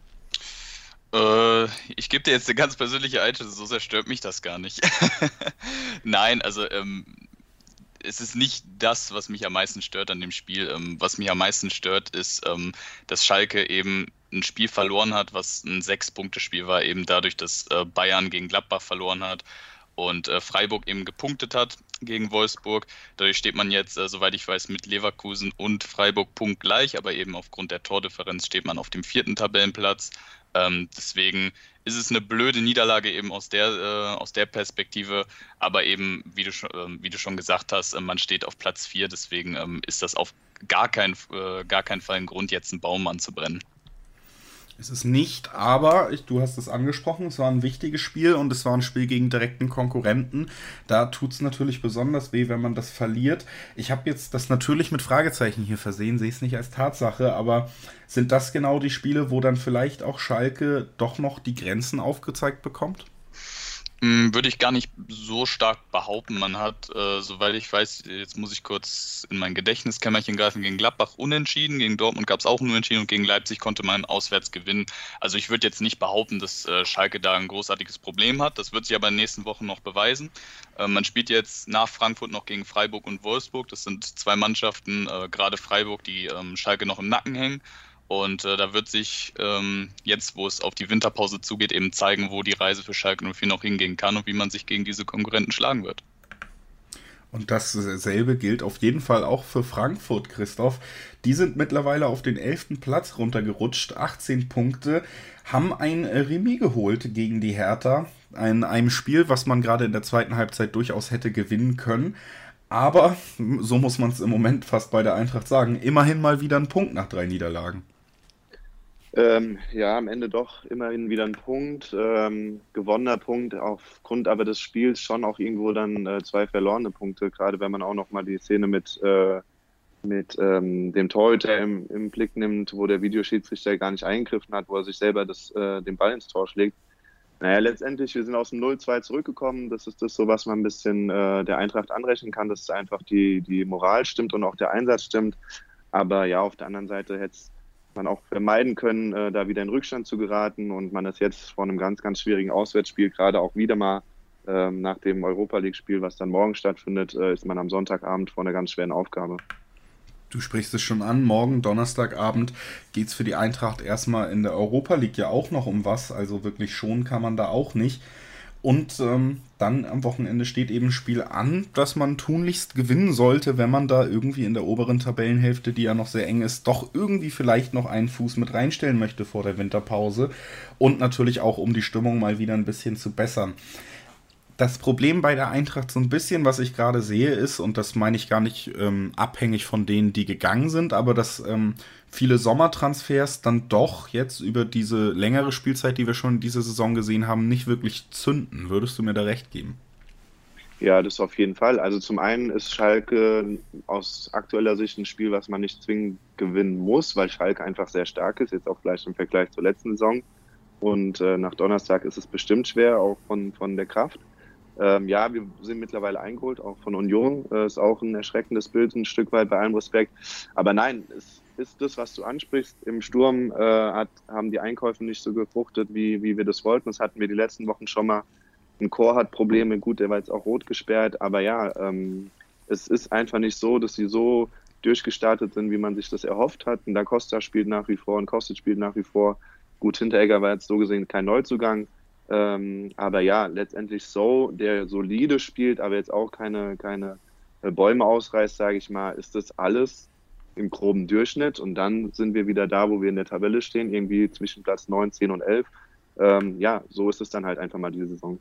Äh, ich gebe dir jetzt eine ganz persönliche Einschätzung, so sehr stört mich das gar nicht. Nein, also ähm, es ist nicht das, was mich am meisten stört an dem Spiel. Ähm, was mich am meisten stört, ist, ähm, dass Schalke eben ein Spiel verloren hat, was ein Sechs-Punkte-Spiel war, eben dadurch, dass äh, Bayern gegen Gladbach verloren hat und äh, Freiburg eben gepunktet hat gegen Wolfsburg. Dadurch steht man jetzt, äh, soweit ich weiß, mit Leverkusen und Freiburg punktgleich, aber eben aufgrund der Tordifferenz steht man auf dem vierten Tabellenplatz. Ähm, deswegen ist es eine blöde Niederlage eben aus der, äh, aus der Perspektive, aber eben, wie du schon, äh, wie du schon gesagt hast, äh, man steht auf Platz vier, deswegen ähm, ist das auf gar, kein, äh, gar keinen Fall ein Grund, jetzt einen Baum anzubrennen. Es ist nicht, aber ich, du hast es angesprochen, es war ein wichtiges Spiel und es war ein Spiel gegen direkten Konkurrenten. Da tut es natürlich besonders weh, wenn man das verliert. Ich habe jetzt das natürlich mit Fragezeichen hier versehen, sehe es nicht als Tatsache, aber sind das genau die Spiele, wo dann vielleicht auch Schalke doch noch die Grenzen aufgezeigt bekommt? Würde ich gar nicht so stark behaupten. Man hat, äh, soweit ich weiß, jetzt muss ich kurz in mein Gedächtniskämmerchen greifen, gegen Gladbach unentschieden, gegen Dortmund gab es auch einen Unentschieden und gegen Leipzig konnte man auswärts gewinnen. Also ich würde jetzt nicht behaupten, dass äh, Schalke da ein großartiges Problem hat. Das wird sich aber in den nächsten Wochen noch beweisen. Äh, man spielt jetzt nach Frankfurt noch gegen Freiburg und Wolfsburg. Das sind zwei Mannschaften, äh, gerade Freiburg, die ähm, Schalke noch im Nacken hängen. Und äh, da wird sich ähm, jetzt, wo es auf die Winterpause zugeht, eben zeigen, wo die Reise für Schalke null vier noch hingehen kann und wie man sich gegen diese Konkurrenten schlagen wird. Und dasselbe gilt auf jeden Fall auch für Frankfurt, Christoph. Die sind mittlerweile auf den elften Platz runtergerutscht, achtzehn Punkte, haben ein Remis geholt gegen die Hertha. In einem Spiel, was man gerade in der zweiten Halbzeit durchaus hätte gewinnen können. Aber, so muss man es im Moment fast bei der Eintracht sagen, immerhin mal wieder ein Punkt nach drei Niederlagen. Ähm, ja, am Ende doch immerhin wieder ein Punkt, ähm, gewonnener Punkt, aufgrund aber des Spiels schon auch irgendwo dann äh, zwei verlorene Punkte, gerade wenn man auch nochmal die Szene mit, äh, mit ähm, dem Torhüter im, im Blick nimmt, wo der Videoschiedsrichter gar nicht eingegriffen hat, wo er sich selber das, äh, den Ball ins Tor schlägt. Naja, letztendlich, wir sind aus dem null zwei zurückgekommen, das ist das so, was man ein bisschen äh, der Eintracht anrechnen kann, dass einfach die, die Moral stimmt und auch der Einsatz stimmt, aber ja, auf der anderen Seite hätte es man auch vermeiden können, äh, da wieder in Rückstand zu geraten und man ist jetzt vor einem ganz, ganz schwierigen Auswärtsspiel, gerade auch wieder mal ähm, nach dem Europa-League-Spiel, was dann morgen stattfindet, äh, ist man am Sonntagabend vor einer ganz schweren Aufgabe. Du sprichst es schon an, morgen Donnerstagabend geht es für die Eintracht erstmal in der Europa League ja auch noch um was, also wirklich schonen kann man da auch nicht. Und ähm, dann am Wochenende steht eben ein Spiel an, das man tunlichst gewinnen sollte, wenn man da irgendwie in der oberen Tabellenhälfte, die ja noch sehr eng ist, doch irgendwie vielleicht noch einen Fuß mit reinstellen möchte vor der Winterpause. Und natürlich auch, um die Stimmung mal wieder ein bisschen zu bessern. Das Problem bei der Eintracht so ein bisschen, was ich gerade sehe, ist, und das meine ich gar nicht ähm, abhängig von denen, die gegangen sind, aber dass ähm, viele Sommertransfers dann doch jetzt über diese längere Spielzeit, die wir schon diese Saison gesehen haben, nicht wirklich zünden. Würdest du mir da recht geben? Ja, das auf jeden Fall. Also zum einen ist Schalke aus aktueller Sicht ein Spiel, was man nicht zwingend gewinnen muss, weil Schalke einfach sehr stark ist, jetzt auch gleich im Vergleich zur letzten Saison. Und äh, nach Donnerstag ist es bestimmt schwer, auch von, von der Kraft. Ähm, ja, wir sind mittlerweile eingeholt, auch von Union. Äh, ist auch ein erschreckendes Bild, ein Stück weit, bei allem Respekt. Aber nein, es ist das, was du ansprichst. Im Sturm äh, hat, haben die Einkäufe nicht so gefruchtet, wie, wie wir das wollten. Das hatten wir die letzten Wochen schon mal. Ein Chor hat Probleme, gut, der war jetzt auch rot gesperrt. Aber ja, ähm, es ist einfach nicht so, dass sie so durchgestartet sind, wie man sich das erhofft hat. Und Da Costa spielt nach wie vor und Kostic spielt nach wie vor. Gut, Hinteregger war jetzt so gesehen kein Neuzugang. Ähm, aber ja, letztendlich so, der solide spielt, aber jetzt auch keine, keine Bäume ausreißt, sage ich mal, ist das alles im groben Durchschnitt und dann sind wir wieder da, wo wir in der Tabelle stehen, irgendwie zwischen Platz neun, zehn und elf. Ähm, ja, so ist es dann halt einfach mal diese Saison.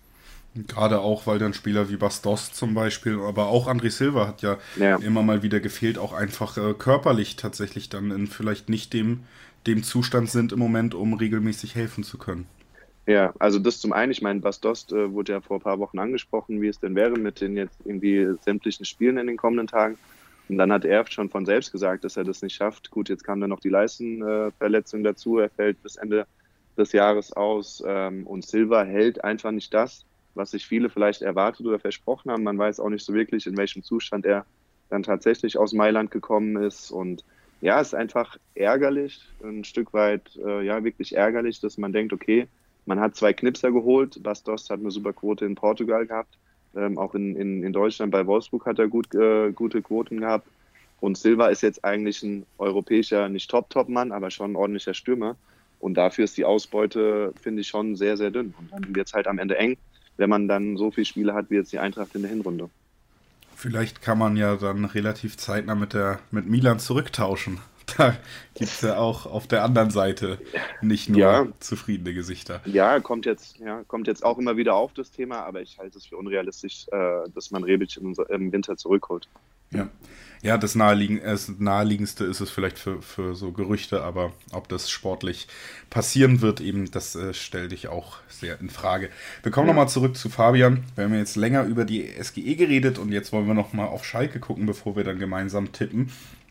Gerade auch, weil dann Spieler wie Bastos zum Beispiel, aber auch André Silva hat ja, ja. immer mal wieder gefehlt, auch einfach äh, körperlich tatsächlich dann in vielleicht nicht dem, dem Zustand sind im Moment, um regelmäßig helfen zu können. Ja, also das zum einen, ich meine, Bastos äh, wurde ja vor ein paar Wochen angesprochen, wie es denn wäre mit den jetzt irgendwie sämtlichen Spielen in den kommenden Tagen. Und dann hat er schon von selbst gesagt, dass er das nicht schafft. Gut, jetzt kam dann noch die Leistenverletzung äh, dazu, er fällt bis Ende des Jahres aus. Ähm, und Silva hält einfach nicht das, was sich viele vielleicht erwartet oder versprochen haben. Man weiß auch nicht so wirklich, in welchem Zustand er dann tatsächlich aus Mailand gekommen ist. Und ja, es ist einfach ärgerlich, ein Stück weit, äh, ja, wirklich ärgerlich, dass man denkt, okay, man hat zwei Knipser geholt. Bastos hat eine super Quote in Portugal gehabt. Ähm, auch in, in, in Deutschland bei Wolfsburg hat er gut, äh, gute Quoten gehabt. Und Silva ist jetzt eigentlich ein europäischer, nicht Top-Top-Mann, aber schon ein ordentlicher Stürmer. Und dafür ist die Ausbeute, finde ich, schon sehr, sehr dünn. Und dann wird es halt am Ende eng, wenn man dann so viele Spiele hat wie jetzt die Eintracht in der Hinrunde. Vielleicht kann man ja dann relativ zeitnah mit, der, mit Milan zurücktauschen. Da gibt es ja auch auf der anderen Seite nicht nur ja. zufriedene Gesichter. Ja, kommt jetzt, ja, kommt jetzt auch immer wieder auf das Thema, aber ich halte es für unrealistisch, äh, dass man Rebic im, im Winter zurückholt. Ja, ja das, Naheliegen, das Naheliegendste ist es vielleicht für, für so Gerüchte, aber ob das sportlich passieren wird, eben, das äh, stelle ich auch sehr in Frage. Wir kommen ja. nochmal zurück zu Fabian. Wir haben jetzt länger über die S G E geredet und jetzt wollen wir nochmal auf Schalke gucken, bevor wir dann gemeinsam tippen.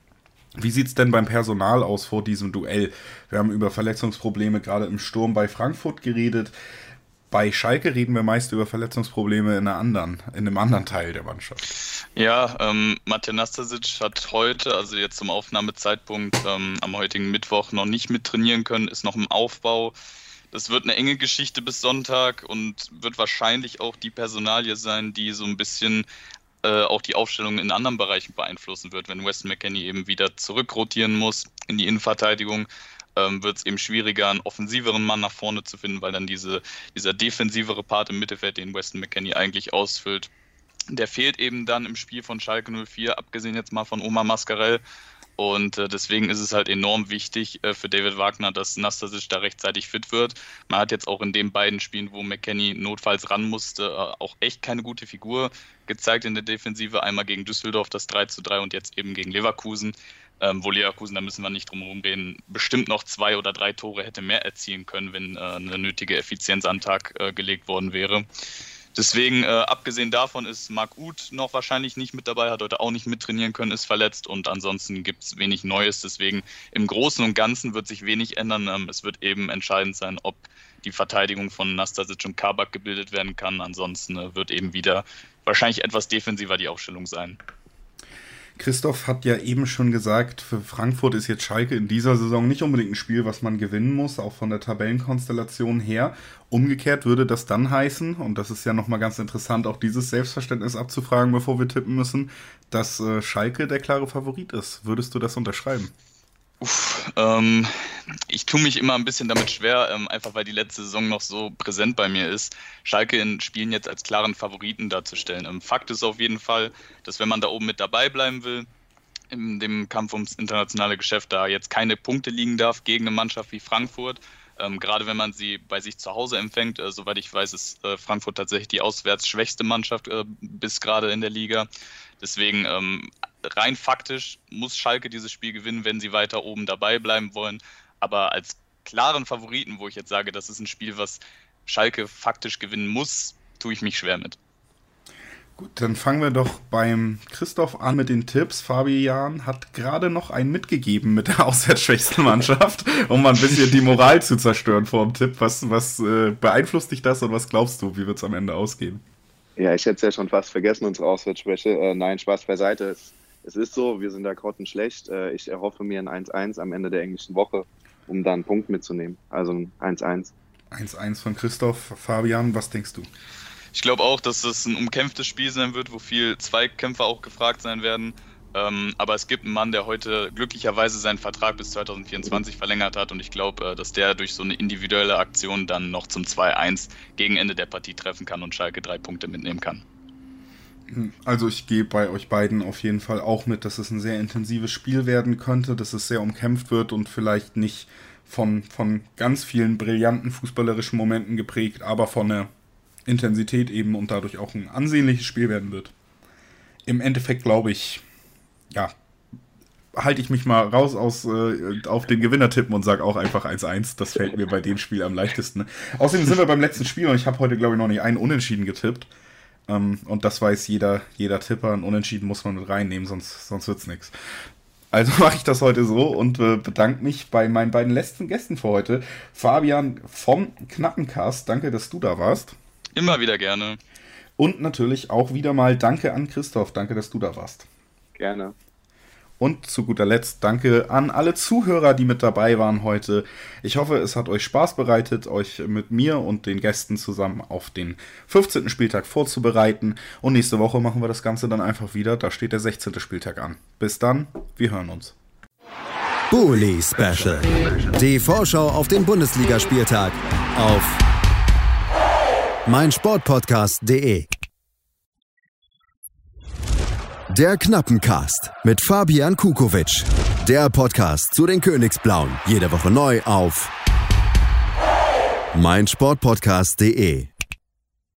Wie sieht es denn beim Personal aus vor diesem Duell? Wir haben über Verletzungsprobleme gerade im Sturm bei Frankfurt geredet. Bei Schalke reden wir meist über Verletzungsprobleme in, einer anderen, in einem anderen Teil der Mannschaft. Ja, ähm, Mate Nastasic hat heute, also jetzt zum Aufnahmezeitpunkt ähm, am heutigen Mittwoch, noch nicht mit trainieren können, ist noch im Aufbau. Das wird eine enge Geschichte bis Sonntag und wird wahrscheinlich auch die Personalie sein, die so ein bisschen äh, auch die Aufstellung in anderen Bereichen beeinflussen wird. Wenn Weston McKennie eben wieder zurückrotieren muss in die Innenverteidigung, ähm, wird es eben schwieriger, einen offensiveren Mann nach vorne zu finden, weil dann diese, dieser defensivere Part im Mittelfeld, den Weston McKennie eigentlich ausfüllt, der fehlt eben dann im Spiel von Schalke null vier, abgesehen jetzt mal von Omar Mascarell. Und äh, deswegen ist es halt enorm wichtig äh, für David Wagner, dass Nastasic da rechtzeitig fit wird. Man hat jetzt auch in den beiden Spielen, wo McKennie notfalls ran musste, äh, auch echt keine gute Figur gezeigt in der Defensive. Einmal gegen Düsseldorf das drei zu drei und jetzt eben gegen Leverkusen. Ähm, wo Leverkusen, da müssen wir nicht drum herum reden, bestimmt noch zwei oder drei Tore hätte mehr erzielen können, wenn äh, eine nötige Effizienz an den Tag äh, gelegt worden wäre. Deswegen, äh, abgesehen davon ist Marc Uth noch wahrscheinlich nicht mit dabei, hat heute auch nicht mittrainieren können, ist verletzt und ansonsten gibt es wenig Neues. Deswegen im Großen und Ganzen wird sich wenig ändern. Ähm, es wird eben entscheidend sein, ob die Verteidigung von Nastasic und Kabak gebildet werden kann. Ansonsten äh, wird eben wieder wahrscheinlich etwas defensiver die Aufstellung sein. Christoph hat ja eben schon gesagt, für Frankfurt ist jetzt Schalke in dieser Saison nicht unbedingt ein Spiel, was man gewinnen muss, auch von der Tabellenkonstellation her. Umgekehrt würde das dann heißen, und das ist ja nochmal ganz interessant, auch dieses Selbstverständnis abzufragen, bevor wir tippen müssen, dass äh, Schalke der klare Favorit ist. Würdest du das unterschreiben? Uff, ähm, ich tue mich immer ein bisschen damit schwer, ähm, einfach weil die letzte Saison noch so präsent bei mir ist, Schalke in Spielen jetzt als klaren Favoriten darzustellen. Ähm, Fakt ist auf jeden Fall, dass wenn man da oben mit dabei bleiben will, in dem Kampf ums internationale Geschäft, da jetzt keine Punkte liegen darf gegen eine Mannschaft wie Frankfurt, ähm, gerade wenn man sie bei sich zu Hause empfängt. Äh, soweit ich weiß, ist äh, Frankfurt tatsächlich die auswärts schwächste Mannschaft äh, bis gerade in der Liga. Deswegen ähm, rein faktisch muss Schalke dieses Spiel gewinnen, wenn sie weiter oben dabei bleiben wollen. Aber als klaren Favoriten, wo ich jetzt sage, das ist ein Spiel, was Schalke faktisch gewinnen muss, tue ich mich schwer mit. Gut, dann fangen wir doch beim Christoph an mit den Tipps. Fabian hat gerade noch einen mitgegeben mit der auswärtsschwächsten Mannschaft, um mal ein bisschen die Moral zu zerstören vor dem Tipp. Was, was äh, beeinflusst dich das und was glaubst du, wie wird es am Ende ausgehen? Ja, ich hätte es ja schon fast vergessen, unsere Auswärtsschwäche. Äh, nein, Spaß beiseite. Es, es ist so, wir sind da grottenschlecht. Äh, ich erhoffe mir ein eins eins am Ende der englischen Woche, um da einen Punkt mitzunehmen. Also ein eins eins. eins eins von Christoph. Fabian, was denkst du? Ich glaube auch, dass es ein umkämpftes Spiel sein wird, wo viel Zweikämpfer auch gefragt sein werden. Ähm, aber es gibt einen Mann, der heute glücklicherweise seinen Vertrag bis zwanzig vierundzwanzig verlängert hat und ich glaube, dass der durch so eine individuelle Aktion dann noch zum zwei eins gegen Ende der Partie treffen kann und Schalke drei Punkte mitnehmen kann. Also ich gehe bei euch beiden auf jeden Fall auch mit, dass es ein sehr intensives Spiel werden könnte, dass es sehr umkämpft wird und vielleicht nicht von, von ganz vielen brillanten fußballerischen Momenten geprägt, aber von der Intensität eben und dadurch auch ein ansehnliches Spiel werden wird. Im Endeffekt glaube ich, ja, halte ich mich mal raus aus äh, auf den Gewinner tippen und sage auch einfach eins eins. Das fällt mir bei dem Spiel am leichtesten. Außerdem sind wir beim letzten Spiel und ich habe heute, glaube ich, noch nicht einen Unentschieden getippt. Ähm, und das weiß jeder, jeder Tipper. Ein Unentschieden muss man mit reinnehmen, sonst, sonst wird es nichts. Also mache ich das heute so und äh, bedanke mich bei meinen beiden letzten Gästen für heute. Fabian vom Knappencast, danke, dass du da warst. Immer wieder gerne. Und natürlich auch wieder mal danke an Christoph, danke, dass du da warst. Gerne. Und zu guter Letzt danke an alle Zuhörer, die mit dabei waren heute. Ich hoffe, es hat euch Spaß bereitet, euch mit mir und den Gästen zusammen auf den fünfzehnten Spieltag vorzubereiten. Und nächste Woche machen wir das Ganze dann einfach wieder. Da steht der sechzehnte Spieltag an. Bis dann, wir hören uns. Bully Special. Die Vorschau auf den Bundesligaspieltag auf meinsportpodcast punkt de. Der Knappencast mit Fabian Kukowitsch. Der Podcast zu den Königsblauen. Jede Woche neu auf meinsportpodcast punkt de.